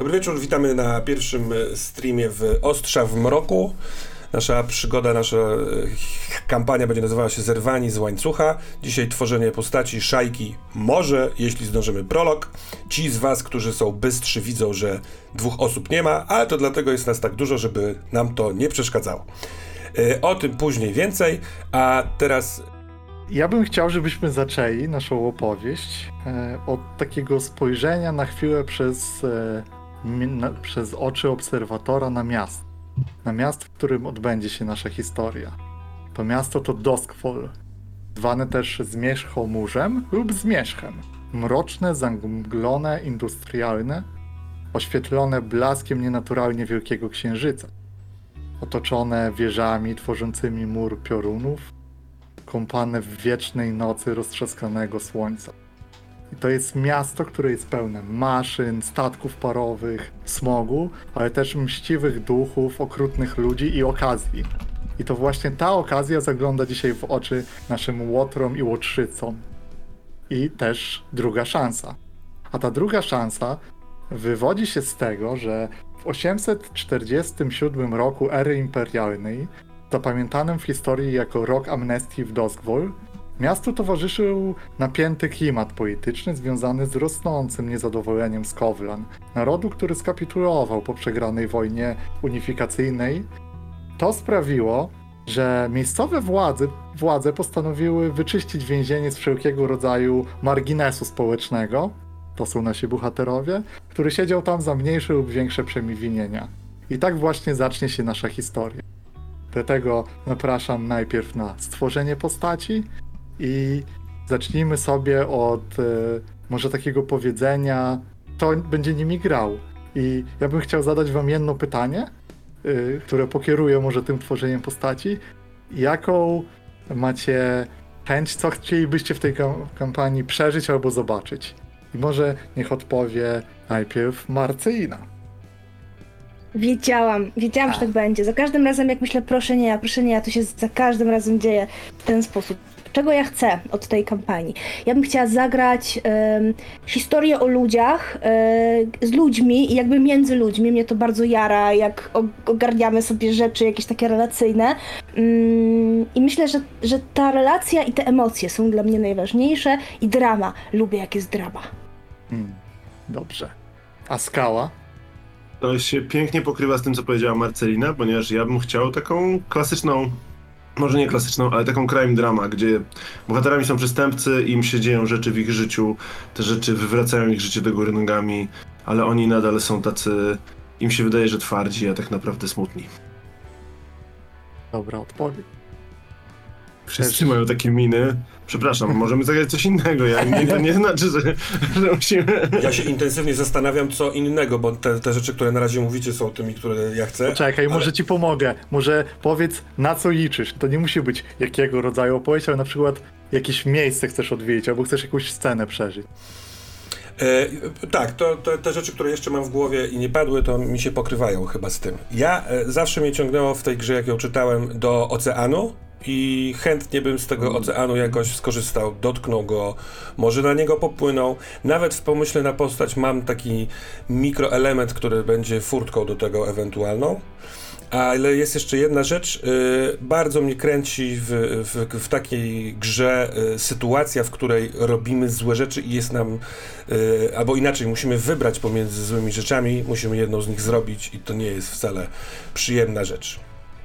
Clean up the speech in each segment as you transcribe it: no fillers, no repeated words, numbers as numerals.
Dobry wieczór, witamy na pierwszym streamie w Ostrza w Mroku. Nasza przygoda, nasza kampania będzie nazywała się Zerwani z łańcucha. Dzisiaj tworzenie postaci, szajki, może, jeśli zdążymy, prolog. Ci z was, którzy są bystrzy, widzą, że 2 osób nie ma, ale to dlatego jest nas tak dużo, żeby nam to nie przeszkadzało. O tym później więcej, a teraz... Ja bym chciał, żebyśmy zaczęli naszą opowieść od takiego spojrzenia na chwilę przez oczy obserwatora na miasto. Na miasto, w którym odbędzie się nasza historia. To miasto to Duskwall, zwane też Zmierzchomurzem lub Zmierzchem. Mroczne, zamglone, industrialne, oświetlone blaskiem nienaturalnie wielkiego księżyca. Otoczone wieżami tworzącymi mur piorunów, kąpane w wiecznej nocy roztrzaskanego słońca. I to jest miasto, które jest pełne maszyn, statków parowych, smogu, ale też mściwych duchów, okrutnych ludzi i okazji. I to właśnie ta okazja zagląda dzisiaj w oczy naszym łotrom i łotrzycom. I też druga szansa. A ta druga szansa wywodzi się z tego, że w 847 roku ery imperialnej, zapamiętanym w historii jako rok amnestii w Duskwall, miastu towarzyszył napięty klimat polityczny związany z rosnącym niezadowoleniem z Kowlan, narodu, który skapitulował po przegranej wojnie unifikacyjnej. To sprawiło, że miejscowe władze postanowiły wyczyścić więzienie z wszelkiego rodzaju marginesu społecznego, to są nasi bohaterowie, który siedział tam za mniejsze lub większe przewinienia. I tak właśnie zacznie się nasza historia. Dlatego zapraszam najpierw na stworzenie postaci i zacznijmy sobie od może takiego powiedzenia, kto będzie nimi grał. I ja bym chciał zadać wam jedno pytanie, które pokieruje może tym tworzeniem postaci. Jaką macie chęć, co chcielibyście w tej kampanii przeżyć albo zobaczyć? I może niech odpowie najpierw Marcelina. Wiedziałam, że tak będzie. Za każdym razem jak myślę proszę nie, to się za każdym razem dzieje w ten sposób. Czego ja chcę od tej kampanii? Ja bym chciała zagrać historię o ludziach, z ludźmi i jakby między ludźmi. Mnie to bardzo jara, jak ogarniamy sobie rzeczy jakieś takie relacyjne. I myślę, że ta relacja i te emocje są dla mnie najważniejsze i drama. Lubię jak jest drama. Dobrze. A Skała? To się pięknie pokrywa z tym, co powiedziała Marcelina, ponieważ ja bym chciał taką klasyczną, może nie klasyczną, ale taką crime drama, gdzie bohaterami są przestępcy, im się dzieją rzeczy w ich życiu, te rzeczy wywracają ich życie do góry nogami, ale oni nadal są tacy, im się wydaje, że twardzi, a tak naprawdę smutni. Dobra odpowiedź. Wszyscy mają takie miny. Przepraszam, możemy zagrać coś innego. To nie znaczy, że musimy... Ja się intensywnie zastanawiam, co innego, bo te rzeczy, które na razie mówicie, są tymi, które ja chcę. Poczekaj, może ci pomogę. Może powiedz, na co liczysz. To nie musi być jakiego rodzaju opowieść, ale na przykład jakieś miejsce chcesz odwiedzić, albo chcesz jakąś scenę przeżyć. Tak, te rzeczy, które jeszcze mam w głowie i nie padły, to mi się pokrywają chyba z tym. Ja zawsze mnie ciągnęło w tej grze, jak ją czytałem, do oceanu i chętnie bym z tego oceanu jakoś skorzystał, dotknął go, może na niego popłynął. Nawet w pomyśle na postać mam taki mikroelement, który będzie furtką do tego ewentualną. Ale jest jeszcze jedna rzecz, bardzo mnie kręci w takiej grze sytuacja, w której robimy złe rzeczy i jest nam, albo inaczej, musimy wybrać pomiędzy złymi rzeczami, musimy jedną z nich zrobić i to nie jest wcale przyjemna rzecz.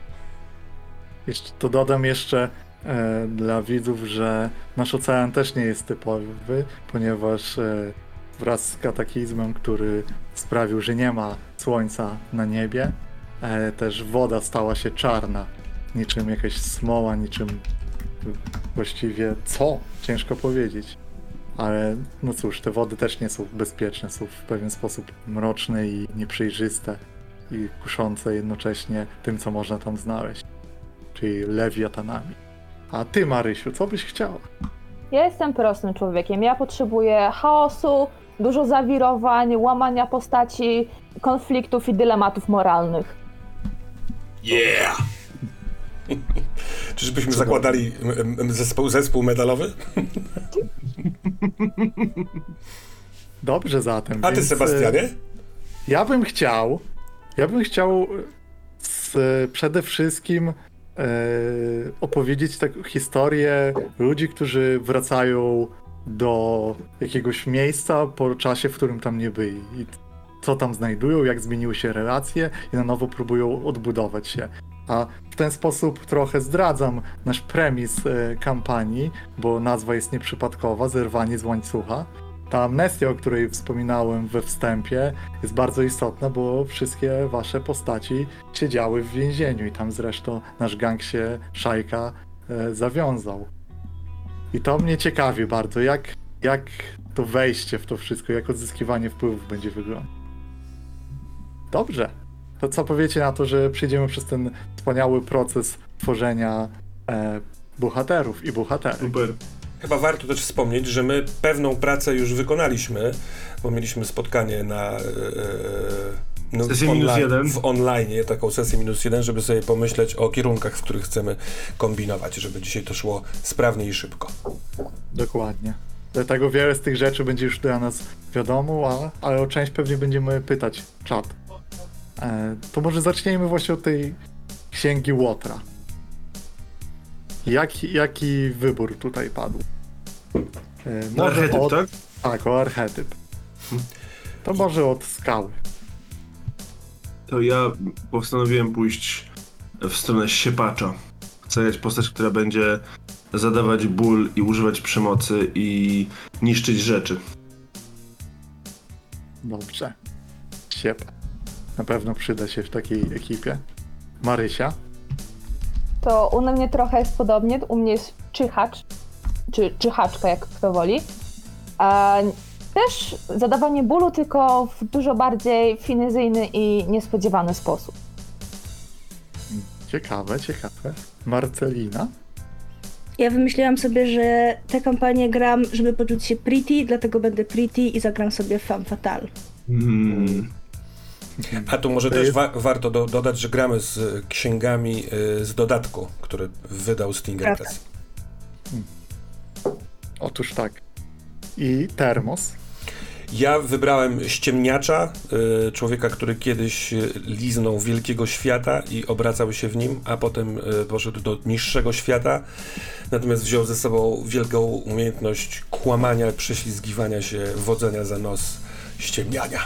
To dodam jeszcze dla widzów, że nasz ocean też nie jest typowy, ponieważ wraz z kataklizmem, który sprawił, że nie ma słońca na niebie, też woda stała się czarna, niczym jakaś smoła, niczym właściwie co? Ciężko powiedzieć. Ale no cóż, te wody też nie są bezpieczne, są w pewien sposób mroczne i nieprzejrzyste i kuszące jednocześnie tym, co można tam znaleźć, czyli lewiatanami. A ty, Marysiu, co byś chciała? Ja jestem prostym człowiekiem, ja potrzebuję chaosu, dużo zawirowań, łamania postaci, konfliktów i dylematów moralnych. Yeah! Czyżbyśmy zakładali zespół medalowy? Dobrze zatem. A ty, Sebastianie? Ja bym chciał przede wszystkim opowiedzieć taką historię ludzi, którzy wracają do jakiegoś miejsca po czasie, w którym tam nie byli. I co tam znajdują, jak zmieniły się relacje i na nowo próbują odbudować się. A w ten sposób trochę zdradzam nasz premis kampanii, bo nazwa jest nieprzypadkowa, zerwanie z łańcucha. Ta amnestia, o której wspominałem we wstępie, jest bardzo istotna, bo wszystkie wasze postaci siedziały w więzieniu i tam zresztą nasz gang się, Szajka, zawiązał. I to mnie ciekawi bardzo, jak to wejście w to wszystko, jak odzyskiwanie wpływów będzie wyglądać. Dobrze. To co powiecie na to, że przejdziemy przez ten wspaniały proces tworzenia bohaterów i bohaterek? Super. Chyba warto też wspomnieć, że my pewną pracę już wykonaliśmy, bo mieliśmy spotkanie na sesję -1. w online, taką sesję -1, żeby sobie pomyśleć o kierunkach, w których chcemy kombinować, żeby dzisiaj to szło sprawnie i szybko. Dokładnie. Dlatego wiele z tych rzeczy będzie już dla nas wiadomo, ale o część pewnie będziemy pytać czat. To może zaczniemy właśnie od tej księgi Łotra. Jaki wybór tutaj padł? Archetyp, tak? Tak, o archetyp. To może od skały. To ja postanowiłem pójść w stronę siepacza. Chcę mieć postać, która będzie zadawać ból i używać przemocy i niszczyć rzeczy. Dobrze. Siep. Na pewno przyda się w takiej ekipie. Marysia? To u mnie trochę jest podobnie. U mnie jest czyhacz, czy czyhaczka, jak kto woli. Też zadawanie bólu, tylko w dużo bardziej finezyjny i niespodziewany sposób. Ciekawe. Marcelina? Ja wymyśliłam sobie, że tę kampanię gram, żeby poczuć się pretty, dlatego będę pretty i zagram sobie femme fatale. A tu może też warto dodać, że gramy z księgami z dodatku, który wydał Stinger Press. Otóż tak. I Termos? Ja wybrałem ściemniacza, człowieka, który kiedyś liznął wielkiego świata i obracał się w nim, a potem poszedł do niższego świata, natomiast wziął ze sobą wielką umiejętność kłamania, prześlizgiwania się, wodzenia za nos, ściemniania.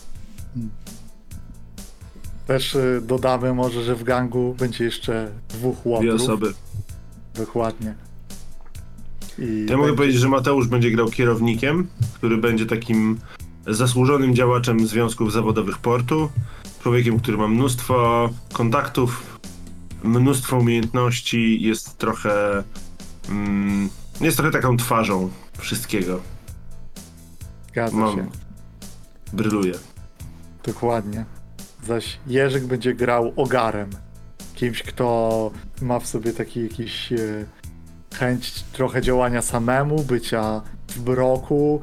Też dodamy może, że w gangu będzie jeszcze 2 łotrów. 2 osoby. Dokładnie. Ja mogę powiedzieć, że Mateusz będzie grał kierownikiem, który będzie takim zasłużonym działaczem związków zawodowych portu. Człowiekiem, który ma mnóstwo kontaktów, mnóstwo umiejętności, jest trochę taką twarzą wszystkiego. Zgadza się. Bryluje. Dokładnie. Zaś Jerzyk będzie grał ogarem. Kimś, kto ma w sobie taki jakiś chęć trochę działania samemu, bycia w mroku,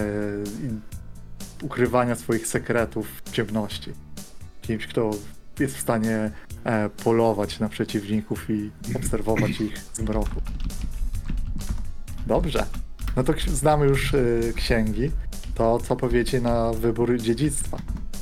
ukrywania swoich sekretów w ciemności. Kimś, kto jest w stanie polować na przeciwników i obserwować ich z mroku. Dobrze. No to znamy już księgi. To co powiecie na wybór dziedzictwa?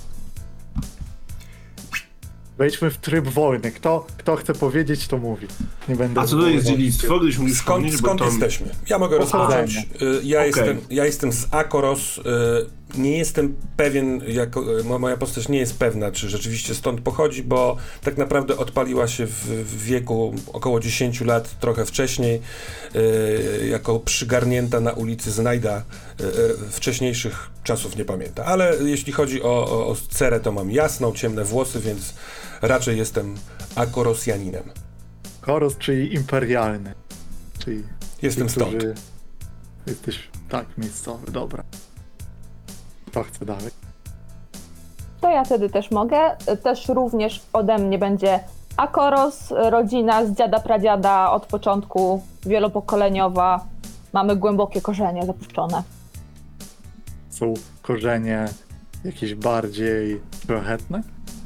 Wejdźmy w tryb wojny. Kto chce powiedzieć, to mówi. Nie będę. A co to jest dziedzictwo? Gdybyś mógł Skąd jesteśmy? Ja mogę rozpocząć. Ja jestem z Akoros. Nie jestem pewien, moja postać nie jest pewna, czy rzeczywiście stąd pochodzi, bo tak naprawdę odpaliła się w wieku około 10 lat, trochę wcześniej, jako przygarnięta na ulicy Znajda. Wcześniejszych czasów nie pamiętam. Ale jeśli chodzi o cerę, to mam jasną, ciemne włosy, więc raczej jestem Akorosjaninem. Koros, czyli imperialny. Czyli jestem stąd. Jesteś miejscowy, dobra. To chcę dalej. To ja wtedy też mogę. Też również ode mnie będzie Akoros, rodzina z dziada, pradziada, od początku, wielopokoleniowa. Mamy głębokie korzenie zapuszczone. Są korzenie jakieś bardziej szlachetne?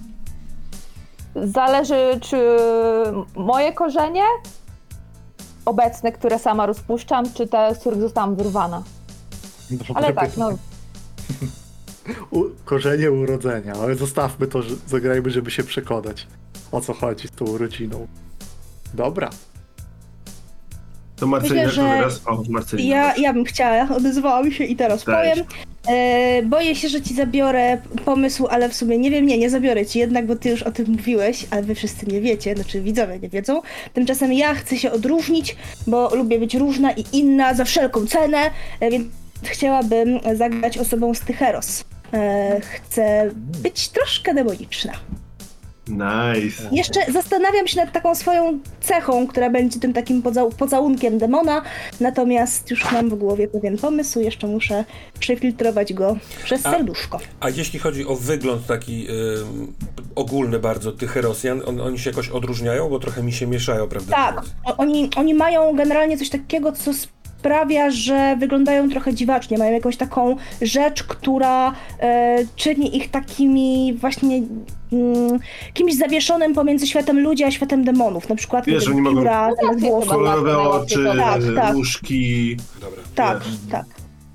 Zależy, czy moje korzenie obecne, które sama rozpuszczam, czy te, z których zostałam wyrwana. Dobre Ale tak, pytanie. Korzenie urodzenia, ale zostawmy to, że zagrajmy, żeby się przekonać, o co chodzi z tą rodziną. Dobra. To Marcelina, Myślę, że teraz... O, Marcelina. Ja bym chciała, odezwałam się i teraz Daj. powiem. Boję się, że ci zabiorę pomysł, ale w sumie nie wiem, nie zabiorę ci jednak, bo ty już o tym mówiłeś, ale wy wszyscy nie wiecie, znaczy widzowie nie wiedzą. Tymczasem ja chcę się odróżnić, bo lubię być różna i inna za wszelką cenę, więc chciałabym zagrać osobą z Tycheros. Chcę być troszkę demoniczna. Nice. Jeszcze zastanawiam się nad taką swoją cechą, która będzie tym takim pocałunkiem demona, natomiast już mam w głowie pewien pomysł, jeszcze muszę przefiltrować go przez serduszko. A jeśli chodzi o wygląd taki ogólny bardzo tych Herosjan, oni się jakoś odróżniają, bo trochę mi się mieszają, prawda? Tak, oni mają generalnie coś takiego, co sprawia, że wyglądają trochę dziwacznie, mają jakąś taką rzecz, która czyni ich takimi właśnie kimś zawieszonym pomiędzy światem ludzi a światem demonów, na przykład Wiesz, oni mogą pióra zamiast włosów. kolorowe oczy, Tak. różki. Dobra. Tak, Wiesz. tak.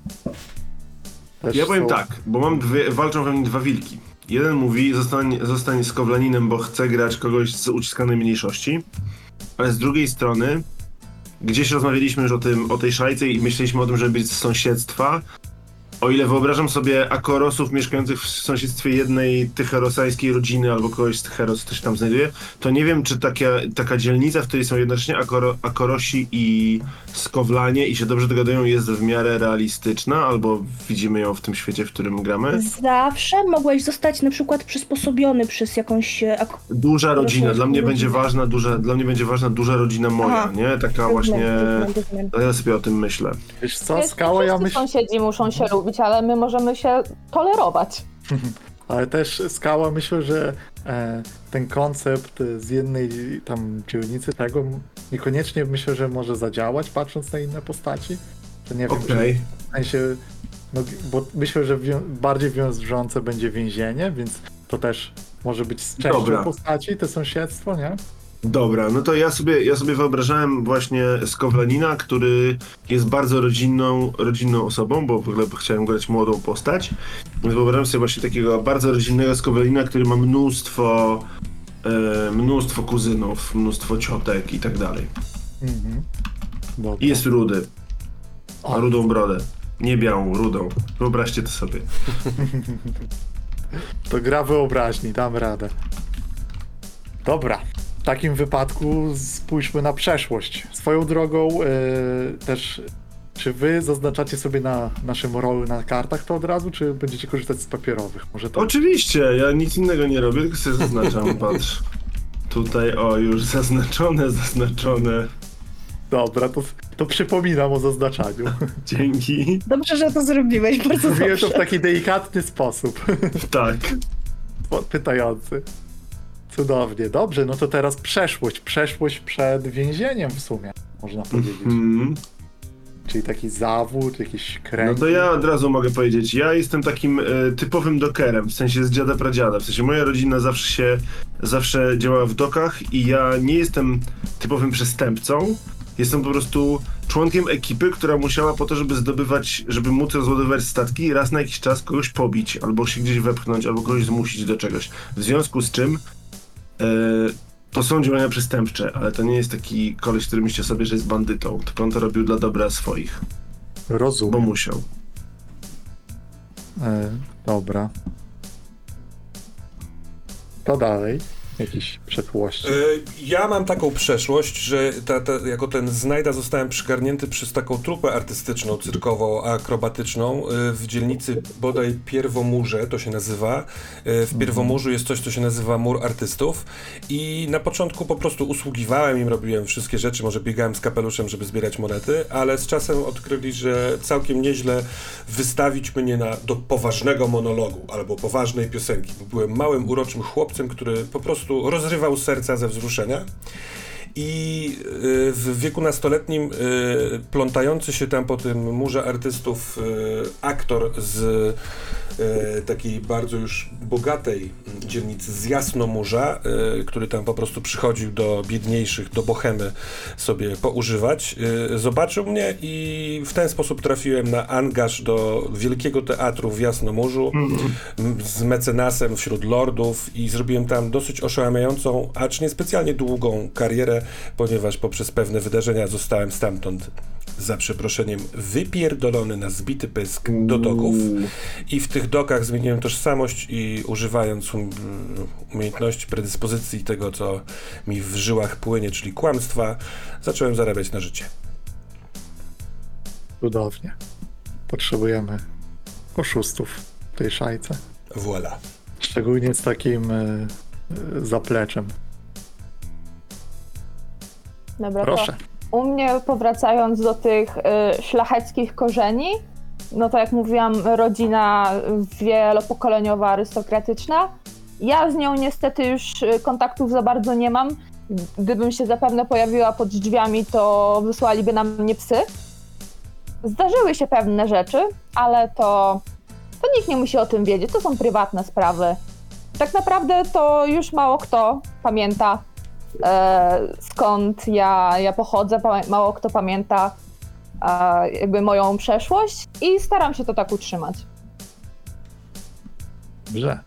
Też Ja powiem są- tak, bo mam walczą we mnie dwa wilki. Jeden mówi, zostań skowlaninem, bo chce grać kogoś z uciskanej mniejszości. Ale z drugiej strony, gdzieś rozmawialiśmy już o tej szajce i myśleliśmy o tym, żeby być z sąsiedztwa. O ile wyobrażam sobie Akorosów mieszkających w sąsiedztwie jednej tycherosańskiej rodziny albo kogoś z Tycheros, kto się tam znajduje, to nie wiem, czy taka dzielnica, w której są jednocześnie Akorosi i Skowlanie i się dobrze dogadują, jest w miarę realistyczna, albo widzimy ją w tym świecie, w którym gramy. Zawsze mogłeś zostać na przykład przysposobiony przez jakąś... Duża rodzina, dla mnie będzie rodzinę. ważna duża rodzina moja, Aha. nie? Taka właśnie... Rozumiem. Ja sobie o tym myślę. Wiesz co, Wiesz, Skała, ja wszyscy myślę... sąsiedzi muszą się lubić, ale my możemy się tolerować. Ale też Skała, myślę, że ten koncept z jednej tam dzielnicy tego niekoniecznie myślę, że może zadziałać, patrząc na inne postaci. To nie wiem, Okej. czy w sensie, no, bo myślę, że bardziej wiążące będzie więzienie, więc to też może być z częścią Dobra. postaci, to sąsiedztwo, nie? Dobra, no to ja sobie wyobrażałem właśnie Skowlanina, który jest bardzo rodzinną osobą, bo w ogóle chciałem grać młodą postać. Więc wyobrażam sobie właśnie takiego bardzo rodzinnego Skowlanina, który ma mnóstwo kuzynów, mnóstwo ciotek i tak dalej. Mhm. Dobra. I jest rudy. Ma O. rudą brodę. Nie białą, rudą. Wyobraźcie to sobie. To gra wyobraźni, dam radę. Dobra. W takim wypadku spójrzmy na przeszłość. Swoją drogą też, czy wy zaznaczacie sobie na naszym rolu na kartach to od razu, czy będziecie korzystać z papierowych? Może to... Oczywiście, ja nic innego nie robię, tylko sobie zaznaczam, patrz. Tutaj, już zaznaczone. Dobra, to przypominam o zaznaczaniu. Dzięki. Dobrze, że to zrobiłeś, bardzo Mówiłem to dobrze. w taki delikatny sposób. Tak. Pytający. Cudownie. Dobrze, no to teraz przeszłość. Przeszłość przed więzieniem w sumie, można powiedzieć. Mhm. Czyli taki zawód, jakieś No kręgi. to ja od razu mogę powiedzieć, ja jestem takim typowym dokerem, w sensie z dziada pradziada, w sensie moja rodzina zawsze działała w dokach i ja nie jestem typowym przestępcą, jestem po prostu członkiem ekipy, która musiała po to, żeby móc rozładowywać statki, raz na jakiś czas kogoś pobić, albo się gdzieś wepchnąć, albo kogoś zmusić do czegoś. W związku z czym to są działania przestępcze, ale to nie jest taki koleś, który myśli sobie, że jest bandytą, tylko on to robił dla dobra swoich, bo Rozumiem. musiał. Dobra. To dalej. Jakieś przeszłości. Ja mam taką przeszłość, że jako ten znajda zostałem przygarnięty przez taką trupę artystyczną, cyrkową, akrobatyczną w dzielnicy bodaj Pierwomurze, to się nazywa. W Pierwomurzu jest coś, co się nazywa Mur Artystów i na początku po prostu usługiwałem im, robiłem wszystkie rzeczy, może biegałem z kapeluszem, żeby zbierać monety, ale z czasem odkryli, że całkiem nieźle wystawić mnie do poważnego monologu albo poważnej piosenki, bo byłem małym, uroczym chłopcem, który po prostu rozrywał serca ze wzruszenia. I w wieku nastoletnim plątający się tam po tym murze artystów aktor z takiej bardzo już bogatej dzielnicy z Jasnomurza, który tam po prostu przychodził do biedniejszych, do bohemy sobie poużywać, zobaczył mnie i w ten sposób trafiłem na angaż do Wielkiego Teatru w Jasnomurzu z mecenasem wśród lordów i zrobiłem tam dosyć oszałamiającą, acz niespecjalnie długą karierę, ponieważ poprzez pewne wydarzenia zostałem stamtąd, za przeproszeniem, wypierdolony na zbity pysk do doków i w tych dokach zmieniłem tożsamość i używając umiejętności, predyspozycji tego, co mi w żyłach płynie, czyli kłamstwa, zacząłem zarabiać na życie. Cudownie. Potrzebujemy oszustów w tej szajce. Voilà. Szczególnie z takim zapleczem. Dobra, Proszę. to u mnie, powracając do tych szlacheckich korzeni, no to jak mówiłam, rodzina wielopokoleniowa, arystokratyczna. Ja z nią niestety już kontaktów za bardzo nie mam. Gdybym się zapewne pojawiła pod drzwiami, to wysłaliby na mnie psy. Zdarzyły się pewne rzeczy, ale to nikt nie musi o tym wiedzieć, to są prywatne sprawy. Tak naprawdę to już mało kto pamięta, skąd ja pochodzę, mało kto pamięta jakby moją przeszłość i staram się to tak utrzymać. Dobrze.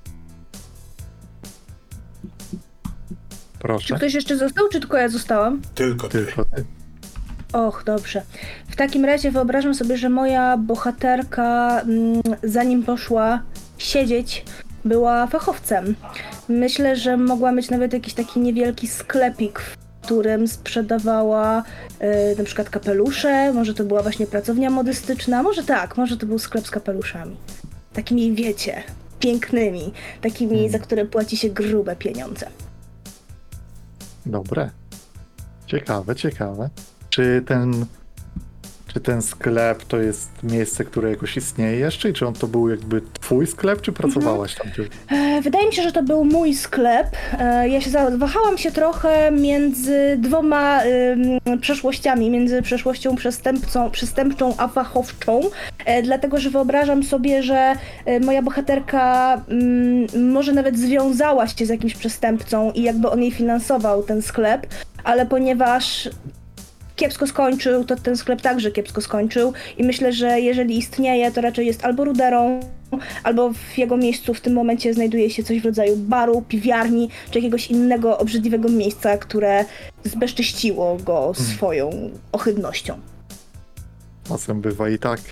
Czy Proszę. ktoś jeszcze został, czy tylko ja zostałam? Tylko ty. Tylko ty. Och, dobrze. W takim razie wyobrażam sobie, że moja bohaterka, zanim poszła siedzieć, była fachowcem. Myślę, że mogła mieć nawet jakiś taki niewielki sklepik, w którym sprzedawała na przykład kapelusze, może to była właśnie pracownia modystyczna, może tak, może to był sklep z kapeluszami. Takimi, wiecie, pięknymi, takimi, za które płaci się grube pieniądze. Dobre. Ciekawe, ciekawe. Czy ten sklep to jest miejsce, które jakoś istnieje jeszcze? I czy on to był jakby twój sklep, czy pracowałaś tam? Wydaje mi się, że to był mój sklep. Ja się wahałam się trochę między dwoma przeszłościami, między przeszłością przestępczą a fachowczą, dlatego że wyobrażam sobie, że moja bohaterka może nawet związała się z jakimś przestępcą i jakby on jej finansował ten sklep, ale ponieważ kiepsko skończył, to ten sklep także kiepsko skończył i myślę, że jeżeli istnieje, to raczej jest albo ruderą, albo w jego miejscu w tym momencie znajduje się coś w rodzaju baru, piwiarni, czy jakiegoś innego obrzydliwego miejsca, które zbezcześciło go swoją ohydnością. Czasem bywa i tak.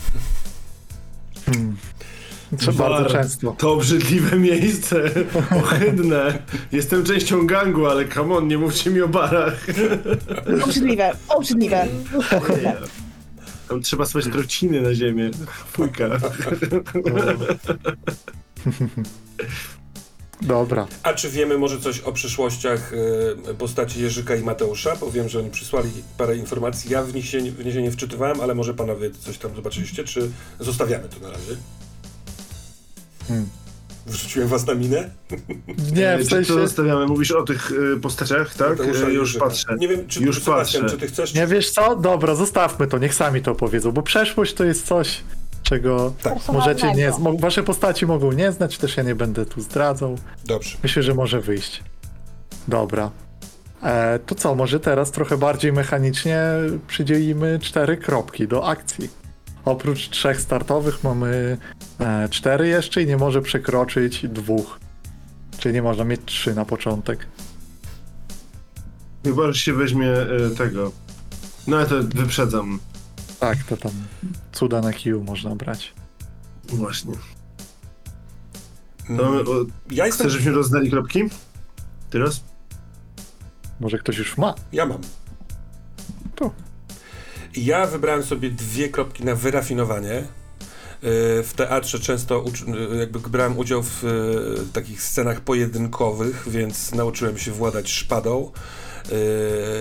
Bardzo często. To obrzydliwe miejsce, ohydne. Jestem częścią gangu, ale come on, nie mówcie mi o barach. Obrzydliwe, obrzydliwe. Tam trzeba spać trociny na ziemię. Fujka. Dobra. A czy wiemy może coś o przyszłościach postaci Jerzyka i Mateusza? Bo wiem, że oni przysłali parę informacji. Ja w nie się nie wczytywałem, ale może panowie coś tam zobaczyliście, czy zostawiamy to na razie? Wrzuciłem was na minę? Nie, w Czy sensie... to zostawiamy? Mówisz o tych postaciach, tak? Mateusza i Już Jerzyka. patrzę. Nie wiem, czy Już Sebastian, patrzę. czy ty chcesz? Nie, wiesz co? Dobra, zostawmy to, niech sami to powiedzą, bo przeszłość to jest coś, czego możecie nie... Wasze postaci mogą nie znać, też ja nie będę tu zdradzał. Dobrze. Myślę, że może wyjść. Dobra. To co, może teraz trochę bardziej mechanicznie przydzielimy 4 kropki do akcji. Oprócz 3 startowych mamy 4 jeszcze i nie może przekroczyć 2. Czyli nie można mieć 3 na początek. Chyba, że się weźmie tego. No ale to wyprzedzam. Tak, to tam cuda na kiju można brać. Właśnie. Ja jestem... Chcesz, żebyśmy rozdali kropki? Teraz? Może ktoś już ma? Ja mam. To. Ja wybrałem sobie 2 kropki na wyrafinowanie. W teatrze często jakby brałem udział w takich scenach pojedynkowych, więc nauczyłem się władać szpadą.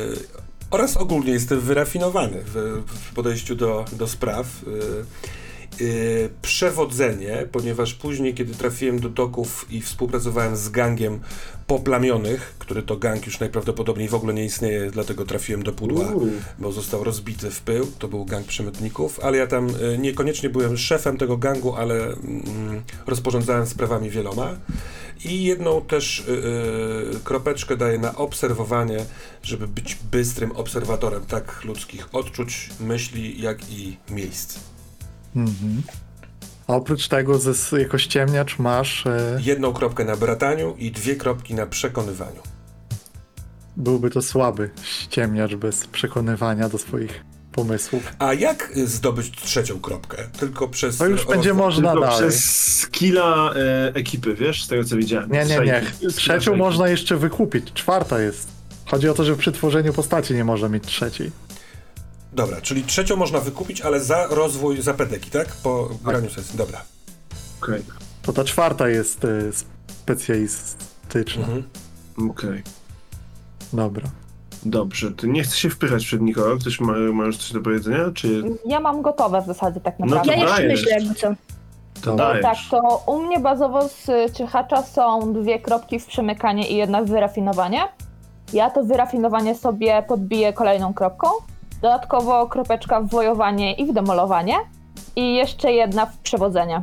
Oraz ogólnie jestem wyrafinowany w podejściu do spraw. Przewodzenie, ponieważ później, kiedy trafiłem do doków i współpracowałem z gangiem poplamionych, który to gang już najprawdopodobniej w ogóle nie istnieje, dlatego trafiłem do pudła, bo został rozbity w pył, to był gang przemytników, ale ja tam niekoniecznie byłem szefem tego gangu, ale rozporządzałem sprawami wieloma. I jedną też kropeczkę daję na obserwowanie, żeby być bystrym obserwatorem tak ludzkich odczuć, myśli, jak i miejsc. Mhm. A oprócz tego jako ściemniacz masz... Jedną kropkę na brataniu i 2 kropki na przekonywaniu. Byłby to słaby ściemniacz bez przekonywania do swoich pomysłów. A jak zdobyć 3. kropkę? Tylko przez... To już będzie można Tylko dalej. przez skilla ekipy, wiesz, z tego co widziałem. Nie. Trzecią można jeszcze wykupić. 4. jest. Chodzi o to, że przy tworzeniu postaci nie można mieć 3. Dobra, czyli 3. można wykupić, ale za rozwój, za pedeki, tak? Po graniu sesji, dobra. Okej. To ta 4. jest specjalistyczna. Okej. Dobra. Dobrze, to nie chcę się wpychać przed nikogo. Ktoś ma już coś do powiedzenia, czy... Ja mam gotowe w zasadzie tak No naprawdę. to Ja jeszcze dajesz. myślę, jakby co. To dajesz. Tak, to u mnie bazowo z czyhacza są 2 kropki w przemykanie i 1 w wyrafinowanie. Ja to wyrafinowanie sobie podbiję kolejną kropką. Dodatkowo kropeczka w wojowanie i w demolowanie. I jeszcze 1 w przewodzenie.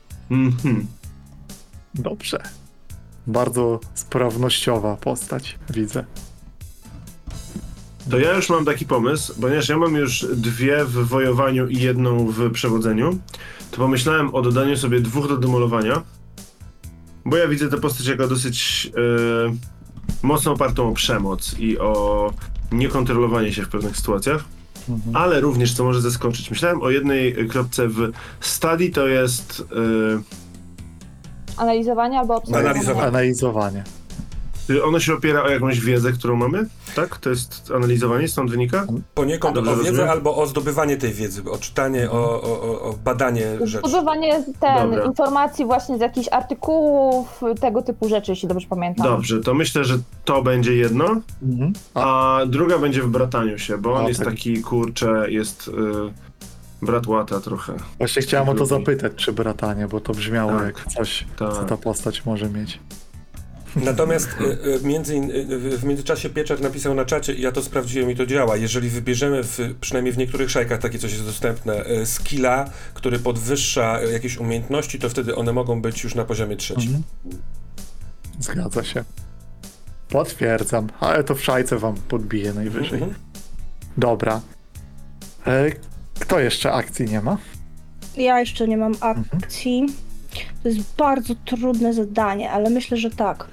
Dobrze. Bardzo sprawnościowa postać, widzę. To ja już mam taki pomysł, ponieważ ja mam już 2 w wojowaniu i 1 w przewodzeniu, to pomyślałem o dodaniu sobie 2 do demolowania, bo ja widzę tę postać jako dosyć mocno opartą o przemoc i o niekontrolowanie się w pewnych sytuacjach, ale również, co może zaskoczyć, myślałem o 1 kropce w study, to jest... Analizowanie albo obserwowanie. Analizowanie. ono się opiera o jakąś wiedzę, którą mamy, tak? To jest analizowanie, stąd wynika? Poniekąd Dobrze o wiedzę rozumiem? albo o zdobywanie tej wiedzy, o czytanie, o badanie rzeczy. Zdobywanie Dobra. informacji właśnie z jakichś artykułów, tego typu rzeczy, jeśli dobrze pamiętam. Dobrze, to myślę, że to będzie jedno, a druga będzie w brataniu się, bo on A, jest tak. taki, kurczę, jest brat łata trochę. Właśnie chciałem o to Lubi. zapytać, czy bratanie, bo to brzmiało Tak, jak coś, tak. co ta postać może mieć. Natomiast w międzyczasie Pieczar napisał na czacie i ja to sprawdziłem i to działa. Jeżeli wybierzemy, przynajmniej w niektórych szajkach takie coś jest dostępne, skilla, który podwyższa jakieś umiejętności, to wtedy one mogą być już na poziomie 3. Zgadza się. Potwierdzam, ale to w szajce wam podbije najwyżej. Dobra. Kto jeszcze akcji nie ma? Ja jeszcze nie mam akcji. To jest bardzo trudne zadanie, ale myślę, że tak.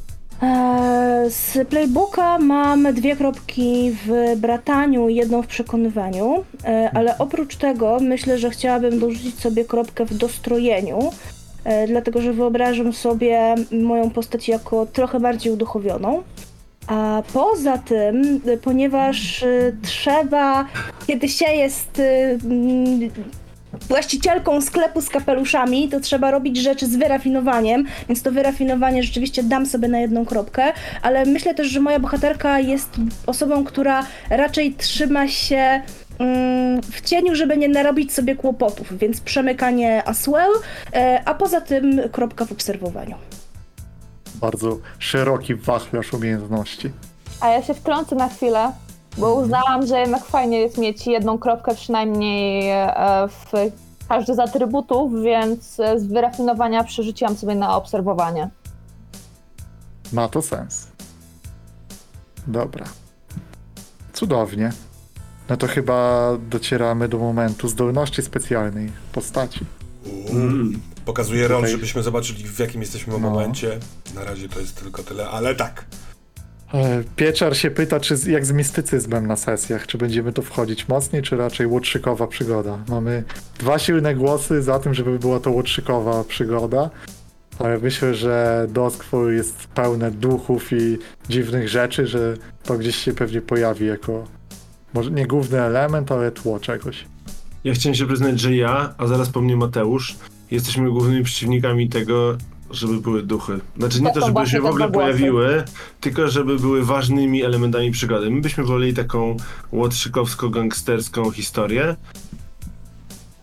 Z playbooka mam 2 kropki w brataniu i 1 w przekonywaniu, ale oprócz tego myślę, że chciałabym dorzucić sobie kropkę w dostrojeniu, dlatego że wyobrażam sobie moją postać jako trochę bardziej uduchowioną. A poza tym, ponieważ trzeba, kiedy się jest właścicielką sklepu z kapeluszami, to trzeba robić rzeczy z wyrafinowaniem, więc to wyrafinowanie rzeczywiście dam sobie na 1 kropkę, ale myślę też, że moja bohaterka jest osobą, która raczej trzyma się w cieniu, żeby nie narobić sobie kłopotów, więc przemykanie as well, a poza tym kropka w obserwowaniu. Bardzo szeroki wachlarz umiejętności. A ja się wtrącę na chwilę, bo uznałam, że jednak fajnie jest mieć 1 kropkę przynajmniej w każdy z atrybutów, więc z wyrafinowania przerzuciłam sobie na obserwowanie. Ma to sens. Dobra. Cudownie. No to chyba docieramy do momentu zdolności specjalnej postaci. Pokazuje rol, Tutaj- żebyśmy zobaczyli, w jakim jesteśmy momencie. Na razie to jest tylko tyle, ale tak. Pieczar się pyta, jak z mistycyzmem na sesjach, czy będziemy to wchodzić mocniej, czy raczej łotrzykowa przygoda. Mamy 2 silne głosy za tym, żeby była to łotrzykowa przygoda, ale myślę, że Duskfall jest pełne duchów i dziwnych rzeczy, że to gdzieś się pewnie pojawi jako może nie główny element, ale tło czegoś. Ja chciałem się przyznać, że ja, a zaraz po mnie Mateusz, jesteśmy głównymi przeciwnikami tego, żeby były duchy. Znaczy nie to, żeby się w ogóle pojawiły, tylko żeby były ważnymi elementami przygody. My byśmy woleli taką łotrzykowsko-gangsterską historię.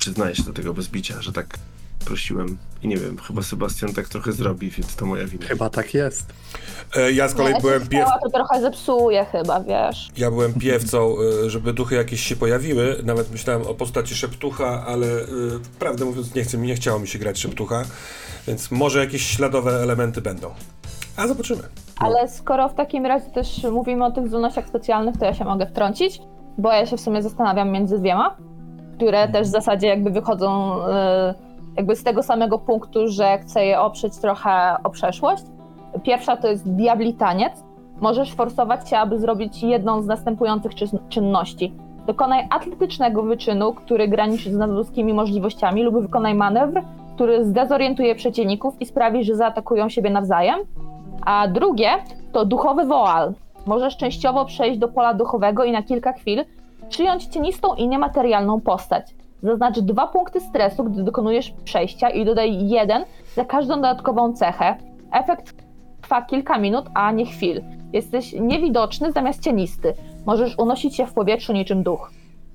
przyznaję się do tego bez bicia, że tak prosiłem. I nie wiem, chyba Sebastian tak trochę zrobi, więc to moja wina. Chyba tak jest. Ja z kolei byłem To trochę zepsuje chyba, wiesz. Ja byłem piewcą, żeby duchy jakieś się pojawiły. Nawet myślałem o postaci szeptucha, ale prawdę mówiąc nie chciało mi się grać szeptucha, więc może jakieś śladowe elementy będą. A zobaczymy. Ale skoro w takim razie też mówimy o tych zdolnościach specjalnych, to ja się mogę wtrącić, bo ja się w sumie zastanawiam między dwiema, które też w zasadzie jakby wychodzą jakby z tego samego punktu, że chcę je oprzeć trochę o przeszłość. Pierwsza to jest diabli taniec. Możesz forsować się, aby zrobić jedną z następujących czynności. Dokonaj atletycznego wyczynu, który graniczy z nadludzkimi możliwościami, lub wykonaj manewr, który zdezorientuje przeciwników i sprawi, że zaatakują siebie nawzajem. A drugie to duchowy woal. Możesz częściowo przejść do pola duchowego i na kilka chwil przyjąć cienistą i niematerialną postać. Zaznacz 2 punkty stresu, gdy dokonujesz przejścia i dodaj 1 za każdą dodatkową cechę. Efekt trwa kilka minut, a nie chwil. Jesteś niewidoczny zamiast cienisty. Możesz unosić się w powietrzu niczym duch.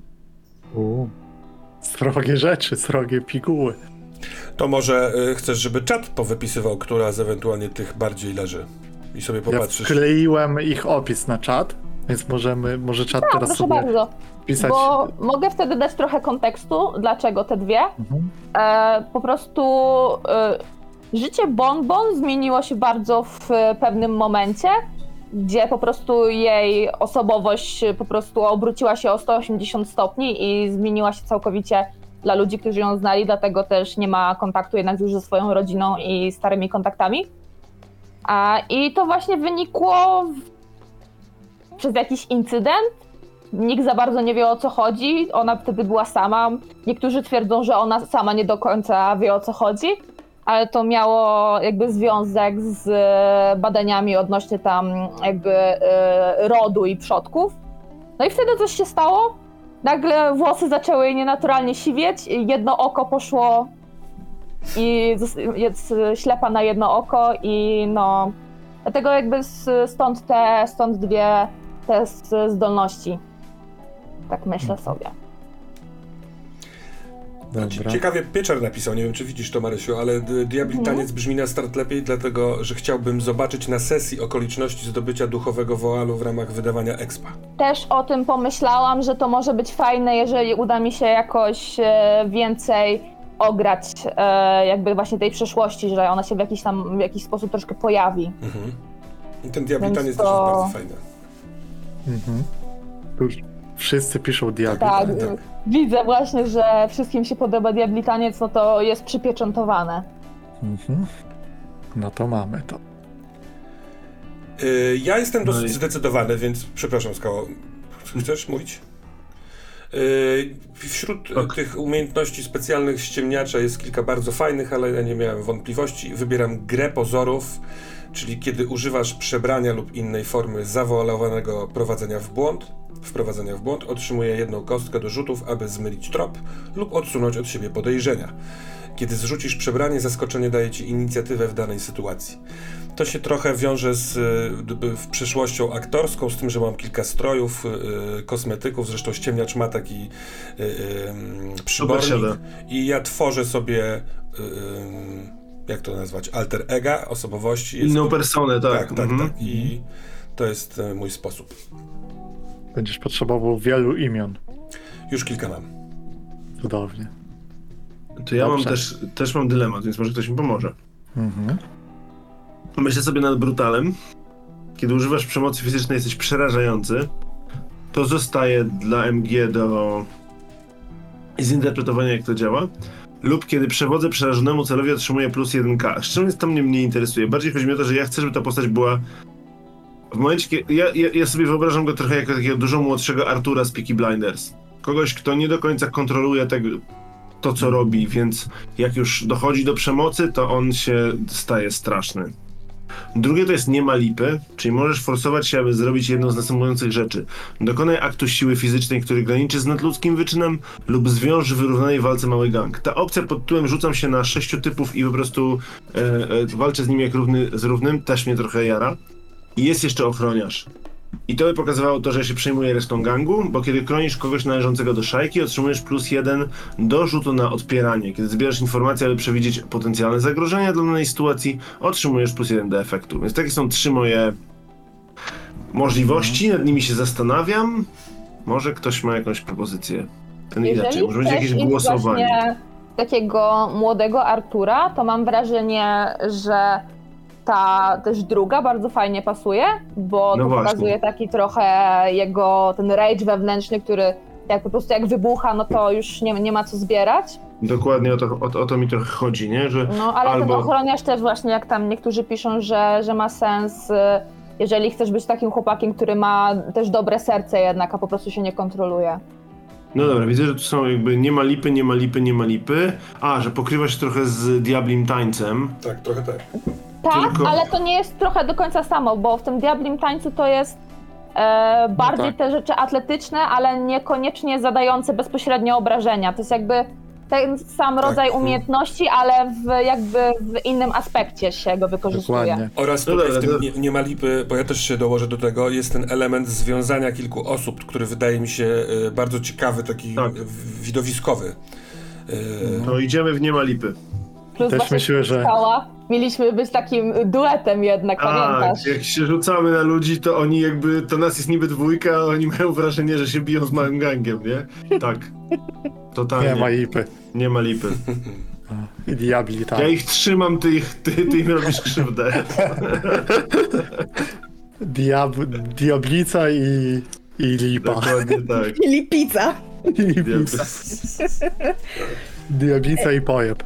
Srogie rzeczy, srogie piguły. To może chcesz, żeby czat powypisywał, która z ewentualnie tych bardziej leży i sobie Ja popatrzysz. wkleiłem ich opis na czat, więc może czat teraz Proszę sobie bardzo, pisać. bo mogę wtedy dać trochę kontekstu, dlaczego te dwie. Po prostu życie Bonbon zmieniło się bardzo w pewnym momencie, gdzie po prostu jej osobowość po prostu obróciła się o 180 stopni i zmieniła się całkowicie dla ludzi, którzy ją znali, dlatego też nie ma kontaktu jednak już ze swoją rodziną i starymi kontaktami. I to właśnie wynikło przez jakiś incydent. Nikt za bardzo nie wie, o co chodzi. Ona wtedy była sama. Niektórzy twierdzą, że ona sama nie do końca wie, o co chodzi, ale to miało jakby związek z badaniami odnośnie tam jakby rodu i przodków. No i wtedy coś się stało. Nagle włosy zaczęły jej nienaturalnie siwieć, jedno oko poszło i jest ślepa na jedno oko i no... Dlatego jakby stąd dwie te zdolności. Tak myślę sobie. Dobra. Ciekawie Pieczar napisał, nie wiem czy widzisz to, Marysiu, ale Diabli Taniec brzmi na start lepiej, dlatego że chciałbym zobaczyć na sesji okoliczności zdobycia duchowego woalu w ramach wydawania expa. Też o tym pomyślałam, że to może być fajne, jeżeli uda mi się jakoś więcej ograć jakby właśnie tej przeszłości, że ona się w jakiś sposób troszkę pojawi. Mhm. I ten Diabli Więc Taniec to- też jest bardzo fajny. Już wszyscy piszą diabli. Tak, tak. widzę właśnie, że wszystkim się podoba Diabli Taniec, no to jest przypieczętowane. No to mamy to. Ja jestem No dosyć i- zdecydowany, więc przepraszam, Skało. Chcesz mówić? Wśród tych umiejętności specjalnych ściemniacza jest kilka bardzo fajnych, ale ja nie miałem wątpliwości. Wybieram grę pozorów, czyli kiedy używasz przebrania lub innej formy zawoalowanego wprowadzenia w błąd, otrzymuję 1 kostkę do rzutów, aby zmylić trop lub odsunąć od siebie podejrzenia. Kiedy zrzucisz przebranie, zaskoczenie daje ci inicjatywę w danej sytuacji. To się trochę wiąże z przeszłością aktorską, z tym, że mam kilka strojów, kosmetyków, zresztą ściemniacz ma taki przybornik i ja tworzę sobie, jak to nazwać, alter ega, osobowości. Inną personę, tak. Tak. I to jest mój sposób. Będziesz potrzebował wielu imion. Już kilka mam. Cudownie. To ja mam Dobrze. też mam dylemat, więc może ktoś mi pomoże. Myślę sobie nad brutalem. Kiedy używasz przemocy fizycznej, jesteś przerażający. To zostaje dla MG do zinterpretowania, jak to działa. Lub kiedy przewodzę przerażonemu celowi, otrzymuję plus 1k. Szczerze mówiąc, to mnie nie interesuje. Bardziej chodzi mi o to, że ja chcę, żeby ta postać była... W momencie, kiedy... Ja sobie wyobrażam go trochę jako takiego dużo młodszego Artura z Peaky Blinders. Kogoś, kto nie do końca kontroluje to, co robi, więc jak już dochodzi do przemocy, to on się staje straszny. Drugie to jest nie ma lipy, czyli możesz forsować się, aby zrobić jedną z następujących rzeczy. Dokonaj aktu siły fizycznej, który graniczy z nadludzkim wyczynem, lub zwiąż w wyrównanej walce mały gang. Ta opcja pod tytułem rzucam się na 6 typów i po prostu walczę z nimi jak równy z równym, też mnie trochę jara. I jest jeszcze ochroniarz. I to by pokazywało to, że się przejmuje resztą gangu, bo kiedy chronisz kogoś należącego do szajki, otrzymujesz +1 do rzutu na odpieranie. Kiedy zbierasz informacje, aby przewidzieć potencjalne zagrożenia dla danej sytuacji, otrzymujesz +1 do efektu. Więc takie są 3 moje możliwości, nad nimi się zastanawiam. Może ktoś ma jakąś propozycję. Ten inaczej, może będzie jakieś głosowanie. Właśnie takiego młodego Artura, to mam wrażenie, że ta też druga bardzo fajnie pasuje, bo No to właśnie. pokazuje taki trochę jego ten rage wewnętrzny, który jak po prostu jak wybucha, no to już nie ma co zbierać. Dokładnie o to mi trochę chodzi, nie? Że No ale ten albo... ochroniarz też właśnie, jak tam niektórzy piszą, że ma sens, jeżeli chcesz być takim chłopakiem, który ma też dobre serce jednak, a po prostu się nie kontroluje. No dobra, widzę, że tu są jakby nie ma lipy. A, że pokrywa się trochę z Diablim Tańcem. Tak, trochę tak. Tak, Tylko- ale to nie jest trochę do końca samo, bo w tym Diablim Tańcu to jest bardziej tak. te rzeczy atletyczne, ale niekoniecznie zadające bezpośrednio obrażenia. To jest jakby ten sam rodzaj umiejętności, ale jakby w innym aspekcie się go wykorzystuje. Dokładnie. Oraz No tutaj dobra, w tym to- nie ma lipy, bo ja też się dołożę do tego, jest ten element związania kilku osób, który wydaje mi się bardzo ciekawy, taki Tak. widowiskowy. To idziemy w nie ma lipy. Plus Też właśnie myślę, że- Skała. Mieliśmy być takim duetem jednak, pamiętasz? jak się rzucamy na ludzi, to oni jakby, to nas jest niby dwójka, a oni mają wrażenie, że się biją z małym gangiem, nie? Tak. Totalnie. Nie ma lipy. Nie ma lipy. I diabli tam. Ja ich trzymam, ty im robisz krzywdę. Diablica i lipa. Dokładnie tak. Czyli pizza. I lipica. Diablica i pojeb.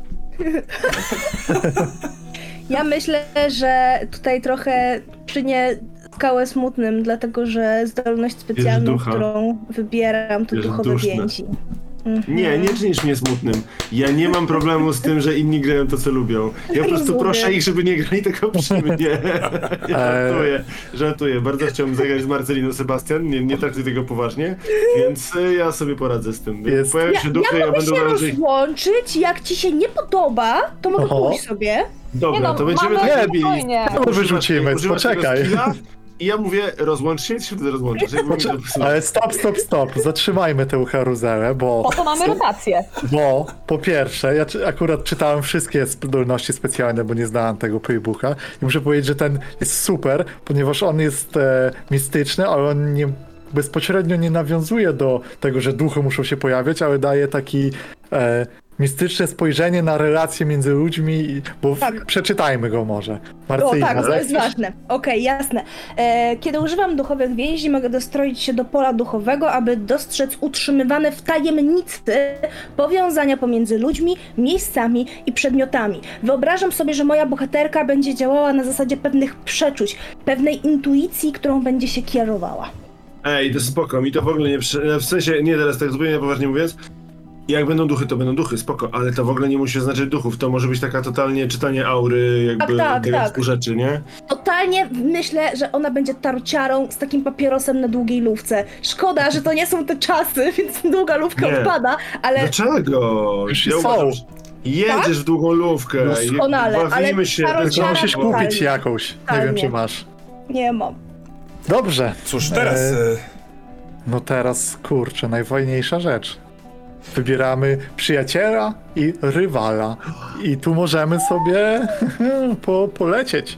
Ja myślę, że tutaj trochę czynię Skałę smutnym, dlatego że zdolność specjalną, ducha. którą wybieram, to Jest duchowe duszne. więzi. Nie czynisz mnie smutnym. Ja nie mam problemu z tym, że inni grają to, co lubią. Ja po prostu Rozumiem. proszę ich, żeby nie grali tego przy mnie. Ja żartuję. Bardzo chciałbym zagrać z Marceliną Sebastian, nie traktuję tego poważnie, więc ja sobie poradzę z tym. Jak Jest- pojawią się duchy, ja Mogę będę się uważał, że ich... rozłączyć, jak ci się nie podoba, to mogę Oho. pójść sobie. Dobra, Nie no, to będziemy mamy tak robili. spokojnie. To wyrzucimy, Używasz tego poczekaj. skilla I ja mówię, rozłącz się, ty się wtedy rozłączasz. Jakby mi to pasuje. Ale stop. Zatrzymajmy tę karuzelę, Po to mamy rotację. bo po pierwsze, ja akurat czytałem wszystkie zdolności specjalne, bo nie znałem tego playbooka i muszę powiedzieć, że ten jest super, ponieważ on jest mistyczny, ale on bezpośrednio nie nawiązuje do tego, że duchy muszą się pojawiać, ale daje taki mistyczne spojrzenie na relacje między ludźmi, bo Tak. przeczytajmy go może. O Marcyjna, tak, to tak? jest ważne. Okej, jasne. Kiedy używam duchowych więzi, mogę dostroić się do pola duchowego, aby dostrzec utrzymywane w tajemnicy powiązania pomiędzy ludźmi, miejscami i przedmiotami. Wyobrażam sobie, że moja bohaterka będzie działała na zasadzie pewnych przeczuć, pewnej intuicji, którą będzie się kierowała. Ej, to spoko, mi to w ogóle nie... W sensie, nie teraz tak zupełnie poważnie mówiąc, jak będą duchy, to będą duchy, spoko, ale to w ogóle nie musi oznaczać duchów, to może być taka totalnie czytanie aury, jakby Tak, tego tak. typu rzeczy, nie? Totalnie myślę, że ona będzie tarciarą z takim papierosem na długiej lówce. Szkoda, że to nie są te czasy, więc długa lówka Nie. odpada, ale Dlaczego? Już Ja są. uważam, że jedziesz w długą lówkę, Doskonale, bawimy ale się, tarociara- Tylko musisz Totalnie. kupić jakąś. Nie wiem, Totalnie. czy masz. nie mam. Dobrze. Cóż, teraz... No teraz, kurczę, najfajniejsza rzecz. Wybieramy przyjaciela i rywala. I tu możemy sobie polecieć.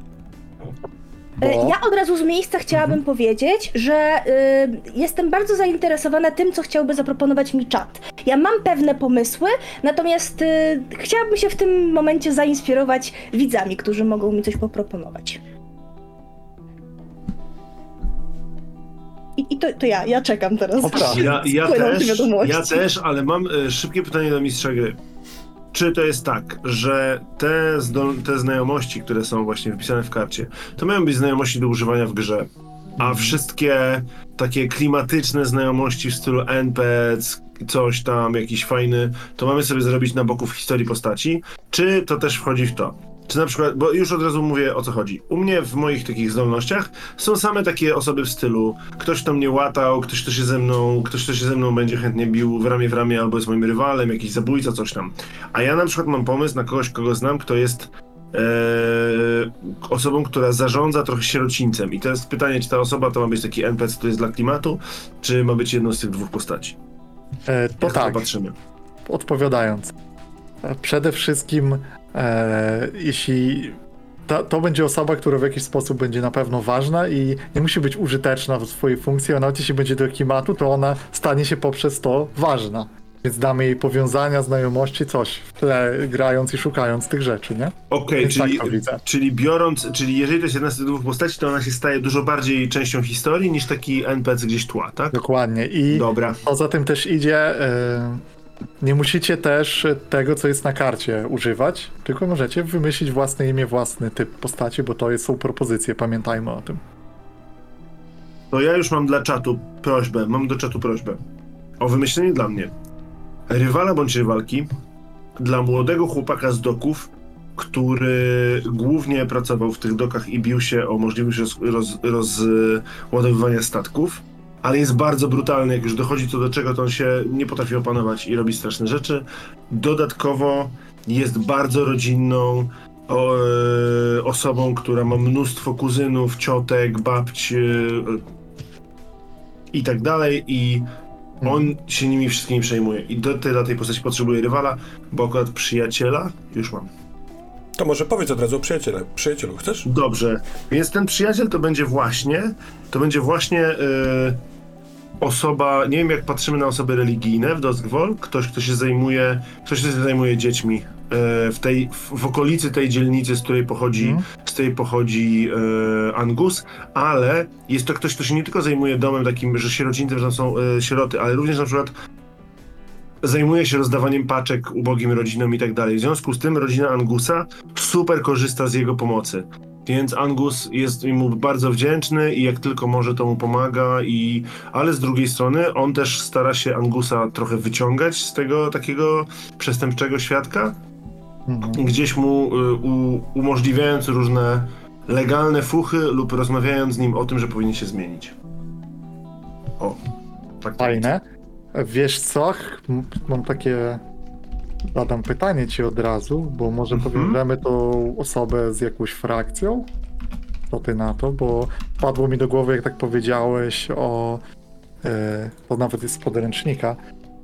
Bo... Ja od razu z miejsca chciałabym powiedzieć, że jestem bardzo zainteresowana tym, co chciałby zaproponować mi czat. Ja mam pewne pomysły, natomiast chciałabym się w tym momencie zainspirować widzami, którzy mogą mi coś poproponować. I to ja czekam teraz. Dobra. Ja też, ale mam szybkie pytanie do mistrza gry. Czy to jest tak, że te znajomości, które są właśnie wpisane w karcie, to mają być znajomości do używania w grze, a wszystkie takie klimatyczne znajomości w stylu NPC, coś tam, jakiś fajny, to mamy sobie zrobić na boku w historii postaci? Czy to też wchodzi w to? Czy na przykład, bo już od razu mówię, o co chodzi. U mnie w moich takich zdolnościach są same takie osoby w stylu ktoś, kto mnie łatał, ktoś, kto się ze mną będzie chętnie bił w ramię albo jest moim rywalem, jakiś zabójca, coś tam. A ja na przykład mam pomysł na kogoś, kogo znam, kto jest osobą, która zarządza trochę sierocińcem. I teraz pytanie, czy ta osoba to ma być taki NPC, to jest dla klimatu, czy ma być jedną z tych dwóch postaci? To Jak tak, patrzymy. odpowiadając. Przede wszystkim, jeśli to będzie osoba, która w jakiś sposób będzie na pewno ważna i nie musi być użyteczna w swojej funkcji, a nawet jeśli będzie do klimatu, to ona stanie się poprzez to ważna. Więc damy jej powiązania, znajomości, coś w tle, grając i szukając tych rzeczy, nie? Okej, Więc tak to widzę. czyli jeżeli to jest jedna z tych dwóch postaci, to ona się staje dużo bardziej częścią historii niż taki NPC gdzieś tła, tak? Dokładnie. I Dobra. poza tym też idzie, nie musicie też tego, co jest na karcie używać, tylko możecie wymyślić własne imię, własny typ postaci, bo to są propozycje, pamiętajmy o tym. To ja już mam do czatu prośbę o wymyślenie dla mnie rywala bądź rywalki dla młodego chłopaka z doków, który głównie pracował w tych dokach i bił się o możliwość rozładowywania statków, ale jest bardzo brutalny, jak już dochodzi co do czego, to on się nie potrafi opanować i robi straszne rzeczy. Dodatkowo jest bardzo rodzinną osobą, która ma mnóstwo kuzynów, ciotek, babć i tak dalej i on się nimi wszystkimi przejmuje. I dla tej postaci potrzebuje rywala, bo akurat przyjaciela już mam. To może powiedz od razu o przyjacielu, chcesz? Dobrze, więc ten przyjaciel to będzie właśnie osoba, nie wiem jak patrzymy na osoby religijne w Duskfall, ktoś, kto się zajmuje dziećmi w okolicy tej dzielnicy, z której pochodzi Angus, ale jest to ktoś, kto się nie tylko zajmuje domem takim, że sierocińcem, że tam są sieroty, ale również na przykład zajmuje się rozdawaniem paczek ubogim rodzinom i tak dalej. W związku z tym rodzina Angusa super korzysta z jego pomocy. Więc Angus jest mu bardzo wdzięczny i jak tylko może, to mu pomaga, ale z drugiej strony on też stara się Angusa trochę wyciągać z tego takiego przestępczego świadka, gdzieś mu umożliwiając różne legalne fuchy lub rozmawiając z nim o tym, że powinien się zmienić. O, tak. Fajne. Wiesz co? Mam takie... Zadam pytanie ci od razu, bo może powiążemy tą osobę z jakąś frakcją? Co ty na to? Bo padło mi do głowy, jak tak powiedziałeś to nawet jest z podręcznika.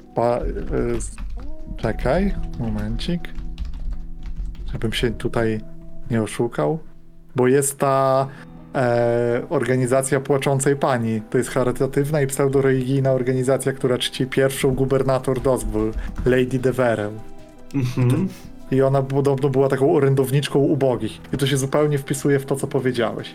Czekaj, momencik. Żebym się tutaj nie oszukał. Bo jest ta organizacja Płaczącej Pani. To jest charytatywna i pseudoreligijna organizacja, która czci pierwszą gubernator Duskfall, Lady Deverell. I ona podobno była taką orędowniczką ubogich. I to się zupełnie wpisuje w to, co powiedziałeś.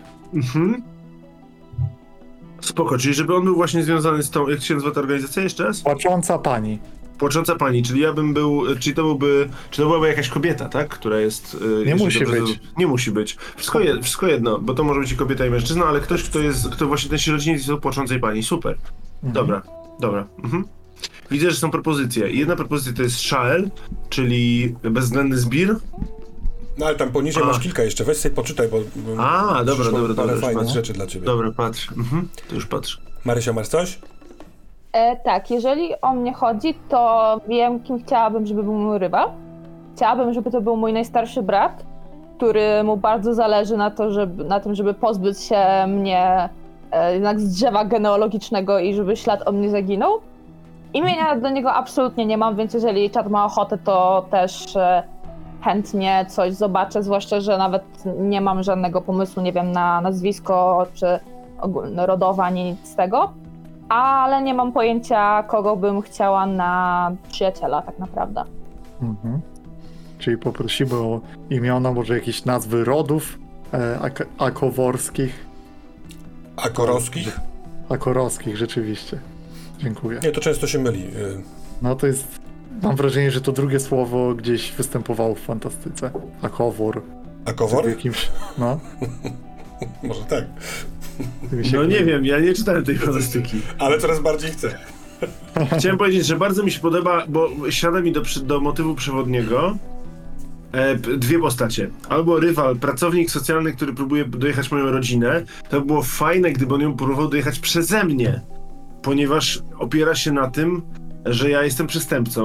Spoko, czyli żeby on był właśnie związany z tą, jak się nazywa ta organizacja jeszcze raz? Płacząca Pani. Płacząca Pani, czyli ja bym był, czy to byłaby jakaś kobieta, tak? Która jest... Nie musi być. Nie musi być. Wszystko jedno, bo to może być i kobieta i mężczyzna, ale ktoś, kto właśnie ten sierociniec jest Płaczącej Pani. Super. Dobra. Widzę, że są propozycje. Jedna propozycja to jest Shael, czyli bezwzględny zbir. No ale tam poniżej masz kilka jeszcze, weź sobie poczytaj, bo dobra, parę już fajnych patrzę. rzeczy dla ciebie. Dobra, patrz. To już patrzę. Marysia, masz coś? Tak, jeżeli o mnie chodzi, to wiem, kim chciałabym, żeby był mój rywal. Chciałabym, żeby to był mój najstarszy brat, któremu bardzo zależy na tym, żeby pozbyć się mnie jednak z drzewa genealogicznego i żeby ślad o mnie zaginął. Imienia do niego absolutnie nie mam, więc jeżeli czat ma ochotę, to też chętnie coś zobaczę, zwłaszcza, że nawet nie mam żadnego pomysłu, nie wiem, na nazwisko czy rodowe, ani nic z tego. Ale nie mam pojęcia, kogo bym chciała na przyjaciela tak naprawdę. Czyli poprosimy o imiona, może jakieś nazwy rodów akoworskich. Akorowskich? Akorowskich, rzeczywiście. Dziękuję. Nie, to często się myli. No to jest... Mam wrażenie, że to drugie słowo gdzieś występowało w fantastyce. Akowor. Akowor? W jakimś... No. Może tak. No nie wiem, ja nie czytałem tej fantastyki. Ale coraz bardziej chcę. Chciałem powiedzieć, że bardzo mi się podoba, bo siada mi do motywu przewodniego dwie postacie. Albo rywal, pracownik socjalny, który próbuje dojechać moją rodzinę. To by było fajne, gdyby on ją próbował dojechać przeze mnie. Ponieważ opiera się na tym, że ja jestem przestępcą,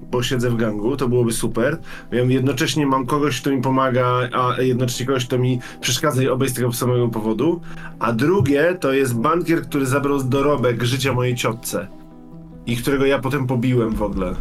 bo siedzę w gangu, to byłoby super. Ja jednocześnie mam kogoś, kto mi pomaga, a jednocześnie kogoś, kto mi przeszkadza i obaj z tego samego powodu. A drugie to jest bankier, który zabrał dorobek życia mojej ciotce i którego ja potem pobiłem w ogóle.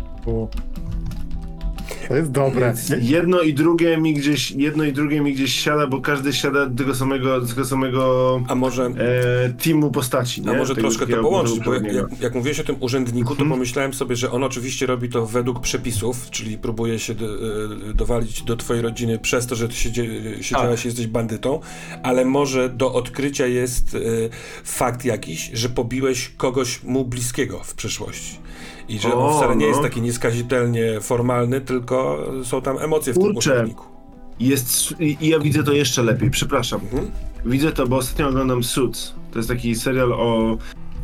To jest dobre. Więc jedno i drugie mi gdzieś siada, bo każdy siada do tego samego A może... teamu postaci. A nie? może Tego troszkę to takiego połączyć, bo poprzedniego. jak mówiłeś o tym urzędniku, to pomyślałem sobie, że on oczywiście robi to według przepisów, czyli próbuje się dowalić do twojej rodziny przez to, że ty siedziałeś i jesteś bandytą, ale może do odkrycia jest fakt jakiś, że pobiłeś kogoś mu bliskiego w przeszłości. I że on wcale nie jest taki nieskazitelnie formalny, tylko są tam emocje w tym urzędniku. I ja widzę to jeszcze lepiej, przepraszam. Widzę to, bo ostatnio oglądam Suits. To jest taki serial o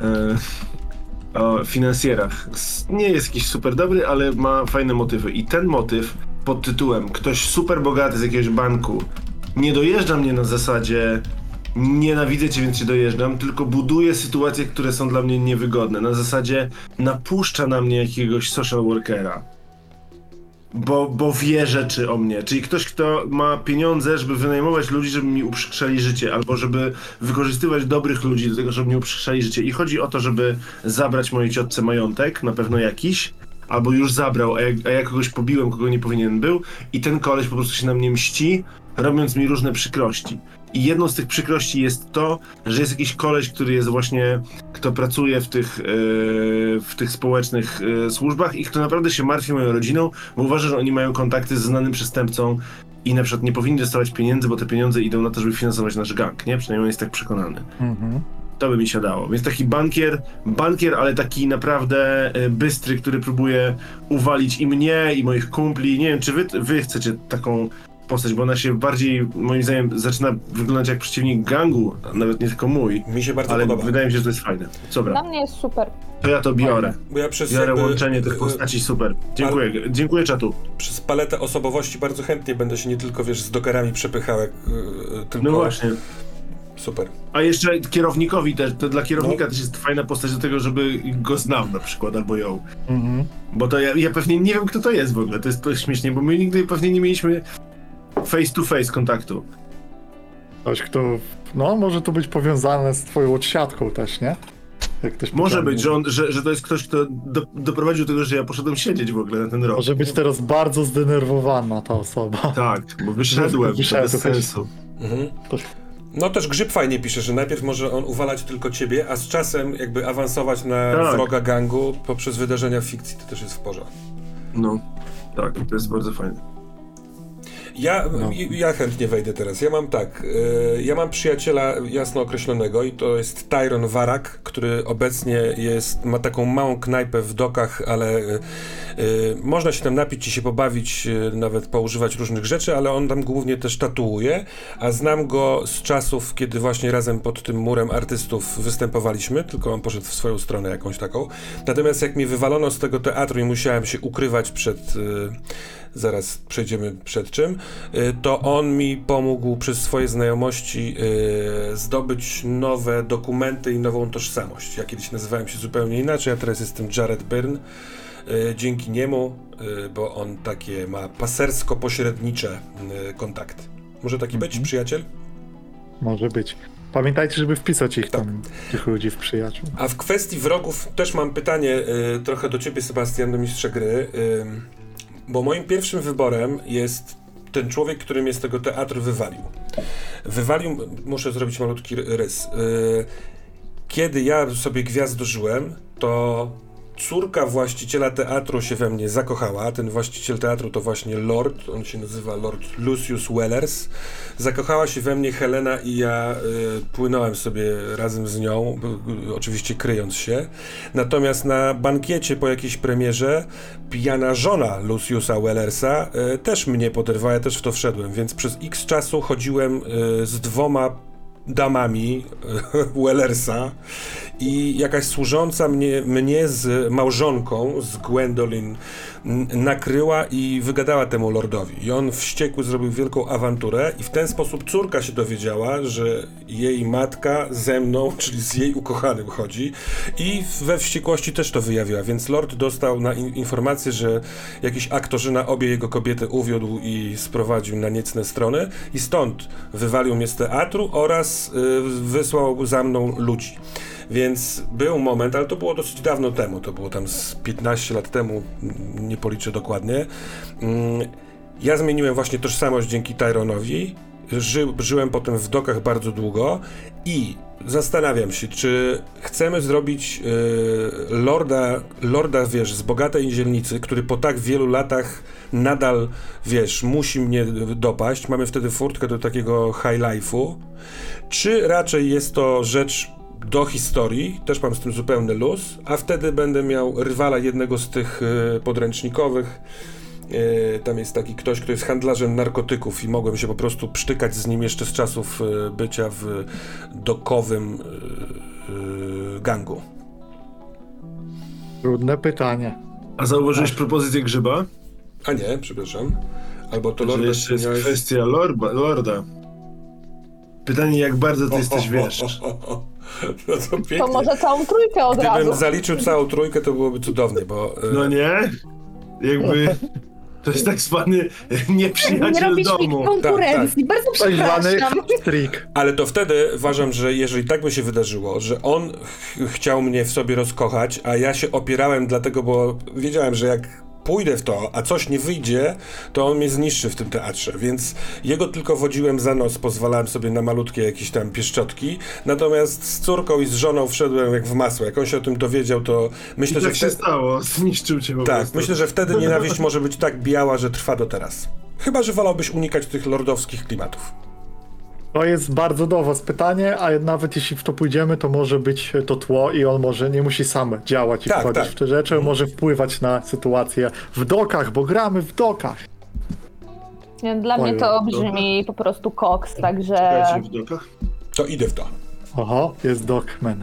finansjerach. Nie jest jakiś super dobry, ale ma fajne motywy. I ten motyw pod tytułem ktoś super bogaty z jakiegoś banku nie dojeżdża mnie na zasadzie nienawidzę cię, więc cię dojeżdżam, tylko buduje sytuacje, które są dla mnie niewygodne. Na zasadzie napuszcza na mnie jakiegoś social workera. Bo wie rzeczy o mnie. Czyli ktoś, kto ma pieniądze, żeby wynajmować ludzi, żeby mi uprzykrzali życie, albo żeby wykorzystywać dobrych ludzi do tego, żeby mi uprzykrzali życie. I chodzi o to, żeby zabrać mojej ciotce majątek, na pewno jakiś, albo już zabrał, a ja kogoś pobiłem, kogo nie powinien był, i ten koleś po prostu się na mnie mści, robiąc mi różne przykrości. I jedną z tych przykrości jest to, że jest jakiś koleś, który jest właśnie, kto pracuje w tych społecznych służbach i kto naprawdę się martwi moją rodziną, bo uważa, że oni mają kontakty z znanym przestępcą i na przykład nie powinni dostawać pieniędzy, bo te pieniądze idą na to, żeby finansować nasz gang, nie? Przynajmniej on jest tak przekonany. To by mi się dało. Więc taki bankier, ale taki naprawdę bystry, który próbuje uwalić i mnie, i moich kumpli. Nie wiem, czy wy chcecie taką postać, bo ona się bardziej, moim zdaniem, zaczyna wyglądać jak przeciwnik gangu, a nawet nie tylko mój. Mi się bardzo ale podoba. wydaje mi się, że to jest fajne. Dobra, Dla mnie jest super. to ja to biorę. Bo ja przez Biorę jakby, łączenie tych postaci, super. Dziękuję czatu. Przez paletę osobowości bardzo chętnie będę się nie tylko, wiesz, z dokerami przepychał, tylko... No właśnie. Super. A jeszcze kierownikowi też, to dla kierownika też jest fajna postać do tego, żeby go znał na przykład, albo ją. Bo to ja pewnie nie wiem, kto to jest w ogóle, to jest śmiesznie, bo my nigdy pewnie nie mieliśmy face to face kontaktu. Ktoś, kto... No, może to być powiązane z twoją odsiadką też, nie? Jak ktoś Może być, że to jest ktoś, kto doprowadził do tego, że ja poszedłem siedzieć w ogóle na ten rok. Może być teraz bardzo zdenerwowana ta osoba. Tak, bo wyszedłem, to bez sensu. No też Grzyb fajnie pisze, że najpierw może on uwalać tylko ciebie, a z czasem jakby awansować na wroga gangu poprzez wydarzenia w fikcji, to też jest w porządku. No, tak, to jest bardzo fajne. Ja chętnie wejdę teraz. Ja mam przyjaciela jasno określonego i to jest Tyron Warak, który obecnie ma taką małą knajpę w dokach, ale można się tam napić i się pobawić, nawet poużywać różnych rzeczy, ale on tam głównie też tatuuje, a znam go z czasów, kiedy właśnie razem pod tym murem artystów występowaliśmy, tylko on poszedł w swoją stronę jakąś taką. Natomiast jak mnie wywalono z tego teatru i musiałem się ukrywać zaraz przejdziemy przed czym, to on mi pomógł przez swoje znajomości zdobyć nowe dokumenty i nową tożsamość. Ja kiedyś nazywałem się zupełnie inaczej, a teraz jestem Jared Byrne. Dzięki niemu, bo on takie ma pasersko-pośrednicze kontakty. Może taki być przyjaciel? Może być. Pamiętajcie, żeby wpisać tych ludzi w przyjaciół. A w kwestii wrogów też mam pytanie trochę do ciebie, Sebastian, do mistrza gry. Bo moim pierwszym wyborem jest ten człowiek, który mnie z tego teatru wywalił. Muszę zrobić malutki rys. Kiedy ja sobie gwiazdożyłem, to córka właściciela teatru się we mnie zakochała. Ten właściciel teatru to właśnie Lord, on się nazywa Lord Lucius Wellers. Zakochała się we mnie Helena i ja płynąłem sobie razem z nią, oczywiście kryjąc się. Natomiast na bankiecie po jakiejś premierze pijana żona Luciusa Wellersa też mnie poderwała, ja też w to wszedłem, więc przez x czasu chodziłem z 2 damami Wellersa i jakaś służąca mnie z małżonką, z Gwendolyn, nakryła i wygadała temu lordowi. I on wściekły zrobił wielką awanturę i w ten sposób córka się dowiedziała, że jej matka ze mną, czyli z jej ukochanym chodzi i we wściekłości też to wyjawiła, więc lord dostał informację, że jakiś aktorzyna obie jego kobiety uwiódł i sprowadził na niecne strony i stąd wywalił mnie z teatru oraz wysłał za mną ludzi. Więc był moment, ale to było dosyć dawno temu, to było tam z 15 lat temu, nie policzę dokładnie. Ja zmieniłem właśnie tożsamość dzięki Tyronowi, żyłem potem w dokach bardzo długo i zastanawiam się, czy chcemy zrobić lorda, wiesz, z bogatej dzielnicy, który po tak wielu latach nadal, wiesz, musi mnie dopaść, mamy wtedy furtkę do takiego high life'u, czy raczej jest to rzecz do historii, też mam z tym zupełny luz, a wtedy będę miał rywala jednego z tych podręcznikowych. Tam jest taki ktoś, kto jest handlarzem narkotyków i mogłem się po prostu psztykać z nim jeszcze z czasów bycia w dokowym gangu. Trudne pytanie. A zauważyłeś propozycję grzyba? A nie, przepraszam. Albo to Że lorda... jeszcze jest kwestia lorda. Pytanie, jak bardzo ty jesteś wiesz. No to pięknie. To może całą trójkę od Gdybym razu. zaliczył całą trójkę, to byłoby cudownie, bo... No nie? Jakby... To jest tak zwany Nie nieprzyjaciel robić mi domu. konkurencji, bardzo Tak zwany przepraszam. trik. Ale to wtedy uważam, że jeżeli tak by się wydarzyło, że on chciał mnie w sobie rozkochać, a ja się opierałem dlatego, bo wiedziałem, że jak pójdę w to, a coś nie wyjdzie, to on mnie zniszczy w tym teatrze, więc jego tylko wodziłem za nos, pozwalałem sobie na malutkie jakieś tam pieszczotki, natomiast z córką i z żoną wszedłem jak w masło. Jak on się o tym dowiedział, to myślę, I tak że się stało, zniszczył cię po tak, prostu. myślę, że wtedy nienawiść może być tak biała, że trwa do teraz. Chyba że wolałbyś unikać tych lordowskich klimatów. To jest bardzo do was pytanie, a nawet jeśli w to pójdziemy, to może być to tło i on może nie musi sam działać i Tak, wchodzić tak. w te rzeczy, może wpływać na sytuację w dokach, bo gramy w dokach. Nie, dla mnie to Oj, brzmi po prostu koks, także... Czekajcie w dokach. To idę w to. Oho, jest dokman.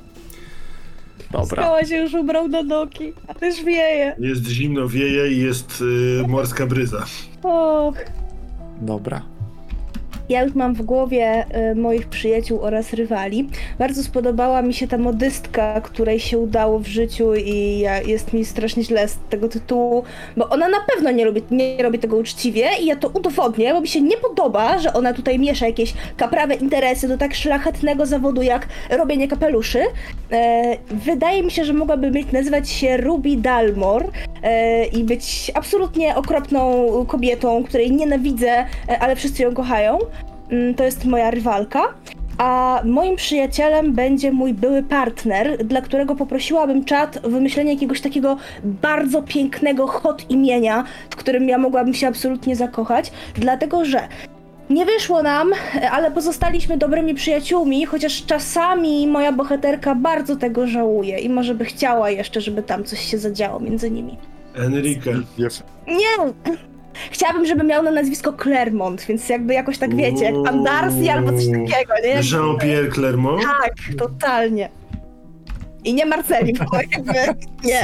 Dobra. Skała się już ubrał na doki, a też wieje. Jest zimno, wieje i jest morska bryza. Och. Dobra. Ja już mam w głowie moich przyjaciół oraz rywali. Bardzo spodobała mi się ta modystka, której się udało w życiu i jest mi strasznie źle z tego tytułu, bo ona na pewno nie robi tego uczciwie i ja to udowodnię, bo mi się nie podoba, że ona tutaj miesza jakieś kaprawe interesy do tak szlachetnego zawodu jak robienie kapeluszy. Wydaje mi się, że mogłaby nazywać się Ruby Dalmor i być absolutnie okropną kobietą, której nienawidzę, ale wszyscy ją kochają. To jest moja rywalka, a moim przyjacielem będzie mój były partner, dla którego poprosiłabym czat o wymyślenie jakiegoś takiego bardzo pięknego hot imienia, w którym ja mogłabym się absolutnie zakochać, dlatego że nie wyszło nam, ale pozostaliśmy dobrymi przyjaciółmi, chociaż czasami moja bohaterka bardzo tego żałuje i może by chciała jeszcze, żeby tam coś się zadziało między nimi. Enrique. Nie! Chciałabym, żeby miał na nazwisko Clermont, więc jakby jakoś tak wiecie, jak pan Darcy albo coś takiego, nie? Jean-Pierre Clermont. Tak, totalnie. I nie Marcelin, bo jakby nie.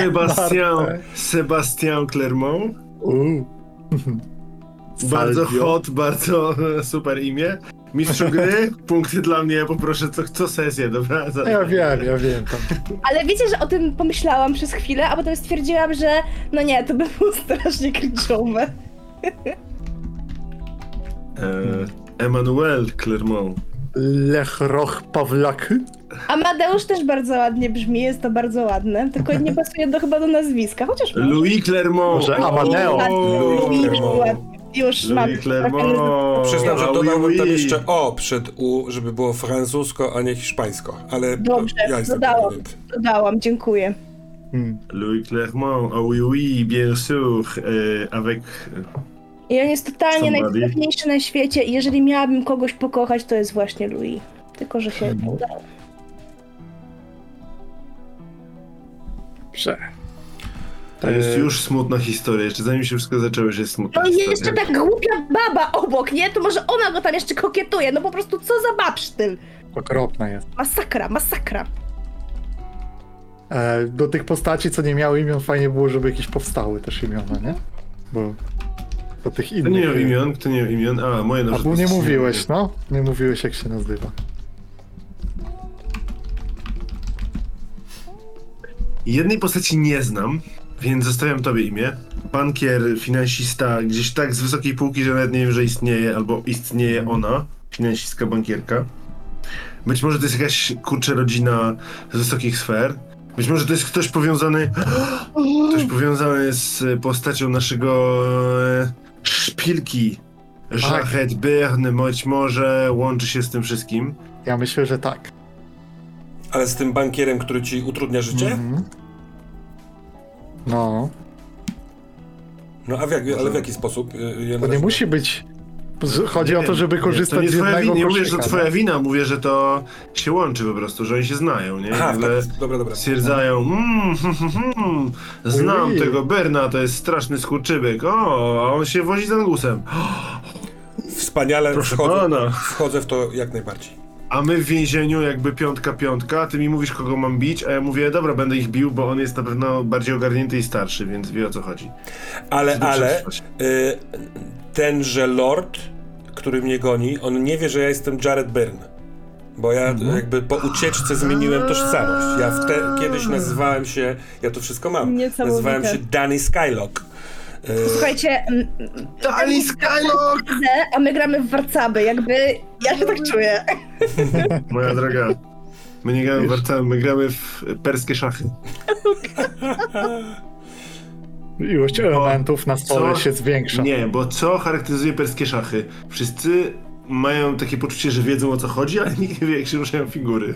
Sebastian Clermont. Bardzo Salvio. hot, bardzo super imię. Mistrzu gry, punkty dla mnie, poproszę co sesję, dobra? Ja wiem. Tam. Ale wiecie, że o tym pomyślałam przez chwilę, a potem stwierdziłam, że no nie, to by było strasznie cringe'owe. Emmanuel Clermont. Lechroch Pawlak. Amadeusz też bardzo ładnie brzmi, jest to bardzo ładne, tylko nie pasuje chyba do nazwiska, chociaż może. Louis Clermont. Może Amadeo. Louis Clermont. ładnie. Już mam. Louis Clermont. Przyznam, że Ah, dodałbym oui, tam oui. jeszcze O przed U, żeby było francusko, a nie hiszpańsko, ale Dobrze, ja jestem dodałam. pewien. Dodałam, dziękuję. Louis Clermont, oh oui, oui, bien sûr, avec... I on jest totalnie Somebody. najpiękniejszy na świecie i jeżeli miałabym kogoś pokochać, to jest właśnie Louis. Tylko, że się nie udało. Dobrze. To jest już smutna historia, jeszcze zanim się wszystko zaczęło, że jest smutna No i historia. jeszcze ta głupia baba obok, nie? To może ona go tam jeszcze kokietuje, no po prostu co za babsztyl. Okropna jest. Masakra, masakra. Do tych postaci, co nie miały imion, fajnie było, żeby jakieś powstały też imiona, nie? Bo do tych Kto innych... nie miał imion? Kto nie miał imion? A, moje A nowe bo nie postacie mówiłeś, no? Nie mówiłeś, jak się nazywa. Jednej postaci nie znam, więc zostawiam tobie imię. Bankier, finansista, gdzieś tak z wysokiej półki, że nawet nie wiem, że istnieje, albo istnieje ona, finansistka, bankierka. Być może to jest jakaś, kurczę, rodzina z wysokich sfer. Być może to jest ktoś powiązany z postacią naszego szpilki. Jachet Byrne, być może łączy się z tym wszystkim. Ja myślę, że tak. Ale z tym bankierem, który ci utrudnia życie? No. No a ale w jaki sposób? To nie musi być... Chodzi o to, żeby korzystać to nie z jednego nie mówię, że to koszyka, twoja nie? wina, mówię, że to się łączy po prostu, że oni się znają, nie? Aha, Nagle dobra. stwierdzają, znam Ui. tego Berna, to jest straszny skurczybyk, o, a on się wozi z Angusem. Wspaniale, Proszę pana. wchodzę w to jak najbardziej. A my w więzieniu jakby piątka, ty mi mówisz, kogo mam bić, a ja mówię, dobra, będę ich bił, bo on jest na pewno bardziej ogarnięty i starszy, więc wie, o co chodzi. Ale przetrwać. Tenże lord, który mnie goni, on nie wie, że ja jestem Jared Byrne. Bo ja jakby po ucieczce zmieniłem tożsamość. Ja kiedyś nazywałem się, ja to wszystko mam, Niesamowite. nazywałem się Danny Skylock. Słuchajcie, Danny Skylock! a my gramy w Warcaby, jakby ja się tak czuję. Moja droga, my nie gramy w Warcaby, my gramy w perskie szachy. Ilość elementów na stole się zwiększa. Nie, bo co charakteryzuje perskie szachy? Wszyscy mają takie poczucie, że wiedzą, o co chodzi, ale nikt nie wie, jak się ruszają figury.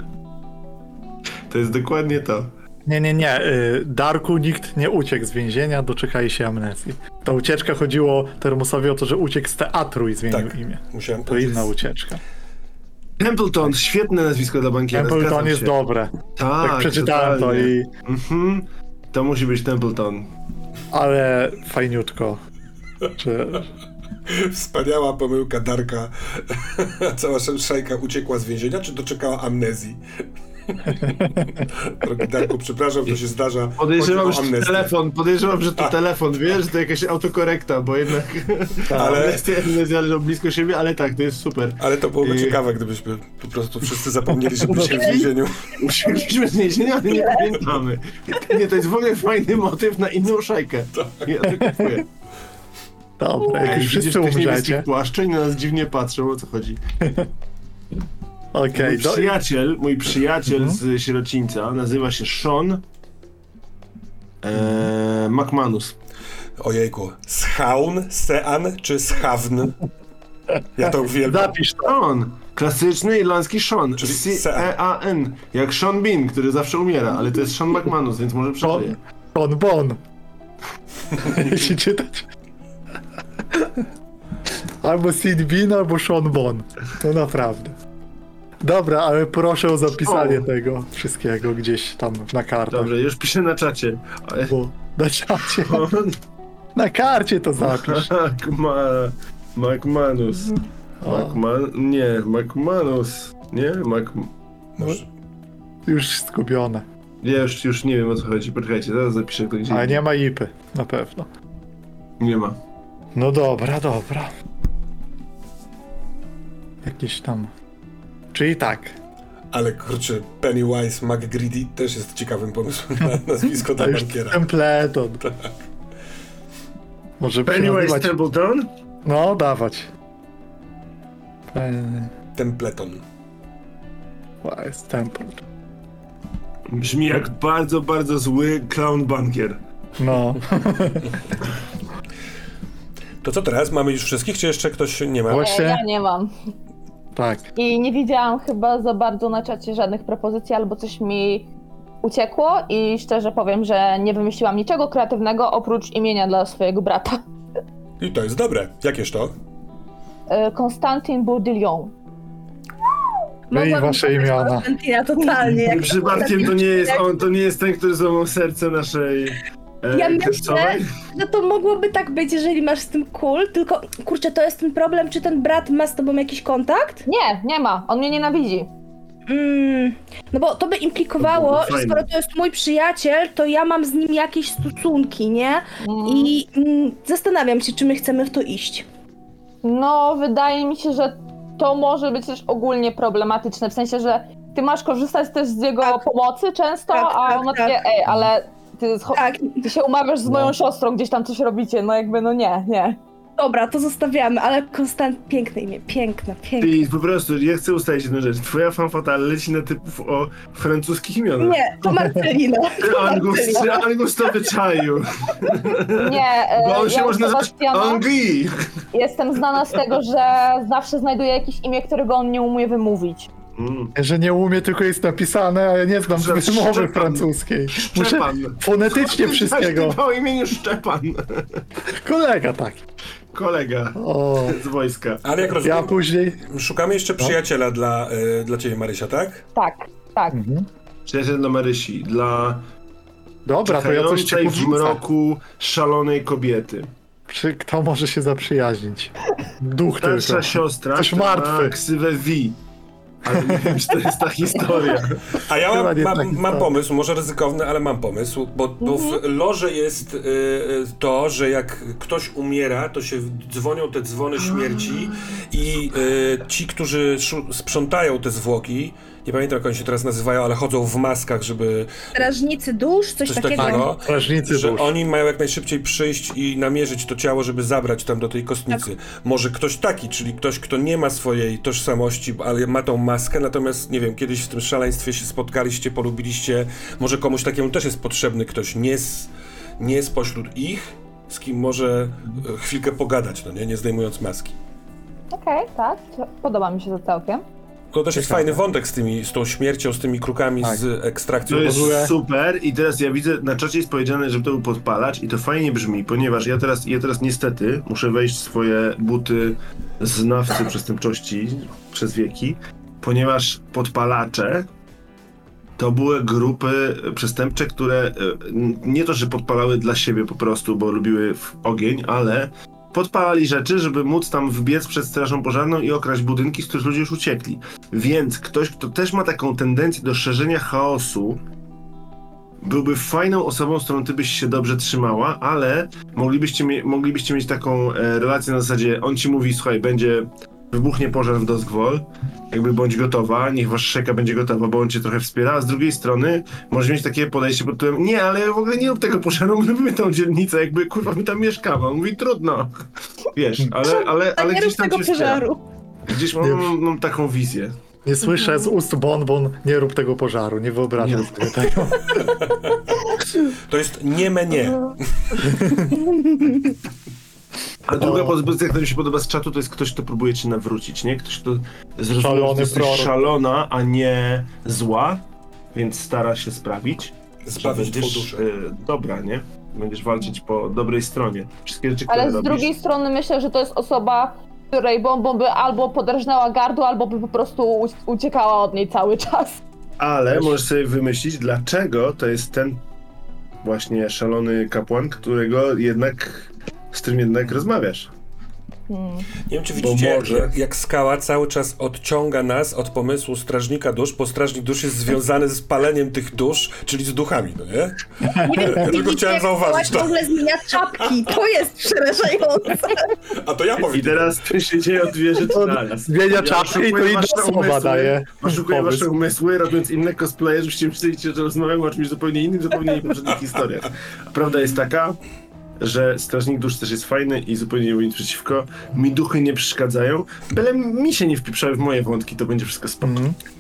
To jest dokładnie to. Nie. Darku nikt nie uciekł z więzienia, doczekali się amnezji. Ta ucieczka chodziło Termusowi o to, że uciekł z teatru i zmienił Tak, imię. musiałem To inna ucieczka. Templeton, świetne nazwisko dla bankiera. Templeton zgadzam jest się. dobre. Tak, Jak przeczytałem totalnie. to i... To musi być Templeton. Ale fajniutko. Czy... Wspaniała pomyłka Darka. Cała szajka uciekła z więzienia, czy doczekała amnezji? Drogi Darku, przepraszam, to się zdarza. Podejrzewam, Chodzi o że to amnestię. telefon, wiesz, że to jakaś autokorekta, bo jednak Ale- amnezja leżą blisko siebie, ale tak, to jest super. Ale to byłoby I- ciekawe, gdybyśmy po prostu wszyscy zapomnieli, że byliśmy w więzieniu. Usiedliśmy z więzienia, ale nie pamiętamy. Nie, to jest w ogóle fajny motyw na inną szajkę. Ja to kupuję. Dobra, jak już Widzisz wszyscy tych umrzecie. niebieskich płaszczy i na nas dziwnie patrzą, o co chodzi. Okej, Mój przyjaciel z sierocińca nazywa się Sean McManus. Ojejku, Schaun, Sean czy Schawn? Ja to uwielbiam. zapisz to. Sean. Klasyczny irlandzki Sean. Czyli C-E-A-N. Jak Sean Bean, który zawsze umiera, ale to jest Sean McManus, więc może przeżyje. Sean Bon. Jeśli czytać. Albo Sid Bean, albo Sean Bon. To naprawdę. Dobra, ale proszę o zapisanie tego wszystkiego gdzieś tam na kartach. Dobrze, już piszę na czacie. Bo na czacie. Na karcie to zapisz. McManus. McManus. Nie? Może. Już zgubione. Ja już nie wiem, o co chodzi. Poczekajcie, zaraz zapiszę to gdzieś. Ale nie ma ipy, na pewno. Nie ma. No dobra. Jakieś tam... Czyli tak. Ale kurczę, Pennywise McGreedy też jest ciekawym pomysłem na nazwisko dla To już bankiera. Templeton. Może Pennywise nazywać... Templeton? No, dawać. Templeton. Pennywise Templeton. Brzmi jak bardzo, bardzo zły clown bankier. No. To co teraz? Mamy już wszystkich, czy jeszcze ktoś nie ma? Właśnie. Ja nie mam. Tak. I nie widziałam chyba za bardzo na czacie żadnych propozycji, albo coś mi uciekło i szczerze powiem, że nie wymyśliłam niczego kreatywnego oprócz imienia dla swojego brata. I to jest dobre. Jakież to? Konstantin Bourdillon. No i wasze imiona. Konstantina totalnie. Jak Przypadkiem to nie jest ten, który złamał serce naszej Ja myślę, testowej? że to mogłoby tak być, jeżeli masz z tym tylko kurczę, to jest ten problem, czy ten brat ma z tobą jakiś kontakt? Nie ma. On mnie nienawidzi. No bo to by implikowało, To że fajne. skoro to jest mój przyjaciel, to ja mam z nim jakieś stosunki, nie? I zastanawiam się, czy my chcemy w to iść. No, wydaje mi się, że to może być też ogólnie problematyczne, w sensie, że ty masz korzystać też z jego pomocy często, Tak, a tak, ona tak. takie, ej, ale Tak, ty się umawiasz z moją siostrą, gdzieś tam coś robicie, no jakby, no nie. dobra, to zostawiamy, ale Konstant, piękne imię, piękne. I po prostu, ja chcę ustalić jedną rzecz. Twoja fanfata leci na typów o francuskich imionach. Nie, to Marcelina. Czy Angus to wyczaił? Nie, Bo on się ja można nazywać Sebastiana Angui. jestem znana z tego, że zawsze znajduje jakieś imię, którego on nie umie wymówić. Że nie umie, tylko jest napisane, a ja nie znam Że wymowy Szczepan. francuskiej. Muszę Szczepan. fonetycznie wszystkiego. Ty po imieniu Szczepan. Kolega taki. Kolega O, z wojska. Ale jak rozumiem, ja później... szukamy jeszcze przyjaciela dla ciebie, Marysia, tak? Tak. Przyjaciel dla Marysi, dla Dobra, to ja coś ci czekającej w powiem. mroku szalonej kobiety. Kto może się zaprzyjaźnić? Duch Starsza tylko. siostra, Coś która martwy. ma ksywę V. Ale nie wiem, czy to jest ta historia. A ja Chyba nie mam taki sam. pomysł, może ryzykowny, ale mam pomysł, bo w loże jest to, że jak ktoś umiera, to się dzwonią te dzwony śmierci i ci, którzy sprzątają te zwłoki, nie pamiętam jak oni się teraz nazywają, ale chodzą w maskach, żeby Strażnicy dusz, coś takiego. Strażnicy że dusz. oni mają jak najszybciej przyjść i namierzyć to ciało, żeby zabrać tam do tej kostnicy. Może ktoś taki, czyli ktoś, kto nie ma swojej tożsamości, ale ma tą maskę, natomiast, nie wiem, kiedyś w tym szaleństwie się spotkaliście, polubiliście, może komuś takiemu też jest potrzebny ktoś nie spośród ich, z kim może chwilkę pogadać, no nie zdejmując maski. Okej, tak. Podoba mi się to całkiem. To też jest fajny wątek z tą śmiercią, z tymi krukami, Tak. z ekstrakcją. To jest ogóle- super i teraz ja widzę, na czacie jest powiedziane, żeby to był podpalacz i to fajnie brzmi, ponieważ ja teraz niestety muszę wejść w swoje buty znawcy przestępczości przez wieki, ponieważ podpalacze to były grupy przestępcze, które nie to, że podpalały dla siebie po prostu, bo lubiły ogień, ale podpalali rzeczy, żeby móc tam wbiec przed strażą pożarną i okraść budynki, z których ludzie już uciekli. Więc ktoś, kto też ma taką tendencję do szerzenia chaosu, byłby fajną osobą, z którą ty byś się dobrze trzymała, ale moglibyście mieć taką relację na zasadzie, on ci mówi, słuchaj, wybuchnie pożar w Doskwol, jakby bądź gotowa, niech wasza szeka będzie gotowa, bo on cię trochę wspiera, a z drugiej strony możesz mieć takie podejście pod tytułem, nie, ale w ogóle nie rób tego pożaru, my lubimy tą dzielnicę, jakby kurwa my tam mieszkamy. On mówi, trudno. Wiesz, ale nie gdzieś rób tam tego cię wspiera. pożaru. Gdzieś mam taką wizję. Nie słyszę z ust Bonbon, nie rób tego pożaru, nie wyobrażam sobie tego. To jest nieme nie. A druga pozycja, która mi się podoba z czatu, to jest ktoś, kto próbuje cię nawrócić, nie? Ktoś, kto zrozumiał, Szalony że ty jesteś prorok. szalona, a nie zła, więc stara się sprawić, Zbawić że twą będziesz duszę. dobra, nie? Będziesz walczyć po dobrej stronie. Wszystkie rzeczy, które Ale z robisz. drugiej strony myślę, że to jest osoba, której bombą by albo podrażnęła gardło, albo by po prostu uciekała od niej cały czas. Ale możesz sobie wymyślić, dlaczego to jest ten właśnie szalony kapłan, z którym jednak rozmawiasz. Nie wiem, czy Bo widzicie, może. jak skała cały czas odciąga nas od pomysłu strażnika dusz, bo strażnik dusz jest związany z paleniem tych dusz, czyli z duchami, no nie? Nie wiem, Ja tylko widzicie, chciałem jak zauważyć Kołaś w ogóle zmienia czapki. To jest przerażające. A to ja I powiem. teraz tu się dzieją dwie rzeczy naraz. Zmienia czapkę i to oszukuję inna wasze osoba daje Oszukuję pomysł. wasze umysły, robiąc inne cosplaye, żebyście myśleli, że rozmawiamy o czymś zupełnie innym, zupełnie niepoprzednich historiach. Prawda jest taka, że Strażnik Dusz też jest fajny i zupełnie nie ma nic przeciwko. Mi duchy nie przeszkadzają, byle mi się nie wpieprzały w moje wątki, to będzie wszystko spoko.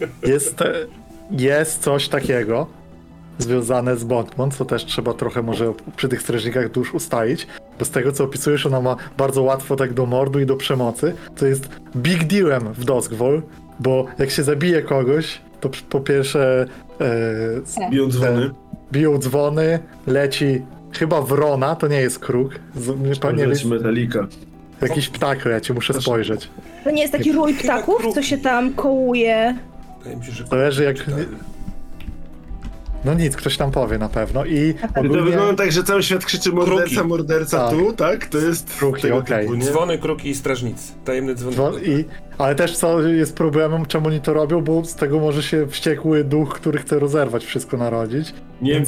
Jest coś takiego związane z Bondmont, co też trzeba trochę może przy tych strażnikach dusz ustalić, bo z tego co opisujesz, ona ma bardzo łatwo tak do mordu i do przemocy, to jest big dealem w Doskwol, bo jak się zabije kogoś, to po pierwsze Biją dzwony. biją dzwony, leci chyba wrona, to nie jest kruk, nie Leci Metallica. jakiś ptak leci, muszę spojrzeć. To nie jest taki rój ptaków, co się tam kołuje. Wydaje mi się, że... Zależy jak... No nic, ktoś tam powie na pewno i I to ogólnie... wygląda tak, że cały świat krzyczy morderca, Kruki. morderca Tak. tu, tak? To jest Kruki, tego okej. typu, nie? Dzwony, kruki i strażnicy. Tajemny dzwon. Ale też co jest problemem, czemu oni to robią, bo z tego może się wściekły duch, który chce rozerwać wszystko, narodzić. Nie,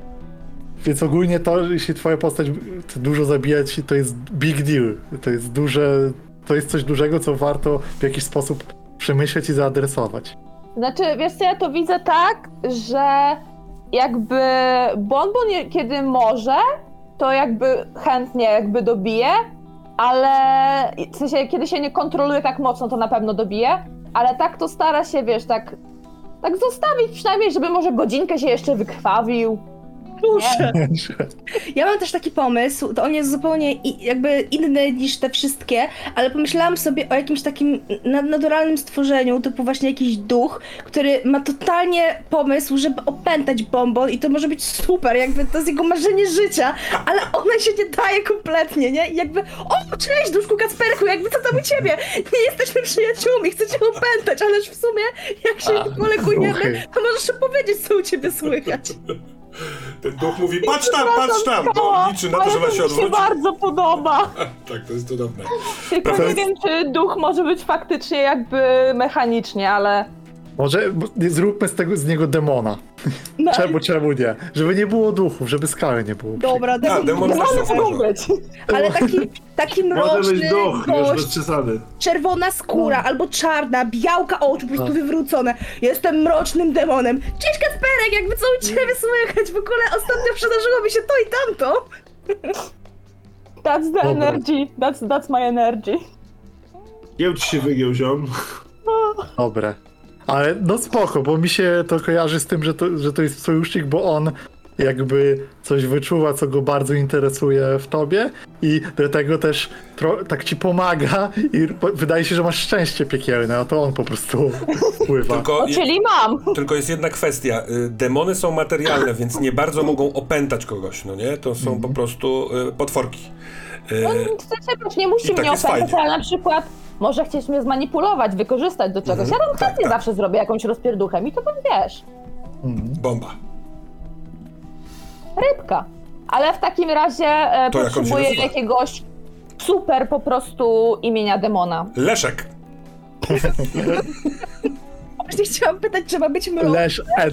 Więc ogólnie to, jeśli twoja postać chce dużo zabijać, to jest big deal. To jest duże, to jest coś dużego, co warto w jakiś sposób przemyśleć i zaadresować. Znaczy, wiesz co, ja to widzę tak, że jakby Bonbon kiedy może, to jakby chętnie jakby dobije, ale w sensie, kiedy się nie kontroluje tak mocno, to na pewno dobije, ale tak to stara się, wiesz, tak zostawić przynajmniej, żeby może godzinkę się jeszcze wykrwawił. Proszę. Ja mam też taki pomysł, to on jest zupełnie jakby inny niż te wszystkie, ale pomyślałam sobie o jakimś takim naturalnym stworzeniu, typu właśnie jakiś duch, który ma totalnie pomysł, żeby opętać Bonbon i to może być super, jakby to jest jego marzenie życia, ale ona się nie daje kompletnie, nie? I jakby, o, cześć duszku Kacperku, jakby co tam u ciebie? Nie jesteśmy przyjaciółmi, chcę cię opętać, ależ w sumie jak się kolegujemy, to możesz powiedzieć, co u ciebie słychać. Ten duch mówi, patrz tam! Bo liczy na to, ale że ona się mi się odwróci. bardzo podoba. Tak, to jest cudowne. Tylko To nie jest- wiem, czy duch może być faktycznie jakby mechanicznie, ale... Może zróbmy z niego demona. No, Czemu nie? Żeby nie było duchów, żeby skały nie było. dobra, demon demon, zawsze One mogą może. być. ale taki może być mroczny duch, już bez gość, przesady. czerwona skóra albo czarna, białka oczu, po prostu wywrócone. Jestem mrocznym demonem. Cześć Kacperek, jakby co u ciebie słychać? W ogóle ostatnio przydarzyło mi się to i tamto. That's the Dobra. energy. That's my energy. Gieł ci się wygiął, ziom. Dobre. Ale no spoko, bo mi się to kojarzy z tym, że to jest sojusznik, bo on jakby coś wyczuwa, co go bardzo interesuje w tobie i do tego też tak ci pomaga i wydaje się, że masz szczęście piekielne, a to on po prostu wpływa. Tylko, Czyli mam. tylko jest jedna kwestia. Demony są materialne, więc nie bardzo mogą opętać kogoś, no nie? To są po prostu potworki. No, w sensie też nie musi I tak mnie jest opętać, fajnie. ale na przykład może chcieć mnie zmanipulować, wykorzystać do czegoś. Ja tam tak, chętnie tak. zawsze zrobię jakąś rozpierduchę i to tam wiesz, Bomba. rybka. Ale w takim razie To jak on się potrzebuję nazywa? jakiegoś super po prostu imienia demona. Leszek. Właśnie chciałam pytać, czy ma być mroczny. Leż Edk.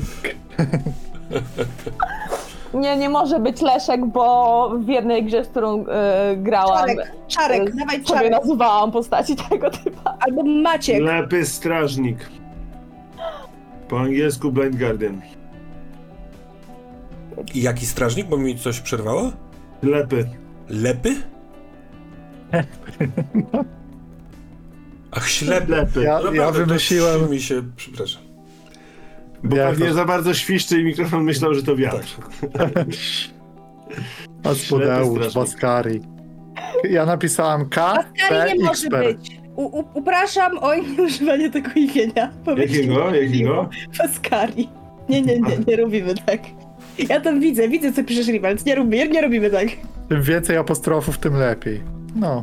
Nie może być Leszek, bo w jednej grze, z którą grałam, Czarek, dawaj sobie Czarek. nazywałam postaci tego typa. Albo Maciek. Lepy strażnik. Po angielsku Blind Guardian. I jaki strażnik? Bo mi coś przerwało? Lepy. Lepy? Ach, ślepy. Lepy. Ja Naprawdę, wymyśliłem- to mi się, przepraszam. Bo Ja pewnie to- za bardzo świszczy i mikrofon myślał, że to wiatr. Asmodeusz, strażnik. Baskari. Ja napisałem K, P, Baskari nie może Xper. być. Upraszam o nieużywanie tego imienia. Jakiego? Baskari. Nie robimy tak. Ja tam widzę co piszesz, Rival. Nie robimy tak. Tym więcej apostrofów, tym lepiej. No.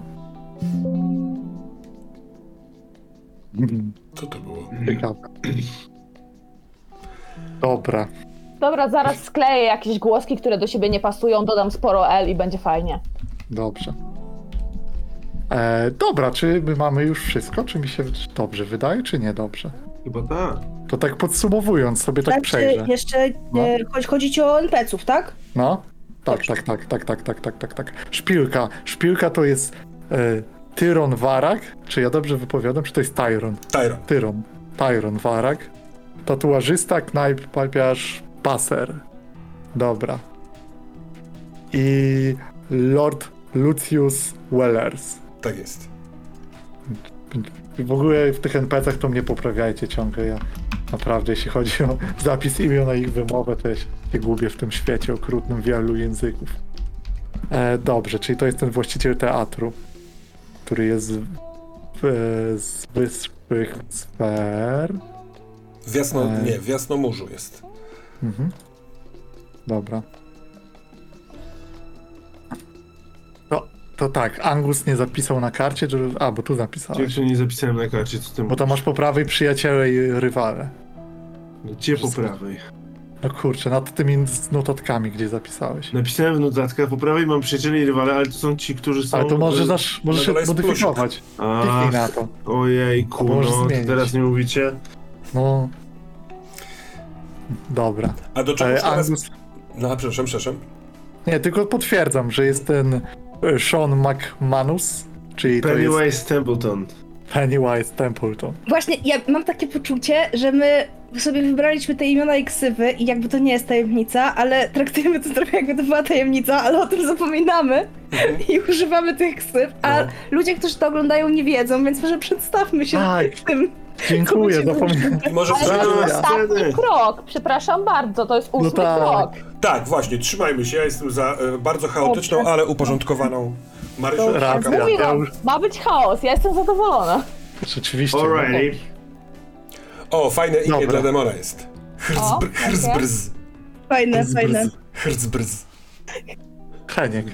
Co to było? Ciekawe. Dobra. Dobra, zaraz skleję jakieś głoski, które do siebie nie pasują, dodam sporo L i będzie fajnie. Dobrze. Dobra, czy my mamy już wszystko? Czy mi się dobrze wydaje, czy nie dobrze? Chyba tak. To tak podsumowując sobie tak przejrzę. Jeszcze No. chodzi ci o NPC-ów, tak? No? Tak. Szpilka to jest Tyron Warak. Czy ja dobrze wypowiadam? Czy to jest Tyron? Tyron. Tyron Warak. Tatuażysta, knajpiarz, paser. Dobra. I Lord Lucius Wellers. Tak jest. W ogóle w tych NPC-ach to mnie poprawiajcie ciągle. Ja naprawdę, jeśli chodzi o zapis imion na ich wymowę, to ja się gubię w tym świecie okrutnym wielu języków. Dobrze, czyli to jest ten właściciel teatru, który jest z Wyspych Sfer. W Jasnomurzu jest. Mhm. Dobra. To tak, Angus nie zapisał na karcie, bo tu zapisałeś. Jak się nie zapisałem na karcie, co ty Bo tam masz po prawej przyjaciele i rywale. Gdzie po prawej? No kurczę, nad tymi notatkami, gdzie zapisałeś. Napisałem w notatkach, po prawej mam przyjacieli i rywale, ale to są ci, którzy są... Ale to możesz na się dole jest modyfikować. Kliknij na to. Ojejku, To możesz no to zmienić. teraz nie mówicie. No. Dobra. A do czegoś teraz... Angus... No, przepraszam. Nie, tylko potwierdzam, że jest ten Sean McManus, czyli to jest Pennywise Templeton. Pennywise Templeton. Właśnie, ja mam takie poczucie, że my sobie wybraliśmy te imiona i ksywy i jakby to nie jest tajemnica, ale traktujemy to trochę jakby to była tajemnica, ale o tym zapominamy i używamy tych ksyw, a No. ludzie, którzy to oglądają, nie wiedzą, więc może przedstawmy się Tak. tym. Dziękuję, Co my się zapomniałem. I może Ale to Brawo, jest ja. ostatni krok, przepraszam bardzo, to jest 8 tak. krok. Tak, właśnie, trzymajmy się. Ja jestem za bardzo chaotyczną, Dobrze. ale uporządkowaną Marysią. Dobrze. Racja. Ja Mówiłam, już- ma być chaos, ja jestem zadowolona. Rzeczywiście. Alrighty. O, fajne imię Dobra. dla demona jest. Hrzbrz. Fajne, fajne. Hrzbrz. Heniek.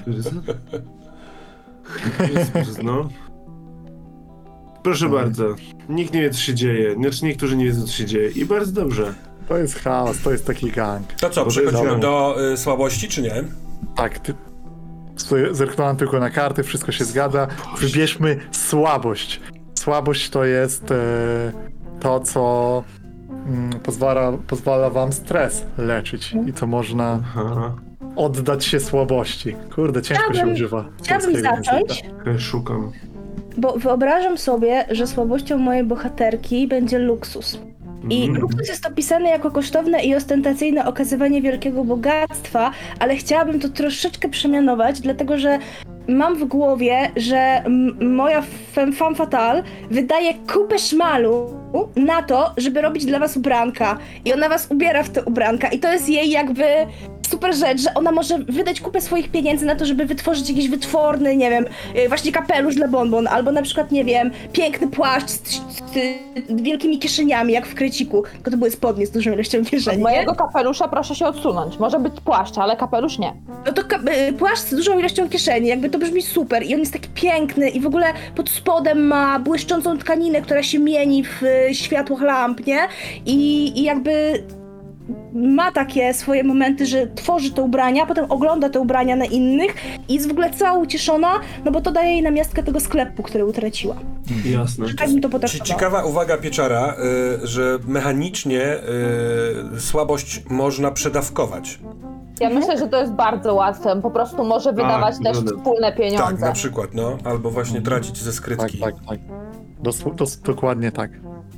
No. Proszę bardzo. Nikt nie wie, co się dzieje. Znaczy niektórzy nie wiedzą, co się dzieje. I bardzo dobrze. To jest chaos, to jest taki gang. To co, Bo to przechodzimy jest do słabości, czy nie? Tak, zerknąłem tylko na karty, wszystko się zgadza. Wybierzmy słabość. Słabość to jest to, co pozwala wam stres leczyć. I to można Aha. oddać się słabości. Kurde, ciężko się używa. Chciałabym polskiego zacząć, języka. Szukam. bo wyobrażam sobie, że słabością mojej bohaterki będzie luksus. I luksus jest opisany jako kosztowne i ostentacyjne okazywanie wielkiego bogactwa, ale chciałabym to troszeczkę przemianować, dlatego że mam w głowie, że moja femme fatale wydaje kupę szmalu na to, żeby robić dla was ubranka. I ona was ubiera w te ubranka. I to jest jej jakby super rzecz, że ona może wydać kupę swoich pieniędzy na to, żeby wytworzyć jakiś wytworny, nie wiem, właśnie kapelusz dla bonbon, albo na przykład, nie wiem, piękny płaszcz z wielkimi kieszeniami, jak w Kreciku. Tylko to były spodnie z dużą ilością Od kieszeni, nie? mojego kapelusza proszę się odsunąć. Może być płaszcz, ale kapelusz nie. No to płaszcz z dużą ilością kieszeni, jakby to brzmi super i on jest taki piękny i w ogóle pod spodem ma błyszczącą tkaninę, która się mieni w światłach lamp, nie? I jakby ma takie swoje momenty, że tworzy te ubrania, potem ogląda te ubrania na innych i jest w ogóle cała ucieszona, no bo to daje jej namiastkę tego sklepu, który utraciła. Jasne. Tak bym to potraktowała. Ciekawa uwaga Pieczara, że mechanicznie słabość można przedawkować. Ja myślę, że to jest bardzo łatwe. Po prostu może wydawać też zgoda. wspólne pieniądze. Tak, na przykład, no. Albo właśnie tracić ze Tak, skrytki. tak, tak. Dokładnie tak.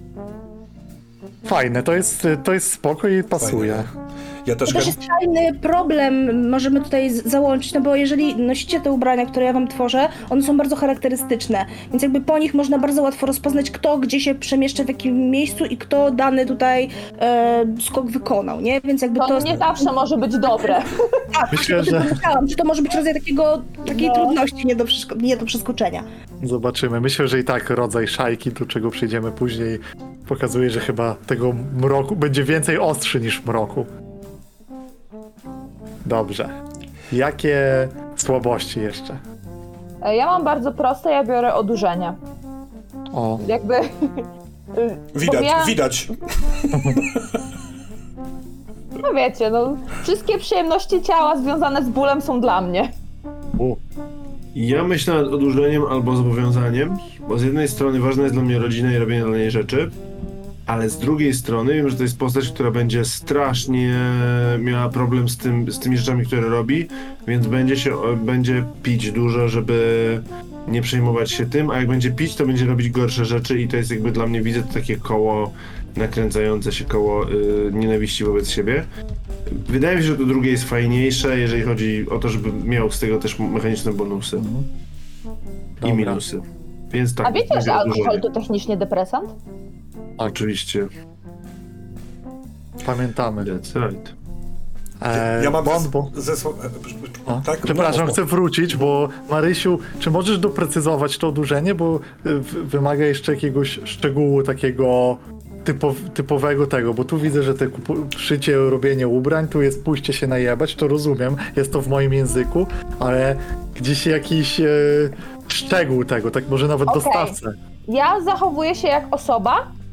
Fajne, to jest spoko i pasuje. Fajne. Ja To też też jest fajny problem, możemy tutaj załączyć, no bo jeżeli nosicie te ubrania, które ja wam tworzę, one są bardzo charakterystyczne, więc jakby po nich można bardzo łatwo rozpoznać, kto gdzie się przemieszcza, w jakim miejscu i kto dany tutaj skok wykonał, nie? Więc jakby To to... nie zawsze może być dobre. Myślę, o tym że pomyślałam, że to może być rodzaj takiej No. trudności nie do przeskoczenia. zobaczymy. Myślę, że i tak rodzaj szajki, do czego przejdziemy później, pokazuje, że chyba tego mroku będzie więcej ostrzy niż mroku. Dobrze. Jakie słabości jeszcze? Ja mam bardzo proste, ja biorę odurzenie. O, Jakby... Widać, ja- widać. No wiecie, no wszystkie przyjemności ciała związane z bólem są dla mnie. Ja myślę nad odurzeniem albo zobowiązaniem, bo z jednej strony ważna jest dla mnie rodzina i robienie dla niej rzeczy, ale z drugiej strony wiem, że to jest postać, która będzie strasznie miała problem z tymi rzeczami, które robi, więc będzie pić dużo, żeby nie przejmować się tym, a jak będzie pić, to będzie robić gorsze rzeczy i to jest jakby dla mnie, widzę to takie koło nakręcające się, koło nienawiści wobec siebie. Wydaje mi się, że to drugie jest fajniejsze, jeżeli chodzi o to, żeby miał z tego też mechaniczne bonusy i Dobra. minusy. Więc tak. A wiecie, że alkohol odurzeniem. to technicznie depresant? Oczywiście. Pamiętamy. That's right. Ja mam Bonbo. tak? Przepraszam, No, chcę wrócić, bo Marysiu, czy możesz doprecyzować to odurzenie, bo wymaga jeszcze jakiegoś szczegółu takiego typowego tego, bo tu widzę, że te szycie, robienie ubrań, tu jest pójście się najebać, to rozumiem, jest to w moim języku, ale gdzieś jakiś szczegół tego, tak może nawet Okej. dostawcę. Ja zachowuję się jak osoba,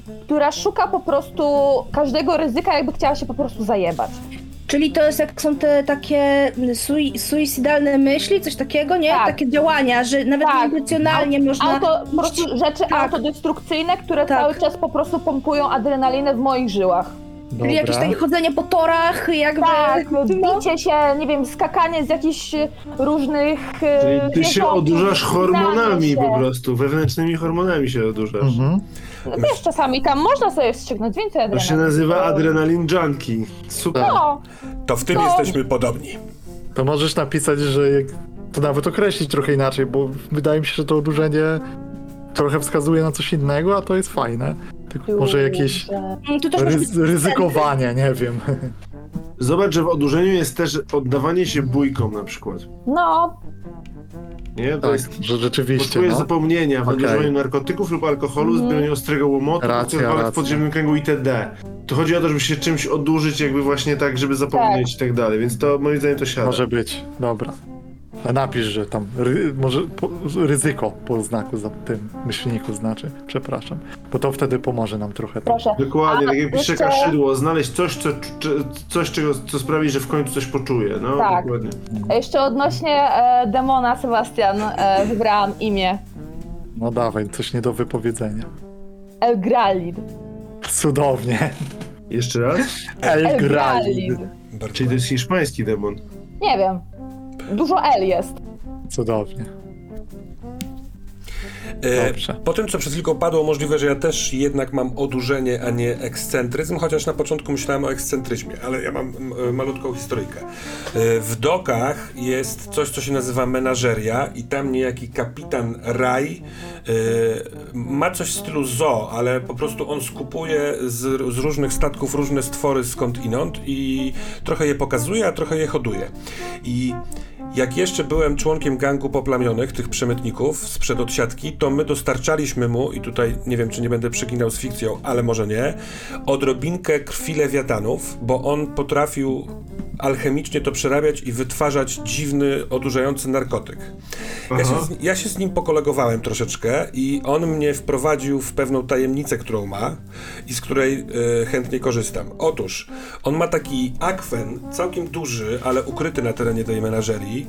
która szuka po prostu każdego ryzyka, jakby chciała się po prostu zajebać. Czyli to jest jak są te takie suicydalne myśli, coś takiego, nie? Tak. Takie działania, że nawet intencjonalnie można... Po prostu rzeczy autodestrukcyjne, które cały czas po prostu pompują adrenalinę w moich żyłach. Czyli jakieś takie chodzenie po torach, jakby... Tak, bicie się, nie wiem, skakanie z jakichś różnych Czyli ty się zwierząt, odurzasz hormonami się. po prostu, wewnętrznymi hormonami się odurzasz. No też czasami tam można sobie wstrzyknąć więcej To adrenaliny. się nazywa adrenalin junkie. Super. No, To w tym jesteśmy podobni. To możesz napisać, że to nawet określić trochę inaczej, bo wydaje mi się, że to odurzenie trochę wskazuje na coś innego, a to jest fajne. Tylko może jakieś Tu też może być ryzykowanie, nie wiem. Zobacz, że w odurzeniu jest też oddawanie się bójkom na przykład. no, Nie? To Tak, jest że rzeczywiście, potrzebujesz no. zapomnienia w Okej. nadużywaniu narkotyków lub alkoholu, zbieraniu ostrego łomotu, Racja, walk w racja. podziemnym kręgu itd. To chodzi o to, żeby się czymś odurzyć, jakby właśnie tak, żeby zapomnieć i tak dalej, więc to moim zdaniem to siada. Może być, dobra. A napisz, że tam ryzyko po znaku za tym myślniku znaczy, przepraszam. Bo to wtedy pomoże nam trochę. Tam. proszę. Dokładnie, tak jak pisze jeszcze- Kaszydło, znaleźć coś, co sprawi, że w końcu coś poczuje. No, Tak. dokładnie. A jeszcze odnośnie demona, Sebastian, wybrałam imię. No dawaj, coś nie do wypowiedzenia. Elgralid. Cudownie. Jeszcze raz? Elgralid. Bardzo Czyli to jest hiszpański demon. Nie wiem. Dużo L jest. Cudownie. Dobrze. Po tym, co przed chwilką padło, możliwe, że ja też jednak mam odurzenie, a nie ekscentryzm, chociaż na początku myślałem o ekscentryzmie, ale ja mam malutką historyjkę. W dokach jest coś, co się nazywa menażeria i tam niejaki kapitan Raj ma coś w stylu zoo, ale po prostu on skupuje z różnych statków różne stwory skądinąd i trochę je pokazuje, a trochę je hoduje. I jak jeszcze byłem członkiem gangu poplamionych, tych przemytników sprzed odsiadki, to my dostarczaliśmy mu, i tutaj nie wiem, czy nie będę przeginał z fikcją, ale może nie, odrobinkę krwi lewiatanów, bo on potrafił alchemicznie to przerabiać i wytwarzać dziwny, odurzający narkotyk. Ja się z nim pokolegowałem troszeczkę i on mnie wprowadził w pewną tajemnicę, którą ma i z której chętnie korzystam. Otóż, on ma taki akwen, całkiem duży, ale ukryty na terenie tej menażerii.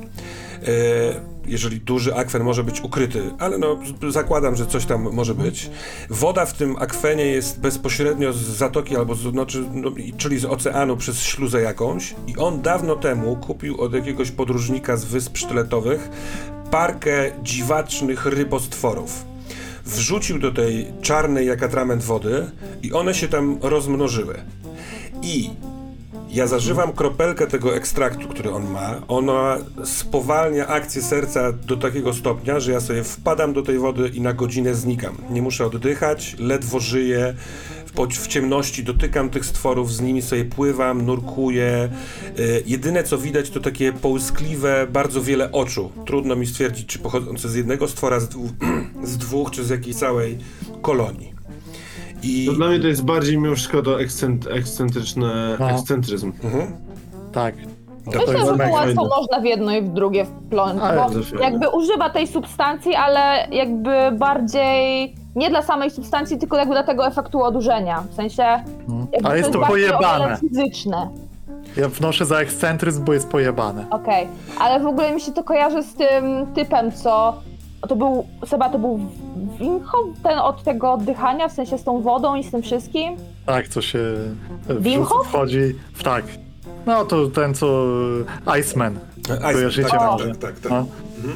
Jeżeli duży akwen może być ukryty, ale no zakładam, że coś tam może być. Woda w tym akwenie jest bezpośrednio z zatoki albo czyli z oceanu przez śluzę jakąś i on dawno temu kupił od jakiegoś podróżnika z Wysp Sztyletowych parkę dziwacznych rybostworów. Wrzucił do tej czarnej jak atrament wody i one się tam rozmnożyły. I ja zażywam kropelkę tego ekstraktu, który on ma. Ona spowalnia akcję serca do takiego stopnia, że ja sobie wpadam do tej wody i na godzinę znikam. Nie muszę oddychać, ledwo żyję. W ciemności dotykam tych stworów, z nimi sobie pływam, nurkuję. Jedyne co widać to takie połyskliwe, bardzo wiele oczu. Trudno mi stwierdzić, czy pochodzące z jednego stwora, z dwóch, czy z jakiejś całej kolonii. To dla mnie to jest bardziej mimo wszystko to ekscentryczny ekscentryzm. Tak. Myślę, jest że mega łatwo fajne. można w jedno i w drugie wpląć, Ale bo to fajne. jakby używa tej substancji, ale jakby bardziej nie dla samej substancji, tylko jakby dla tego efektu odurzenia. W sensie jakby Ale jest to bardziej o wiele pojebane. fizyczne. Ja wnoszę za ekscentryzm, bo jest pojebane. Okej, ale w ogóle mi się to kojarzy z tym typem, co to był, Seba, to był Wim-Hof, ten od tego oddychania, w sensie z tą wodą i z tym wszystkim. Tak, co się Wim Hof? wchodzi w tak. No to ten co Iceman. Kojarzycie tak, może? tak. No.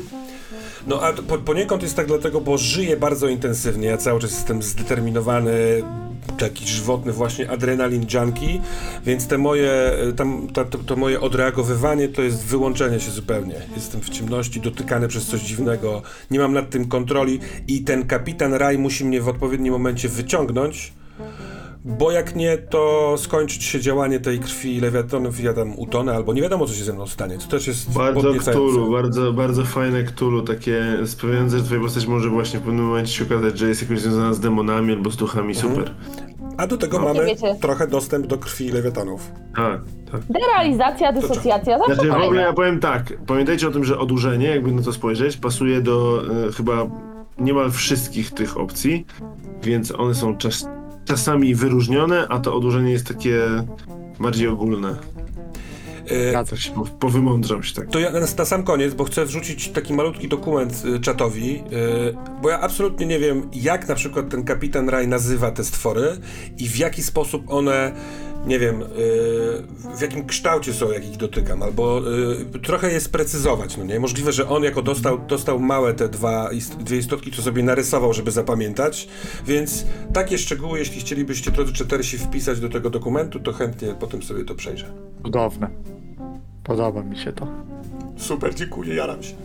No a poniekąd jest tak dlatego, bo żyję bardzo intensywnie, ja cały czas jestem zdeterminowany, taki żywotny właśnie adrenalin junkie, więc te moje, to moje odreagowywanie to jest wyłączenie się zupełnie. Jestem w ciemności, dotykany przez coś dziwnego, nie mam nad tym kontroli i ten kapitan Raj musi mnie w odpowiednim momencie wyciągnąć, bo jak nie, to skończyć się działanie tej krwi lewiatonów i ja tam utonę, albo nie wiadomo, co się ze mną stanie. To też jest Bardzo podniecające. Cthulhu, bardzo fajne Cthulhu, takie sprawiające, że twoja postać może właśnie w pewnym momencie się okazać, że jest jakoś związana z demonami albo z duchami, super. A do tego No. mamy Wiecie. trochę dostęp do krwi lewiatanów. Tak. Derealizacja, dysocjacja, zawsze Znaczy w fajne. ogóle ja powiem tak, pamiętajcie o tym, że odurzenie, jakby na to spojrzeć, pasuje do chyba niemal wszystkich tych opcji, więc one są czasami wyróżnione, a to odłożenie jest takie bardziej ogólne. Zgadza się. Powymądrzam się tak. To ja na sam koniec, bo chcę wrzucić taki malutki dokument czatowi, bo ja absolutnie nie wiem, jak na przykład ten kapitan Raj nazywa te stwory i w jaki sposób one, nie wiem, w jakim kształcie są, jak ich dotykam, albo trochę je sprecyzować, no nie? Możliwe, że on jako dostał małe te dwie istotki, co sobie narysował, żeby zapamiętać, więc takie szczegóły, jeśli chcielibyście, drodzy czytelsi, wpisać do tego dokumentu, to chętnie potem sobie to przejrzę. Cudowne. Podoba mi się to. Super, dziękuję, jaram się.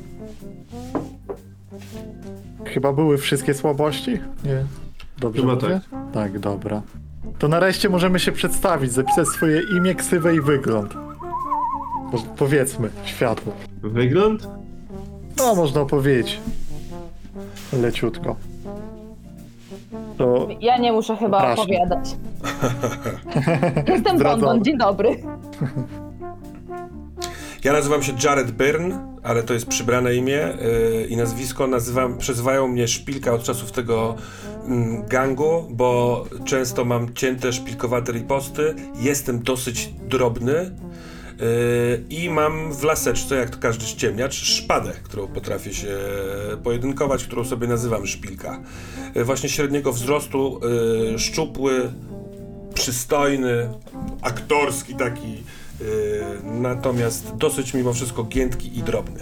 Chyba były wszystkie słabości? Nie. Dobrze Chyba mówię? Tak, dobra. To nareszcie możemy się przedstawić, zapisać swoje imię, ksywę i wygląd. Powiedzmy światu. Wygląd? No, można powiedzieć. Leciutko. To Ja nie muszę chyba Zapraszam. opowiadać. Jestem Zdradzam. Bonbon, dzień dobry. Ja nazywam się Jared Byrne, ale to jest przybrane imię i nazwisko. Przezywają mnie Szpilka od czasów tego gangu, bo często mam cięte, szpilkowate riposty. Jestem dosyć drobny i mam w laseczce, jak to każdy ściemniacz, szpadę, którą potrafię się pojedynkować, którą sobie nazywam Szpilka. Właśnie średniego wzrostu, szczupły, przystojny, aktorski taki, natomiast dosyć mimo wszystko giętki i drobny.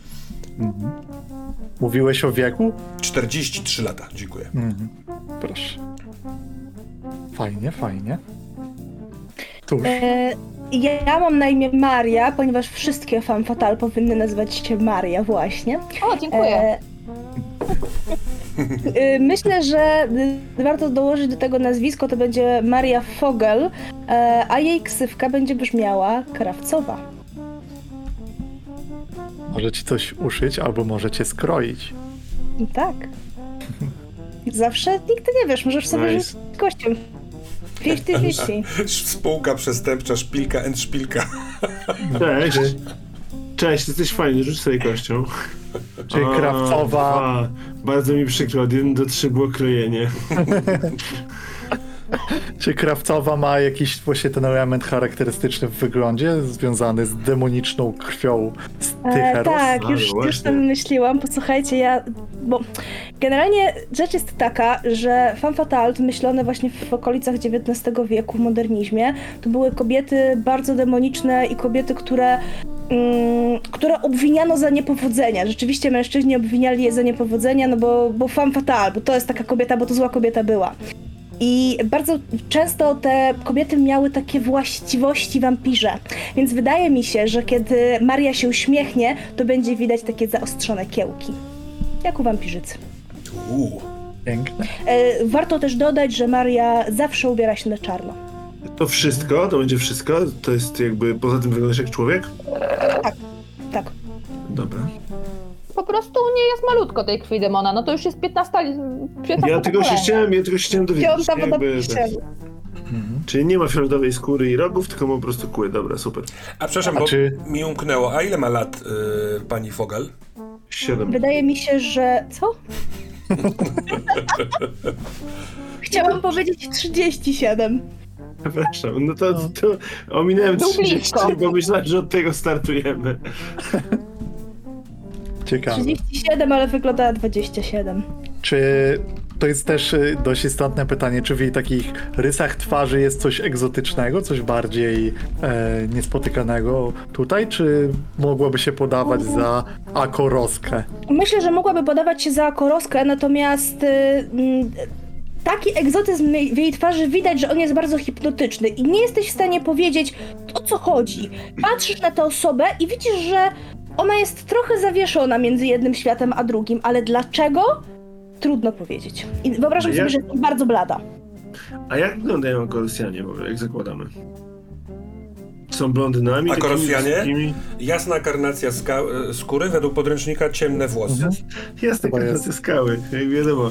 mówiłeś o wieku? 43 lata, dziękuję. Proszę. Fajnie, fajnie. Cóż, Ja mam na imię Maria, ponieważ wszystkie femme fatale powinny nazywać się Maria właśnie. O, dziękuję. Myślę, że warto dołożyć do tego nazwisko, to będzie Maria Fogel, a jej ksywka będzie brzmiała Krawcowa. może ci coś uszyć, albo może cię skroić. Tak. Zawsze nigdy nie wiesz, możesz sobie Nice. żyć kością. 50-50. Spółka przestępcza Szpilka and Szpilka. Cześć. Cześć, jesteś fajny, rzuć sobie kością. Czyli Krawcowa. Bardzo mi przykro, od 1 do 3 było krojenie. Czy Krawcowa ma jakiś właśnie ten element charakterystyczny w wyglądzie, związany z demoniczną krwią z Tycheros? Tak, Ale już właśnie. tam myśliłam, posłuchajcie, bo generalnie rzecz jest taka, że femme fatale, to myślone właśnie w okolicach XIX wieku w modernizmie, to były kobiety bardzo demoniczne i kobiety, które obwiniano za niepowodzenia. Rzeczywiście mężczyźni obwiniali je za niepowodzenia, no bo femme fatale, bo to jest taka kobieta, bo to zła kobieta była. I bardzo często te kobiety miały takie właściwości wampirze. Więc wydaje mi się, że kiedy Maria się uśmiechnie, to będzie widać takie zaostrzone kiełki. Jak u wampirzycy. Piękne. Warto też dodać, że Maria zawsze ubiera się na czarno. To wszystko? To będzie wszystko? To jest jakby, poza tym wyglądasz jak człowiek? Tak. Dobra. Po prostu nie jest malutko tej krwi demona, no to już jest 15 Ja tylko się chciałem dowiedzieć. Piąta woda jakby, piszczeli. Czyli nie ma fioletowej skóry i rogów, tylko ma po prostu kły. Dobra, super. A przepraszam, A bo czy- mi umknęło. A ile ma lat pani Fogel? 7. Wydaje mi się, że... Co? Chciałam powiedzieć 37. Przepraszam, no to ominąłem Był 30, blisko. bo myślałem, że od tego startujemy. Ciekawe. 37, ale wyglądała 27. Czy to jest też dość istotne pytanie, czy w jej takich rysach twarzy jest coś egzotycznego, coś bardziej niespotykanego tutaj, czy mogłoby się podawać za akoroskę? Myślę, że mogłaby podawać się za akoroskę, natomiast taki egzotyzm w jej twarzy widać, że on jest bardzo hipnotyczny i nie jesteś w stanie powiedzieć, o co chodzi. Patrzysz na tę osobę i widzisz, że ona jest trochę zawieszona między jednym światem a drugim, ale dlaczego? Trudno powiedzieć. I wyobrażam sobie, że jest bardzo blada. A jak wyglądają Akorosjanie, bo jak zakładamy? Są blondynami? takimi Akorosjanie? wysokim? Jasna karnacja skóry, według podręcznika ciemne włosy. Jasne, Chyba jest. karnacy skały, jak wiadomo.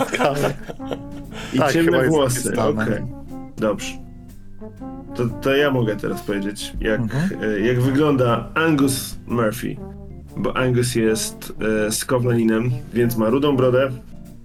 I Tak, chyba ciemne jest włosy, okej. napisane. Dobrze. To ja mogę teraz powiedzieć, jak wygląda Angus Murphy. Bo Angus jest skowlaninem, więc ma rudą brodę,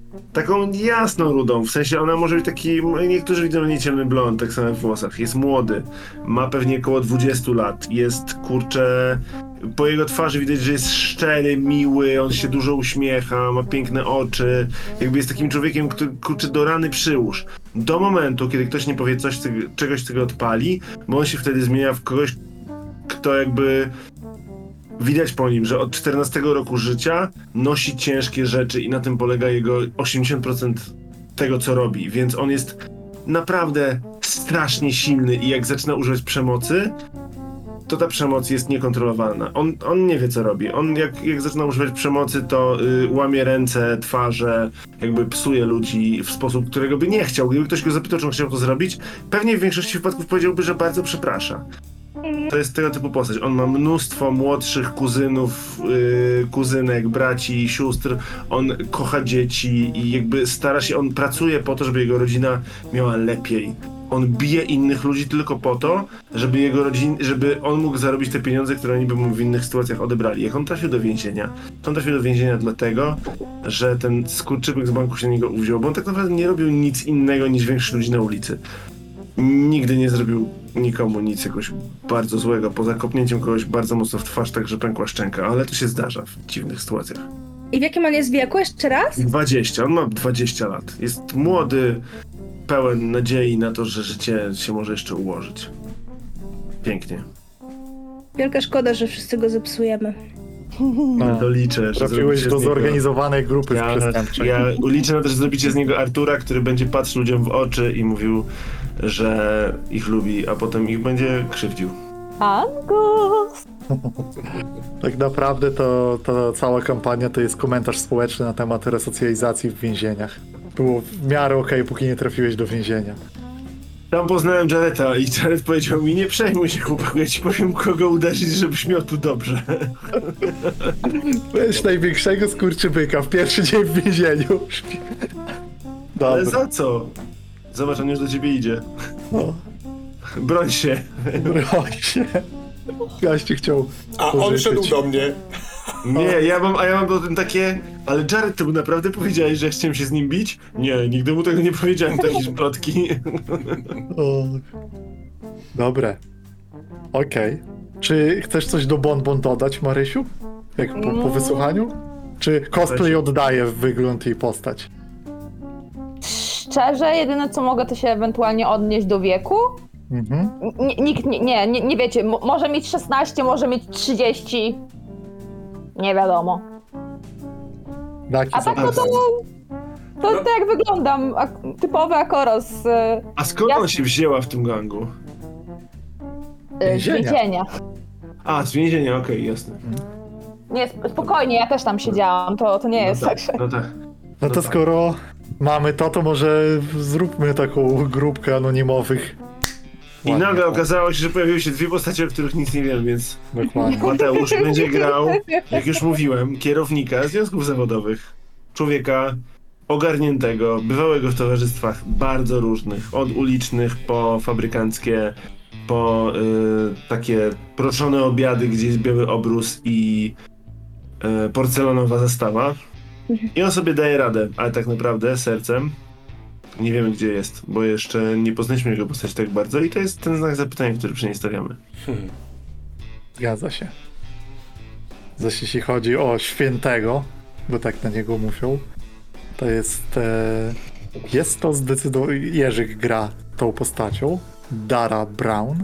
Taką jasną rudą, w sensie ona może być taki, niektórzy widzą nie ciemny blond, tak samo w włosach. Jest młody, ma pewnie około 20 lat, jest, kurczę, po jego twarzy widać, że jest szczery, miły, on się dużo uśmiecha, ma piękne oczy, jakby jest takim człowiekiem, który, kurczę, do rany przyłóż. Do momentu, kiedy ktoś nie powie czegoś, co go odpali, bo on się wtedy zmienia w kogoś, kto jakby... Widać po nim, że od 14 roku życia nosi ciężkie rzeczy i na tym polega jego 80% tego, co robi, więc on jest naprawdę strasznie silny i jak zaczyna używać przemocy, to ta przemoc jest niekontrolowalna. On nie wie, co robi. On jak zaczyna używać przemocy, to łamie ręce, twarze, jakby psuje ludzi w sposób, którego by nie chciał. Gdyby ktoś go zapytał, czy on chciał to zrobić, pewnie w większości wypadków powiedziałby, że bardzo przeprasza. To jest tego typu postać. On ma mnóstwo młodszych kuzynów, kuzynek, braci, sióstr. On kocha dzieci i jakby stara się, on pracuje po to, żeby jego rodzina miała lepiej. On bije innych ludzi tylko po to, żeby żeby on mógł zarobić te pieniądze, które oni by mu w innych sytuacjach odebrali. Jak on trafił do więzienia, to on trafił do więzienia dlatego, że ten skurczybyk z banku się na niego uwziął, bo on tak naprawdę nie robił nic innego niż większość ludzi na ulicy. Nigdy nie zrobił nikomu nic jakoś bardzo złego, poza kopnięciem kogoś bardzo mocno w twarz, tak że pękła szczęka, ale to się zdarza w dziwnych sytuacjach. I w jakim on jest wieku? Jeszcze raz? 20, on ma 20 lat. Jest młody, pełen nadziei na to, że życie się może jeszcze ułożyć. Pięknie. Wielka szkoda, że wszyscy go zepsujemy. No, To liczę, że trafiłeś zrobicie do z niego... zorganizowanej grupy przestępczej. Ja liczę na to, że zrobicie z niego Artura, który będzie patrzył ludziom w oczy i mówił, że ich lubi, a potem ich będzie krzywdził. Angus! Tak naprawdę to cała kampania to jest komentarz społeczny na temat resocjalizacji w więzieniach. Było w miarę okej, póki nie trafiłeś do więzienia. Tam poznałem Jareta i Jaret powiedział mi, nie przejmuj się, chłopaku, ja ci powiem, kogo uderzyć, żebyś miał tu dobrze. Weź największego skurczybyka w pierwszy dzień w więzieniu. Ale Dobra. za co? Zobacz, on już do ciebie idzie. No, Broń się. broń się. Gościu chciał A on pożyczyć. szedł do mnie. Nie, ja mam potem takie... Ale Jared, ty mu naprawdę powiedziałeś, że ja chciałem się z nim bić? Nie, nigdy mu tego nie powiedziałem, takie plotki. O. Dobre. Okej. Czy chcesz coś do Bonbon dodać, Marysiu? Jak po wysłuchaniu? Czy cosplay oddaje wygląd i postać? Szczerze, jedyne co mogę, to się ewentualnie odnieść do wieku. Mhm. Nikt nie wiecie, może mieć 16, może mieć 30. Nie wiadomo. Taki A tak no to jak wyglądam, typowy Akoros A skąd on się wzięła w tym gangu? z więzienia. A, z więzienia, okej, jasne. Nie, spokojnie, ja też tam siedziałam, to nie jest tak, że... No tak. No to skoro mamy to może zróbmy taką grupkę anonimowych. I Ładnie, nagle tak. okazało się, że pojawiły się dwie postacie, o których nic nie wiem, więc Dokładnie. Mateusz będzie grał, jak już mówiłem, kierownika związków zawodowych. Człowieka ogarniętego, byłego w towarzystwach bardzo różnych, od ulicznych po fabrykanckie, po takie proszone obiady, gdzie jest biały obrus i porcelanowa zastawa. I on sobie daje radę, ale tak naprawdę sercem nie wiemy, gdzie jest, bo jeszcze nie poznaliśmy jego postaci tak bardzo i to jest ten znak zapytania, który przy niej stawiamy. Zgadza się. Zaś jeśli chodzi o świętego, bo tak na niego mówią, to jest to zdecydowanie... Jerzyk gra tą postacią, Dara Brown.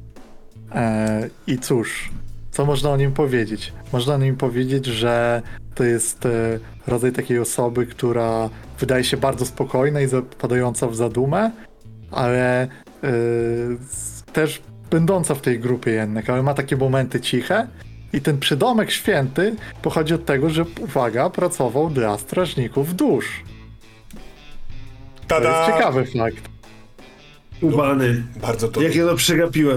I cóż, co można o nim powiedzieć? Można o nim powiedzieć, że to jest rodzaj takiej osoby, która wydaje się bardzo spokojna i zapadająca w zadumę, ale też będąca w tej grupie jednak, ale ma takie momenty ciche. I ten przydomek święty pochodzi od tego, że, uwaga, pracował dla strażników dusz. To jest Tada! ciekawy fakt. Ubany. Bardzo to. Jak ja to przegapiłem.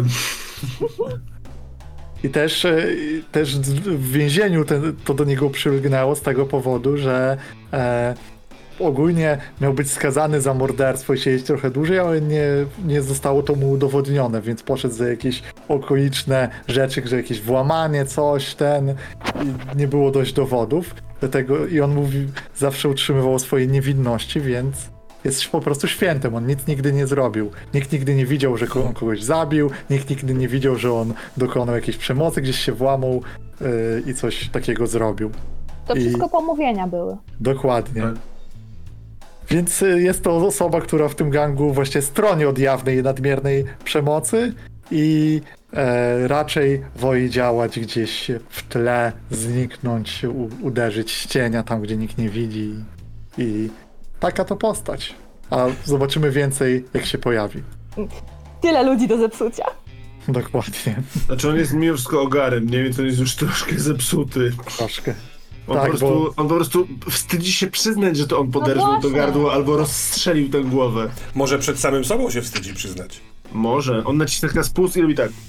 I też w więzieniu to do niego przylgnęło z tego powodu, że ogólnie miał być skazany za morderstwo i siedzieć trochę dłużej, ale nie zostało to mu udowodnione, więc poszedł za jakieś okoliczne rzeczy, że jakieś włamanie, coś, i nie było dość dowodów. i on mówi, zawsze utrzymywał o swojej niewinności, więc jest po prostu świętym, on nic nigdy nie zrobił. Nikt nigdy nie widział, że on kogoś zabił, nikt nigdy nie widział, że on dokonał jakiejś przemocy, gdzieś się włamał i coś takiego zrobił. To wszystko pomówienia były. Dokładnie. Więc jest to osoba, która w tym gangu właśnie stroni od jawnej i nadmiernej przemocy i raczej woli działać gdzieś w tle, zniknąć, uderzyć z cienia tam, gdzie nikt nie widzi. I taka to postać. A zobaczymy więcej, jak się pojawi. Tyle ludzi do zepsucia. Dokładnie. Znaczy on jest mimo wszystko ogarem, nie wiem, to jest już troszkę zepsuty. Troszkę. On, Tak, on po prostu wstydzi się przyznać, że to on poderżnął to gardło albo rozstrzelił tę głowę. Może przed samym sobą się wstydzi przyznać. Może. On nacisnął na spust i robi tak.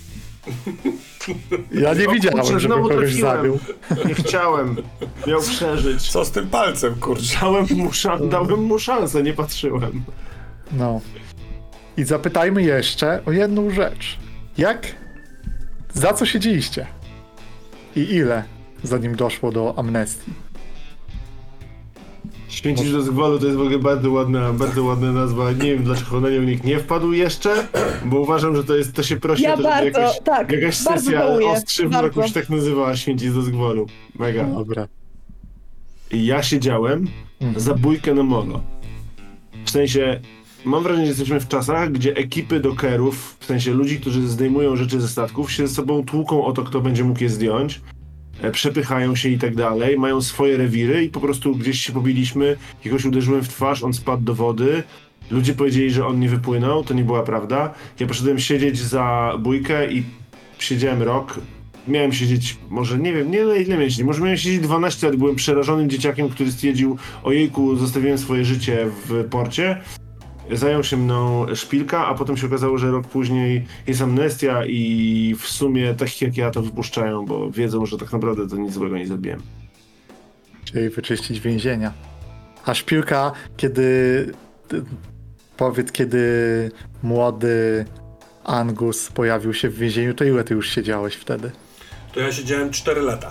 Ja nie widziałem, kurczę, żeby znowu kogoś trafiłem. zabił. Nie chciałem. Miał przeżyć. Co z tym palcem, kurczę? Dałem mu szansę, nie patrzyłem. No. I zapytajmy jeszcze o jedną rzecz. Za co siedzieliście? I ile, zanim doszło do amnestii? Święcić do zgwałtu to jest w ogóle bardzo ładna nazwa. Nie wiem, dlaczego na nią nikt nie wpadł jeszcze, bo uważam, że to się prosi Ja o to, żeby bardzo, jakaś bardzo sesja żałuję. ostrzy w roku się tak nazywała, Święcić do zgwałtu. Mega. Dobra. I ja siedziałem za bójkę na molo. W sensie, mam wrażenie, że jesteśmy w czasach, gdzie ekipy dockerów, w sensie ludzi, którzy zdejmują rzeczy ze statków, się ze sobą tłuką o to, kto będzie mógł je zdjąć, przepychają się i tak dalej, mają swoje rewiry i po prostu gdzieś się pobiliśmy, kogoś uderzyłem w twarz, on spadł do wody, ludzie powiedzieli, że on nie wypłynął, to nie była prawda. Ja poszedłem siedzieć za bójkę i siedziałem rok. Miałem siedzieć, może nie wiem, nie ile miałem siedzieć, może miałem siedzieć 12 lat, byłem przerażonym dzieciakiem, który stwierdził, ojejku, zostawiłem swoje życie w porcie. Zajął się mną szpilka, a potem się okazało, że rok później jest amnestia i w sumie takich jak ja to wypuszczają, bo wiedzą, że tak naprawdę to nic złego nie zrobiłem. Czyli wyczyścić więzienia. A szpilka, kiedy młody Angus pojawił się w więzieniu, to ile ty już siedziałeś wtedy? To ja siedziałem 4 lata.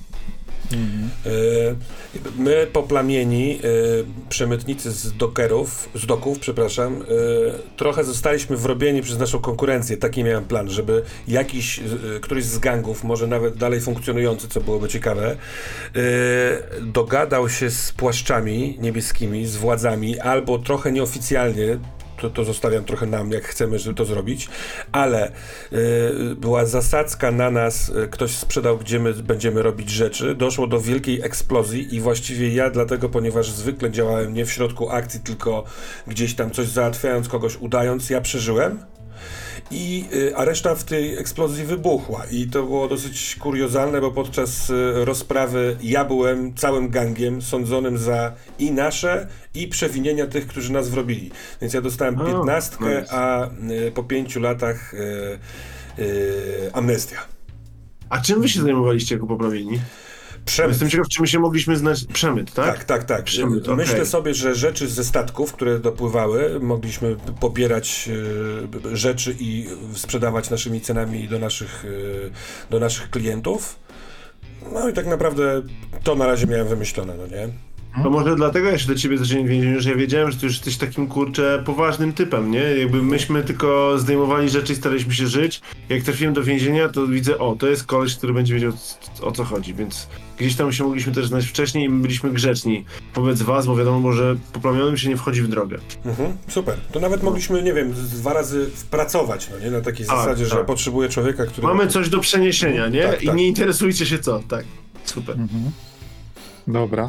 My poplamieni, przemytnicy z doków, trochę zostaliśmy wrobieni przez naszą konkurencję. Taki miałem plan, żeby któryś z gangów, może nawet dalej funkcjonujący, co byłoby ciekawe, dogadał się z płaszczami niebieskimi, z władzami, albo trochę nieoficjalnie, to zostawiam trochę nam, jak chcemy, żeby to zrobić, ale była zasadzka na nas, ktoś sprzedał, gdzie my będziemy robić rzeczy, doszło do wielkiej eksplozji i właściwie ja dlatego, ponieważ zwykle działałem nie w środku akcji, tylko gdzieś tam coś załatwiając, kogoś udając, ja przeżyłem. A reszta w tej eksplozji wybuchła i to było dosyć kuriozalne, bo podczas rozprawy ja byłem całym gangiem sądzonym za i nasze, i przewinienia tych, którzy nas wrobili. Więc ja dostałem 15, nice. A po 5 latach amnestia. A czym wy się zajmowaliście jako poplamieni? Przemyt. Jestem ciekaw, czy my się mogliśmy znać. Przemyt, tak? Tak. Przemyt, Myślę sobie, że rzeczy ze statków, które dopływały, mogliśmy pobierać rzeczy i sprzedawać naszymi cenami do naszych klientów. No i tak naprawdę to na razie miałem wymyślone, no nie? To może dlatego ja się do ciebie zacząłem w więzieniu, że ja wiedziałem, że ty już jesteś takim, kurczę, poważnym typem, nie? Jakby myśmy tylko zdejmowali rzeczy i staraliśmy się żyć. Jak trafiłem do więzienia, to widzę, to jest koleś, który będzie wiedział, o co chodzi, więc gdzieś tam się mogliśmy też znać wcześniej i my byliśmy grzeczni wobec was, bo wiadomo, że poplamionym się nie wchodzi w drogę. Super. To nawet mogliśmy, nie wiem, 2 razy pracować, no nie? Na takiej zasadzie, że potrzebuję człowieka, który... Mamy coś do przeniesienia, nie? Tak. I nie interesujcie się co, tak. Super. Dobra.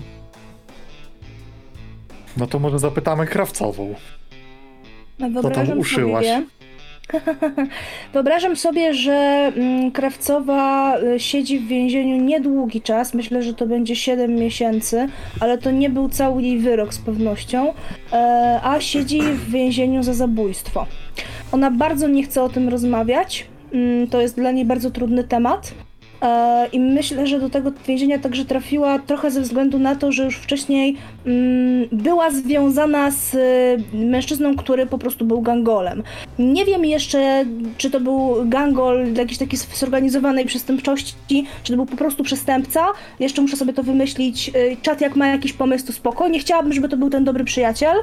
No to może zapytamy krawcową. Co tam uszyłaś? Wyobrażam sobie, że krawcowa siedzi w więzieniu niedługi czas. Myślę, że to będzie 7 miesięcy, ale to nie był cały jej wyrok z pewnością. A siedzi w więzieniu za zabójstwo. Ona bardzo nie chce o tym rozmawiać. To jest dla niej bardzo trudny temat. I myślę, że do tego więzienia także trafiła trochę ze względu na to, że już wcześniej była związana z mężczyzną, który po prostu był gangolem. Nie wiem jeszcze, czy to był gangol jakiejś takiej zorganizowanej przestępczości, czy to był po prostu przestępca. Jeszcze muszę sobie to wymyślić. Czat, jak ma jakiś pomysł, to spoko. Nie chciałabym, żeby to był ten dobry przyjaciel.